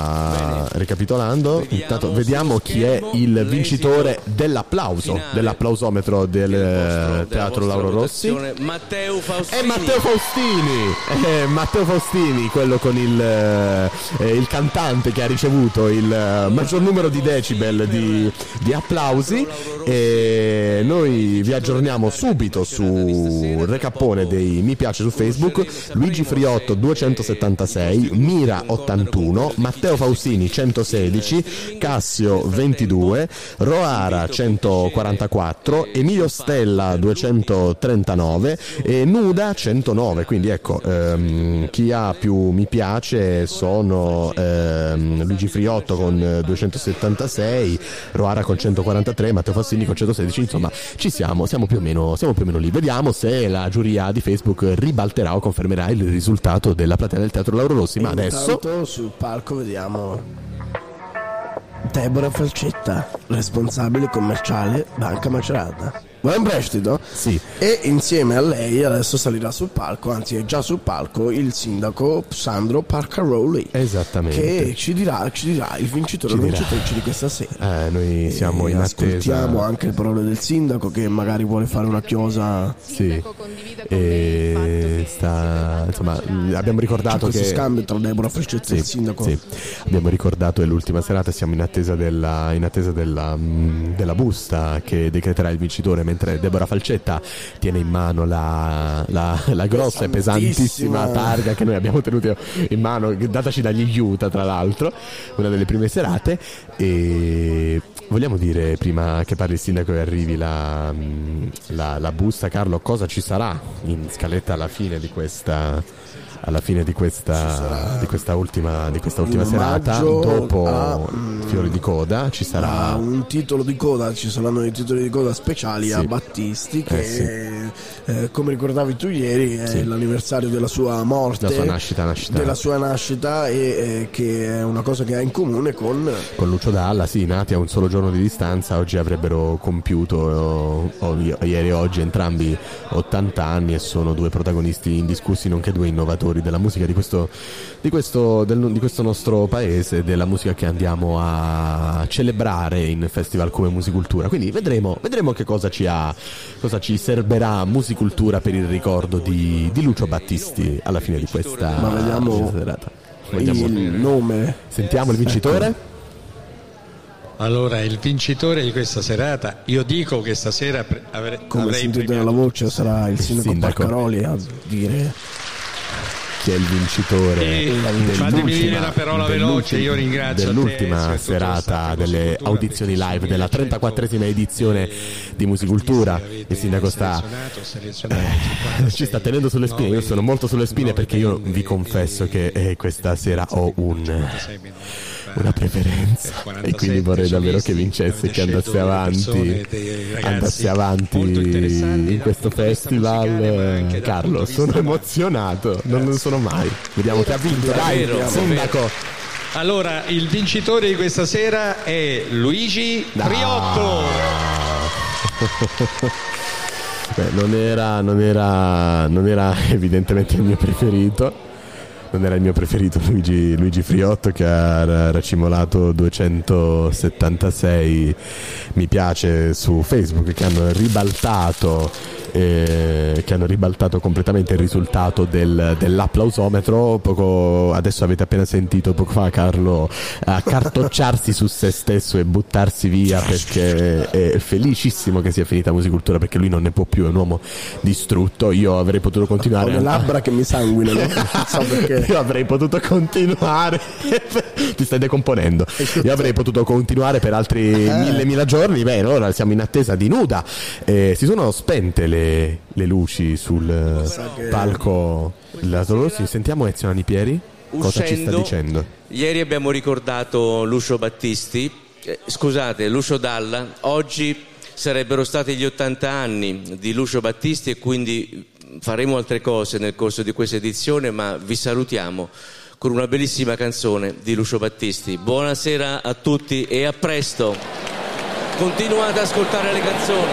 intanto vediamo chi è il vincitore dell'applausometro del Teatro Lauro Rossi. Matteo Faustini. È Matteo Faustini, quello con il cantante che ha ricevuto il maggior numero di decibel di applausi. E noi vi aggiorniamo subito sul recappone dei mi piace su Facebook. Luigi Friotto 276, Mira 81, Matteo Faustini 116, Cassio 22, Rohara 144, Emilio Stella 239 e Nuda 109. Quindi ecco, chi ha più mi piace sono Luigi Friotto con 276, Rohara con 143, Matteo Faustini con 116. Insomma, siamo più o meno lì. Vediamo se la giuria di Facebook ribalterà o confermerà il risultato della platea del Teatro Lauro Rossi. Ma adesso sul palco vediamo Deborah Falcetta, responsabile commerciale Banca Macerata. Va in prestito? Sì. E insieme a lei adesso salirà sul palco, anzi è già sul palco, il sindaco Sandro Parcaroli. Esattamente. Che ci dirà il vincitore o vincitrice di questa sera. Noi siamo in attesa. Ascoltiamo anche le parole del sindaco, che magari vuole fare una chiosa. Sì. Insomma, abbiamo ricordato che scambio tra Deborah Falcetta e il sindaco. Sì. Abbiamo ricordato è l'ultima serata, siamo in attesa della busta che decreterà il vincitore, mentre Deborah Falcetta tiene in mano la grossa e pesantissima targa che noi abbiamo tenuto in mano, dataci dagli Utah, tra l'altro, una delle prime serate. E vogliamo dire, prima che parli il sindaco e arrivi la busta, Carlo, cosa ci sarà in scaletta alla fine di questa alla fine di questa ultima serata, dopo Fiori di Coda ci sarà un titolo di coda, ci saranno i titoli di coda speciali a Battisti che come ricordavi tu ieri è l'anniversario della sua morte, della sua nascita e che è una cosa che ha in comune con Lucio Dalla, nati a un solo giorno di distanza, oggi avrebbero compiuto ieri e oggi entrambi 80 anni e sono due protagonisti indiscussi nonché due innovatori della musica di questo nostro paese, della musica che andiamo a celebrare in festival come Musicultura. Quindi vedremo che cosa ci serberà Musicultura per il ricordo di Lucio Battisti alla fine di questa serata. Il nome. Sentiamo il vincitore. Allora, il vincitore di questa serata, io dico che stasera come sentite dalla voce sarà il sindaco Parcaroli a dire chi è il vincitore. Fatemi dire la parola veloce, io ringrazio dell'ultima serata delle audizioni live della 34esima edizione di Musicultura. Il sindaco ci sta tenendo sulle spine, io sono molto sulle spine perché io vi confesso che questa sera ho una preferenza e quindi vorrei davvero che vincesse, che andasse avanti in questo festival. Carlo, sono emozionato, non lo sono mai. Vediamo che ha vinto, dai, sindaco. Allora, il vincitore di questa sera è Luigi Friotto. Non era evidentemente il mio preferito. Non era il mio preferito Luigi Friotto, che ha racimolato 276 mi piace su Facebook, che hanno ribaltato completamente il risultato dell'applausometro. Adesso avete appena sentito poco fa Carlo accartocciarsi su se stesso e buttarsi via perché è felicissimo che sia finita Musicultura, perché lui non ne può più, è un uomo distrutto. Io avrei potuto continuare, ho le labbra che mi sanguinano, non so perché. Io avrei potuto continuare ti stai decomponendo. Io avrei potuto continuare per altri mille giorni. Bene, ora siamo in attesa di Nuda. Si sono spente le luci sul palco Lazzaro Rossi. Sentiamo Ezio Nanipieri cosa ci sta dicendo. Ieri abbiamo ricordato Lucio Battisti, Lucio Dalla. Oggi sarebbero stati gli 80 anni di Lucio Battisti e quindi faremo altre cose nel corso di questa edizione, ma vi salutiamo con una bellissima canzone di Lucio Battisti. Buonasera a tutti e a presto. Continuate ad ascoltare le canzoni.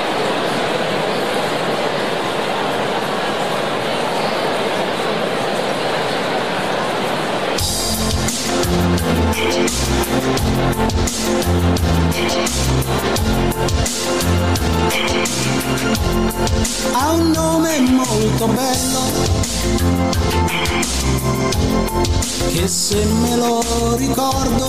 Ha un nome molto bello che se me lo ricordo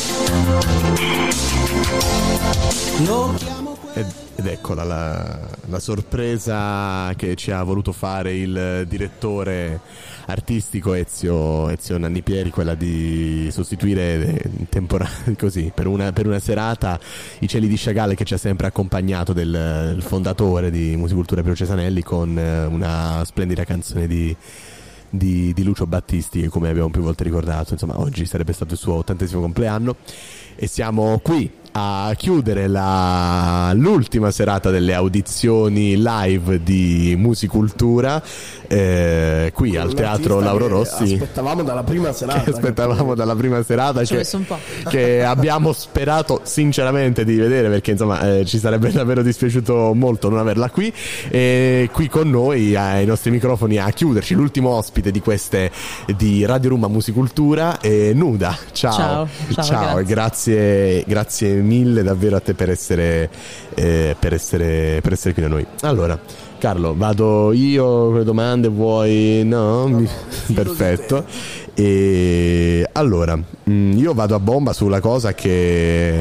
lo chiamo ed eccola la sorpresa che ci ha voluto fare il direttore artistico Ezio Nanipieri, quella di sostituire così per una serata i cieli di Chagall, che ci ha sempre accompagnato, del fondatore di Musicultura Piero Cesanelli, con una splendida canzone di Lucio Battisti, che come abbiamo più volte ricordato, insomma, oggi sarebbe stato il suo 80° compleanno e siamo qui a chiudere l'ultima serata delle audizioni live di Musicultura qui al Teatro Lauro Rossi. Aspettavamo dalla prima serata che abbiamo sperato sinceramente di vedere, perché insomma ci sarebbe davvero dispiaciuto molto non averla qui, e qui con noi ai nostri microfoni a chiuderci l'ultimo ospite di Radio Room a Musicultura, Nuda. Ciao e grazie mille davvero a te per essere qui da noi. Allora Carlo, vado io con le domande, vuoi? No? Perfetto. E allora io vado a bomba sulla cosa che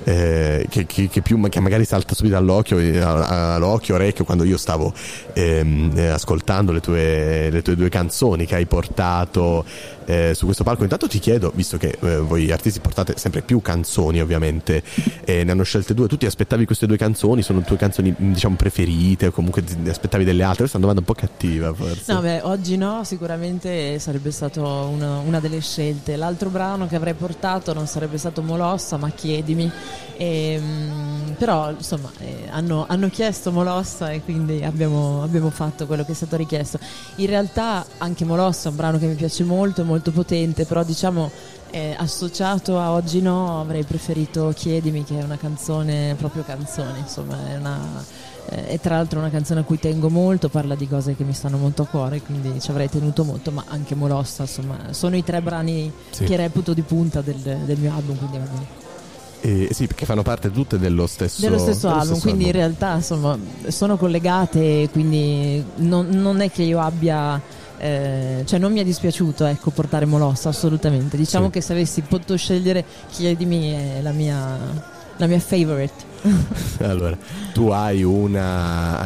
magari salta subito all'occhio, orecchio, quando io stavo ascoltando le tue due canzoni che hai portato su questo palco. Intanto ti chiedo, visto che voi artisti portate sempre più canzoni ovviamente, ne hanno scelte 2, tu ti aspettavi queste 2 canzoni? Sono tue canzoni diciamo preferite o comunque ti aspettavi delle altre? Questa è una domanda un po' cattiva forse. No, beh, oggi no, sicuramente sarebbe stato una delle scelte. L'altro brano che avrei portato non sarebbe stato Molossa ma Chiedimi, però insomma hanno chiesto Molossa e quindi abbiamo fatto quello che è stato richiesto. In realtà anche Molossa è un brano che mi piace molto, è molto potente, però diciamo associato a Oggi no avrei preferito Chiedimi, che è una canzone, proprio canzone, insomma è tra l'altro una canzone a cui tengo molto, parla di cose che mi stanno molto a cuore, quindi ci avrei tenuto molto. Ma anche Molossa, insomma, sono i 3 brani che reputo di punta del mio album, quindi va bene. Sì, perché fanno parte tutte dello stesso album, quindi in realtà insomma sono collegate, quindi non è che io abbia cioè non mi è dispiaciuto, ecco, portare Molossa, assolutamente. Diciamo che se avessi potuto scegliere Chiedimi è la mia favorite. Allora, tu hai una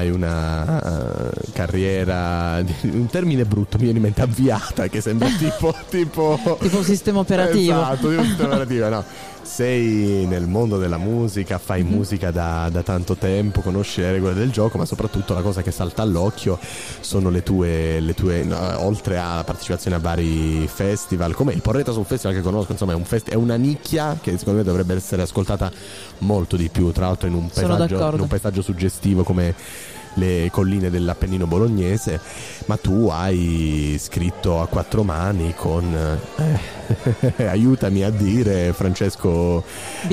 carriera, un termine brutto mi viene in mente, avviata, che sembra tipo un sistema operativo. Esatto, tipo un sistema operativo, no. Sei nel mondo della musica, fai musica da tanto tempo, conosci le regole del gioco, ma soprattutto la cosa che salta all'occhio sono le tue no, oltre alla partecipazione a vari festival, come il Porreta Soul Festival che conosco, insomma è una nicchia che secondo me dovrebbe essere ascoltata molto di più, tra l'altro in un paesaggio suggestivo come le colline dell'Appennino bolognese. Ma tu hai scritto a 4 mani con aiutami a dire, Francesco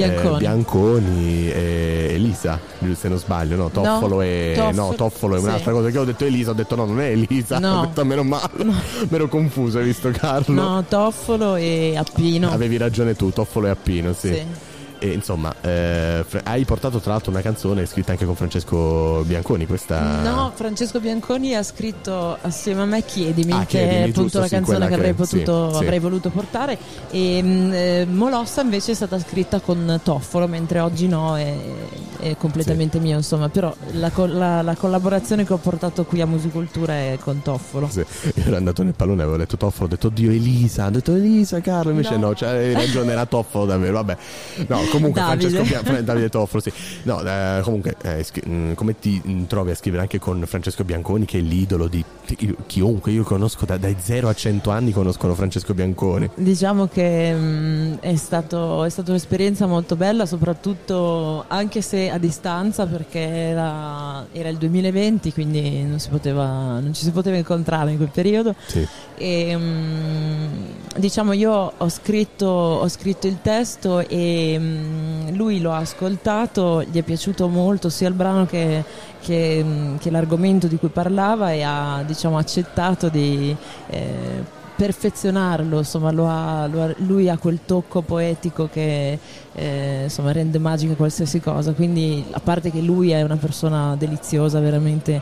Bianconi e Elisa, se non sbaglio, no? Toffolo Toffolo è un'altra cosa, che ho detto Elisa, ho detto no, non è Elisa, ho detto meno male, mi ero confuso, hai visto Carlo? No, Toffolo e Appino. Avevi ragione tu, Toffolo e Appino, sì. E insomma hai portato tra l'altro una canzone scritta anche con Francesco Bianconi, questa... No, Francesco Bianconi ha scritto assieme a me Chiedimi, che è appunto la canzone che avrei voluto portare, e Molossa invece è stata scritta con Toffolo, mentre Oggi no è completamente mio, insomma. Però la collaborazione che ho portato qui a Musicultura è con Toffolo. Io ero andato nel pallone, avevo detto Toffolo, ho detto oddio Elisa, ho detto Elisa, Carlo, invece no, hai ragione, era Toffolo davvero, vabbè. No, comunque Davide Toffolo, sì. No, comunque come ti trovi a scrivere anche con Francesco Bianconi, che è l'idolo di chiunque? Io conosco dai 0 a 100 anni, conoscono Francesco Bianconi. Diciamo che è stato un'esperienza molto bella, soprattutto anche se a distanza, perché era il 2020, quindi non ci si poteva incontrare in quel periodo. E diciamo io ho scritto il testo e lui lo ha ascoltato, gli è piaciuto molto sia il brano che l'argomento di cui parlava, e ha accettato di perfezionarlo, insomma. Lui ha quel tocco poetico che rende magica qualsiasi cosa, quindi a parte che lui è una persona deliziosa, veramente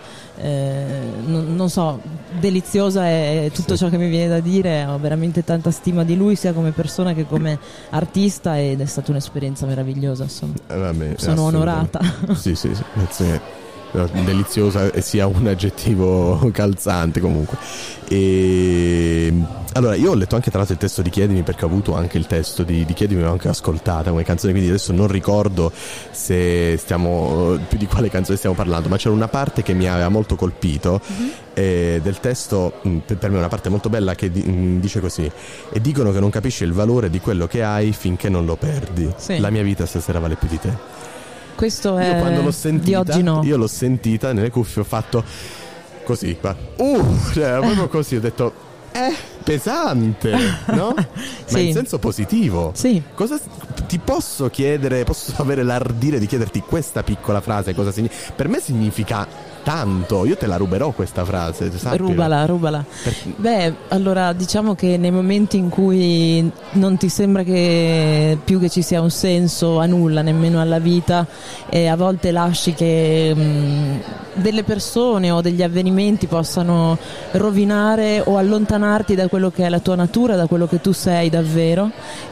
non so, deliziosa è tutto ciò che mi viene da dire. Ho veramente tanta stima di lui sia come persona che come artista, ed è stata un'esperienza meravigliosa, insomma. Sono onorata. Sì, deliziosa sia un aggettivo calzante comunque. E allora io ho letto anche tra l'altro il testo di Chiedimi, perché ho avuto anche il testo di Chiedimi, l'ho anche ascoltata come canzone, quindi adesso non ricordo se stiamo più di quale canzone stiamo parlando, ma c'era una parte che mi aveva molto colpito del testo, per me è una parte molto bella, che dice così: e dicono che non capisci il valore di quello che hai finché non lo perdi. La mia vita stasera vale più di te. Questo è io quando l'ho sentita, di Oggi no. Io l'ho sentita nelle cuffie, ho fatto così, cioè proprio così, ho detto pesante, no? Ma in senso positivo. Cosa ti posso chiedere? Posso avere l'ardire di chiederti questa piccola frase cosa significa? Per me significa tanto, io te la ruberò questa frase, rubala. Beh, allora diciamo che nei momenti in cui non ti sembra che più che ci sia un senso a nulla, nemmeno alla vita, e a volte lasci che delle persone o degli avvenimenti possano rovinare o allontanarti da quello che è la tua natura, da quello che tu sei davvero,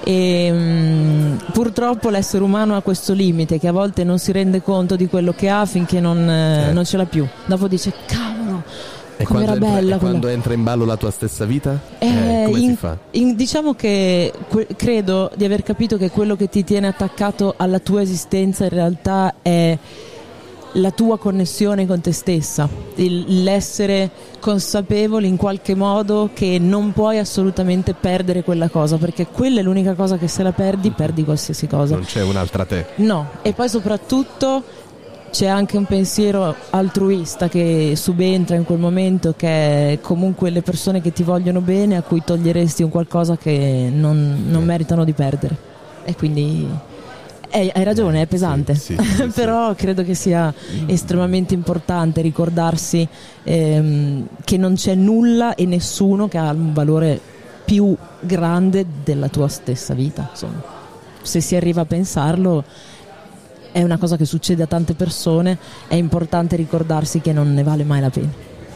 e purtroppo l'essere umano ha questo limite, che a volte non si rende conto di quello che ha finché non ce l'ha più. Dopo dice cavolo, E Com'era bella quando entra in ballo la tua stessa vita? Come si fa? Diciamo che credo di aver capito che quello che ti tiene attaccato alla tua esistenza in realtà è la tua connessione con te stessa, l'essere consapevoli in qualche modo che non puoi assolutamente perdere quella cosa, perché quella è l'unica cosa che se la perdi qualsiasi cosa. Non c'è un'altra te. No, e poi soprattutto c'è anche un pensiero altruista che subentra in quel momento, che è comunque le persone che ti vogliono bene, a cui toglieresti un qualcosa che non meritano di perdere. E quindi hai ragione, è pesante, sì, però credo che sia estremamente importante ricordarsi che non c'è nulla e nessuno che ha un valore più grande della tua stessa vita. Insomma, se si arriva a pensarlo, è una cosa che succede a tante persone, è importante ricordarsi che non ne vale mai la pena.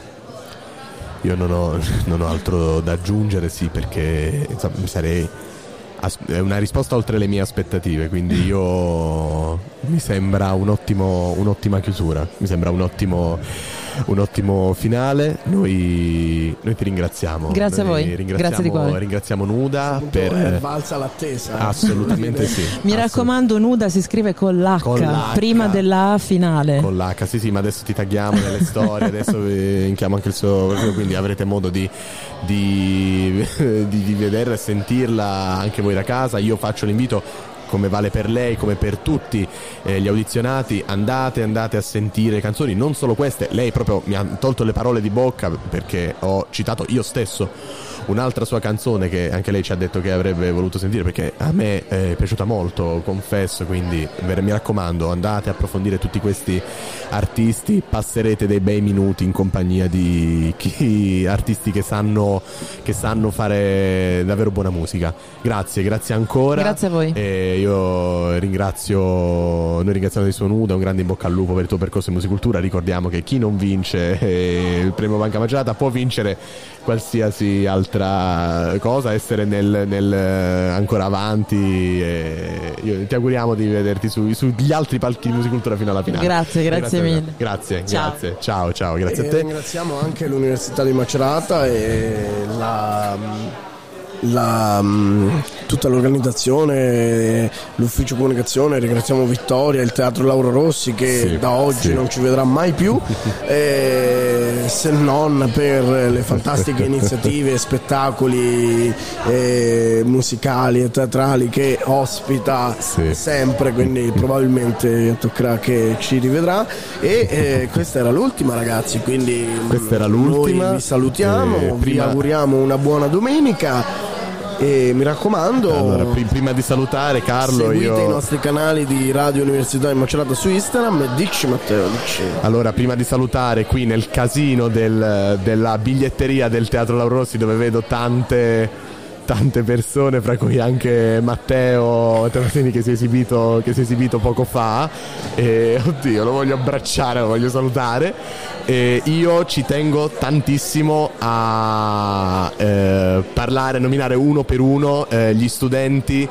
Io non ho altro da aggiungere, sì, perché insomma, è una risposta oltre le mie aspettative, quindi mi sembra un'ottima chiusura, mi sembra un ottimo finale. Noi ti ringraziamo. Grazie a voi, grazie di cuore. Ringraziamo Nuda per valsa l'attesa. Assolutamente sì. Mi raccomando, Nuda si scrive con l'H prima della A finale. Con l'H, sì, ma adesso ti tagghiamo nelle storie, adesso inchiamo anche il suo, quindi avrete modo di vederla e sentirla anche voi da casa. Io faccio l'invito, come vale per lei, come per tutti gli audizionati, andate a sentire canzoni, non solo queste. Lei proprio mi ha tolto le parole di bocca, perché ho citato io stesso un'altra sua canzone che anche lei ci ha detto che avrebbe voluto sentire, perché a me è piaciuta molto, confesso, quindi mi raccomando, andate a approfondire tutti questi artisti, passerete dei bei minuti in compagnia di artisti che sanno fare davvero buona musica. Grazie ancora. Grazie a voi. Noi ringraziamo di suo Nuda, un grande in bocca al lupo per il tuo percorso in musicultura. Ricordiamo che chi non vince il premio Banca Macerata può vincere qualsiasi altra cosa, essere nel ancora avanti, ti auguriamo di vederti sugli altri palchi di musicultura fino alla finale. Grazie mille. Grazie. Ciao, grazie a te. Ringraziamo anche l'Università di Macerata e tutta l'organizzazione, l'ufficio comunicazione. Ringraziamo Vittoria, il Teatro Lauro Rossi che da oggi non ci vedrà mai più, se non per le fantastiche iniziative, spettacoli musicali e teatrali che ospita sempre, quindi probabilmente toccherà che ci rivedrà. E questa era l'ultima, ragazzi, quindi noi vi salutiamo, vi auguriamo una buona domenica. E mi raccomando, allora, prima di salutare Carlo, seguite i nostri canali di Radio Università di Macerata su Instagram e dici Matteo. Allora, prima di salutare, qui nel casino della biglietteria del Teatro Lauro Rossi, dove vedo tante persone, fra cui anche Matteo Terrosini che si è esibito poco fa, e oddio, lo voglio abbracciare, lo voglio salutare. E io ci tengo tantissimo a nominare uno per uno gli studenti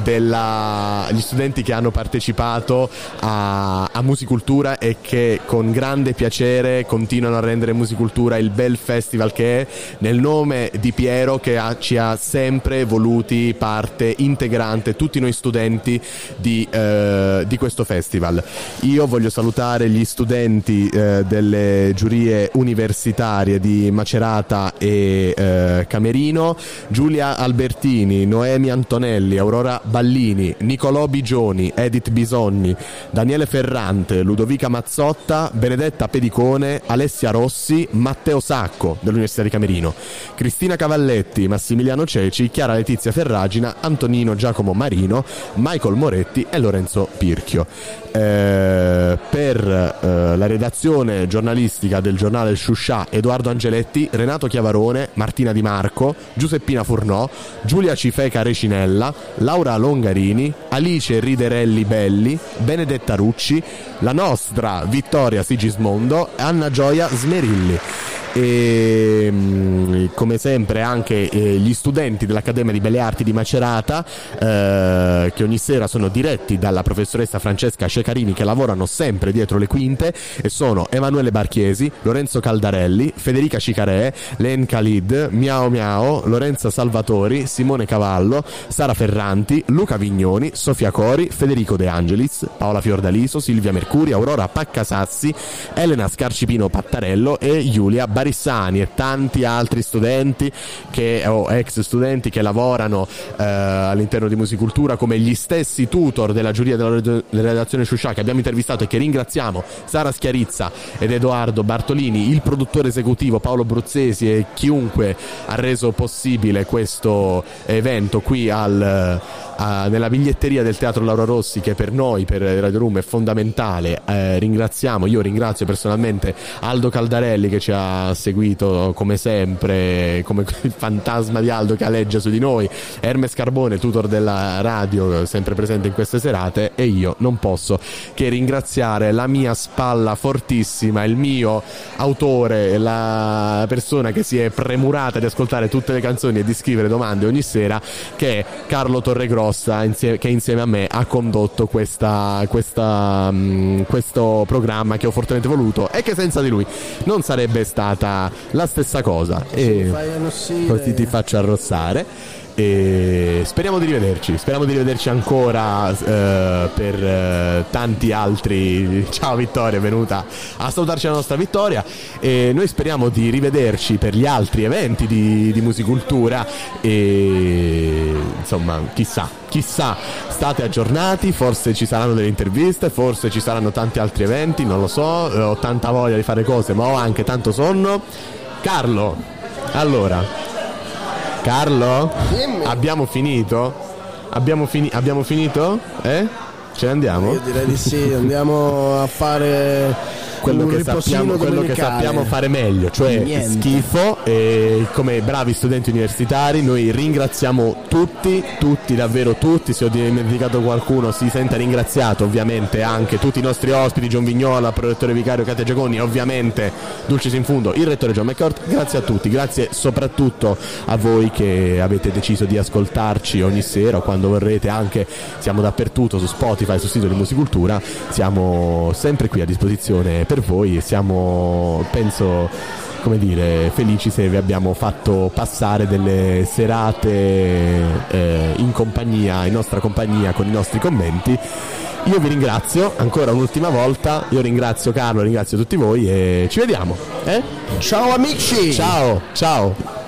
che hanno partecipato a Musicultura e che con grande piacere continuano a rendere Musicultura il bel festival che è, nel nome di Piero, che ci ha sempre voluti parte integrante, tutti noi studenti di questo festival. Io voglio salutare gli studenti delle giurie universitarie di Macerata e Camerino: Giulia Albertini, Noemi Antonelli, Aurora Ballini, Nicolò Bigioni, Edith Bisonni, Daniele Ferrante, Ludovica Mazzotta, Benedetta Pedicone, Alessia Rossi, Matteo Sacco dell'Università di Camerino, Cristina Cavalletti, Massimiliano Ceci, Chiara Letizia Ferragina, Antonino Giacomo Marino, Michael Moretti e Lorenzo Pirchio. Per la redazione giornalistica del giornale Sciuscià, Edoardo Angeletti, Renato Chiavarone, Martina Di Marco, Giuseppina Furnò, Giulia Cifeca Recinella, Laura Longarini, Alice Riderelli Belli, Benedetta Rucci, la nostra Vittoria Sigismondo e Anna Gioia Smerilli. e come sempre anche gli studenti dell'Accademia di Belle Arti di Macerata, che ogni sera sono diretti dalla professoressa Francesca Cecarini, che lavorano sempre dietro le quinte, e sono Emanuele Barchiesi, Lorenzo Caldarelli, Federica Cicarè, Len Khalid, Miao Miao, Lorenza Salvatori, Simone Cavallo, Sara Ferranti, Luca Vignoni, Sofia Cori, Federico De Angelis, Paola Fiordaliso, Silvia Mercuri, Aurora Paccasassi, Elena Scarcipino Pattarello e Giulia Barissani, e tanti altri studenti o ex studenti che lavorano all'interno di Musicultura, come gli stessi tutor della giuria della redazione Sciuscià che abbiamo intervistato e che ringraziamo, Sara Schiarizza ed Edoardo Bartolini, il produttore esecutivo Paolo Bruzzesi e chiunque ha reso possibile questo evento qui nella biglietteria del Teatro Laura Rossi, che per noi, per Radio Room, è fondamentale. Io ringrazio personalmente Aldo Caldarelli, che ci ha seguito come sempre, come il fantasma di Aldo che aleggia su di noi, Hermes Carbone, tutor della radio, sempre presente in queste serate, e io non posso che ringraziare la mia spalla fortissima, il mio autore, la persona che si è premurata di ascoltare tutte le canzoni e di scrivere domande ogni sera, che è Carlo Torregrossa, che insieme a me ha condotto questo programma che ho fortemente voluto e che senza di lui non sarebbe stata la stessa cosa. E così ti faccio arrossare. E speriamo di rivederci ancora per tanti altri. Ciao Vittoria, è venuta a salutarci la nostra Vittoria, e noi speriamo di rivederci per gli altri eventi di Musicultura, e insomma chissà, state aggiornati, forse ci saranno delle interviste, forse ci saranno tanti altri eventi, non lo so, ho tanta voglia di fare cose ma ho anche tanto sonno. Carlo, abbiamo finito? Abbiamo finito? Ce ne andiamo? Io direi di sì, andiamo a fare quello che sappiamo fare meglio, cioè niente. Schifo, e come bravi studenti universitari noi ringraziamo tutti, davvero tutti. Se ho dimenticato qualcuno si senta ringraziato, ovviamente anche tutti i nostri ospiti, John Vignola, prorettore vicario Katia Giaconi, e ovviamente Dulcis in Fundo, il rettore John McCourt. Grazie a tutti, grazie soprattutto a voi che avete deciso di ascoltarci ogni sera o quando vorrete, anche siamo dappertutto su Spotify, sul sito di Musicultura, siamo sempre qui a disposizione per voi, e siamo, penso, felici se vi abbiamo fatto passare delle serate in nostra compagnia, con i nostri commenti. Io vi ringrazio ancora un'ultima volta, io ringrazio Carlo, ringrazio tutti voi e ci vediamo. Ciao amici! Ciao!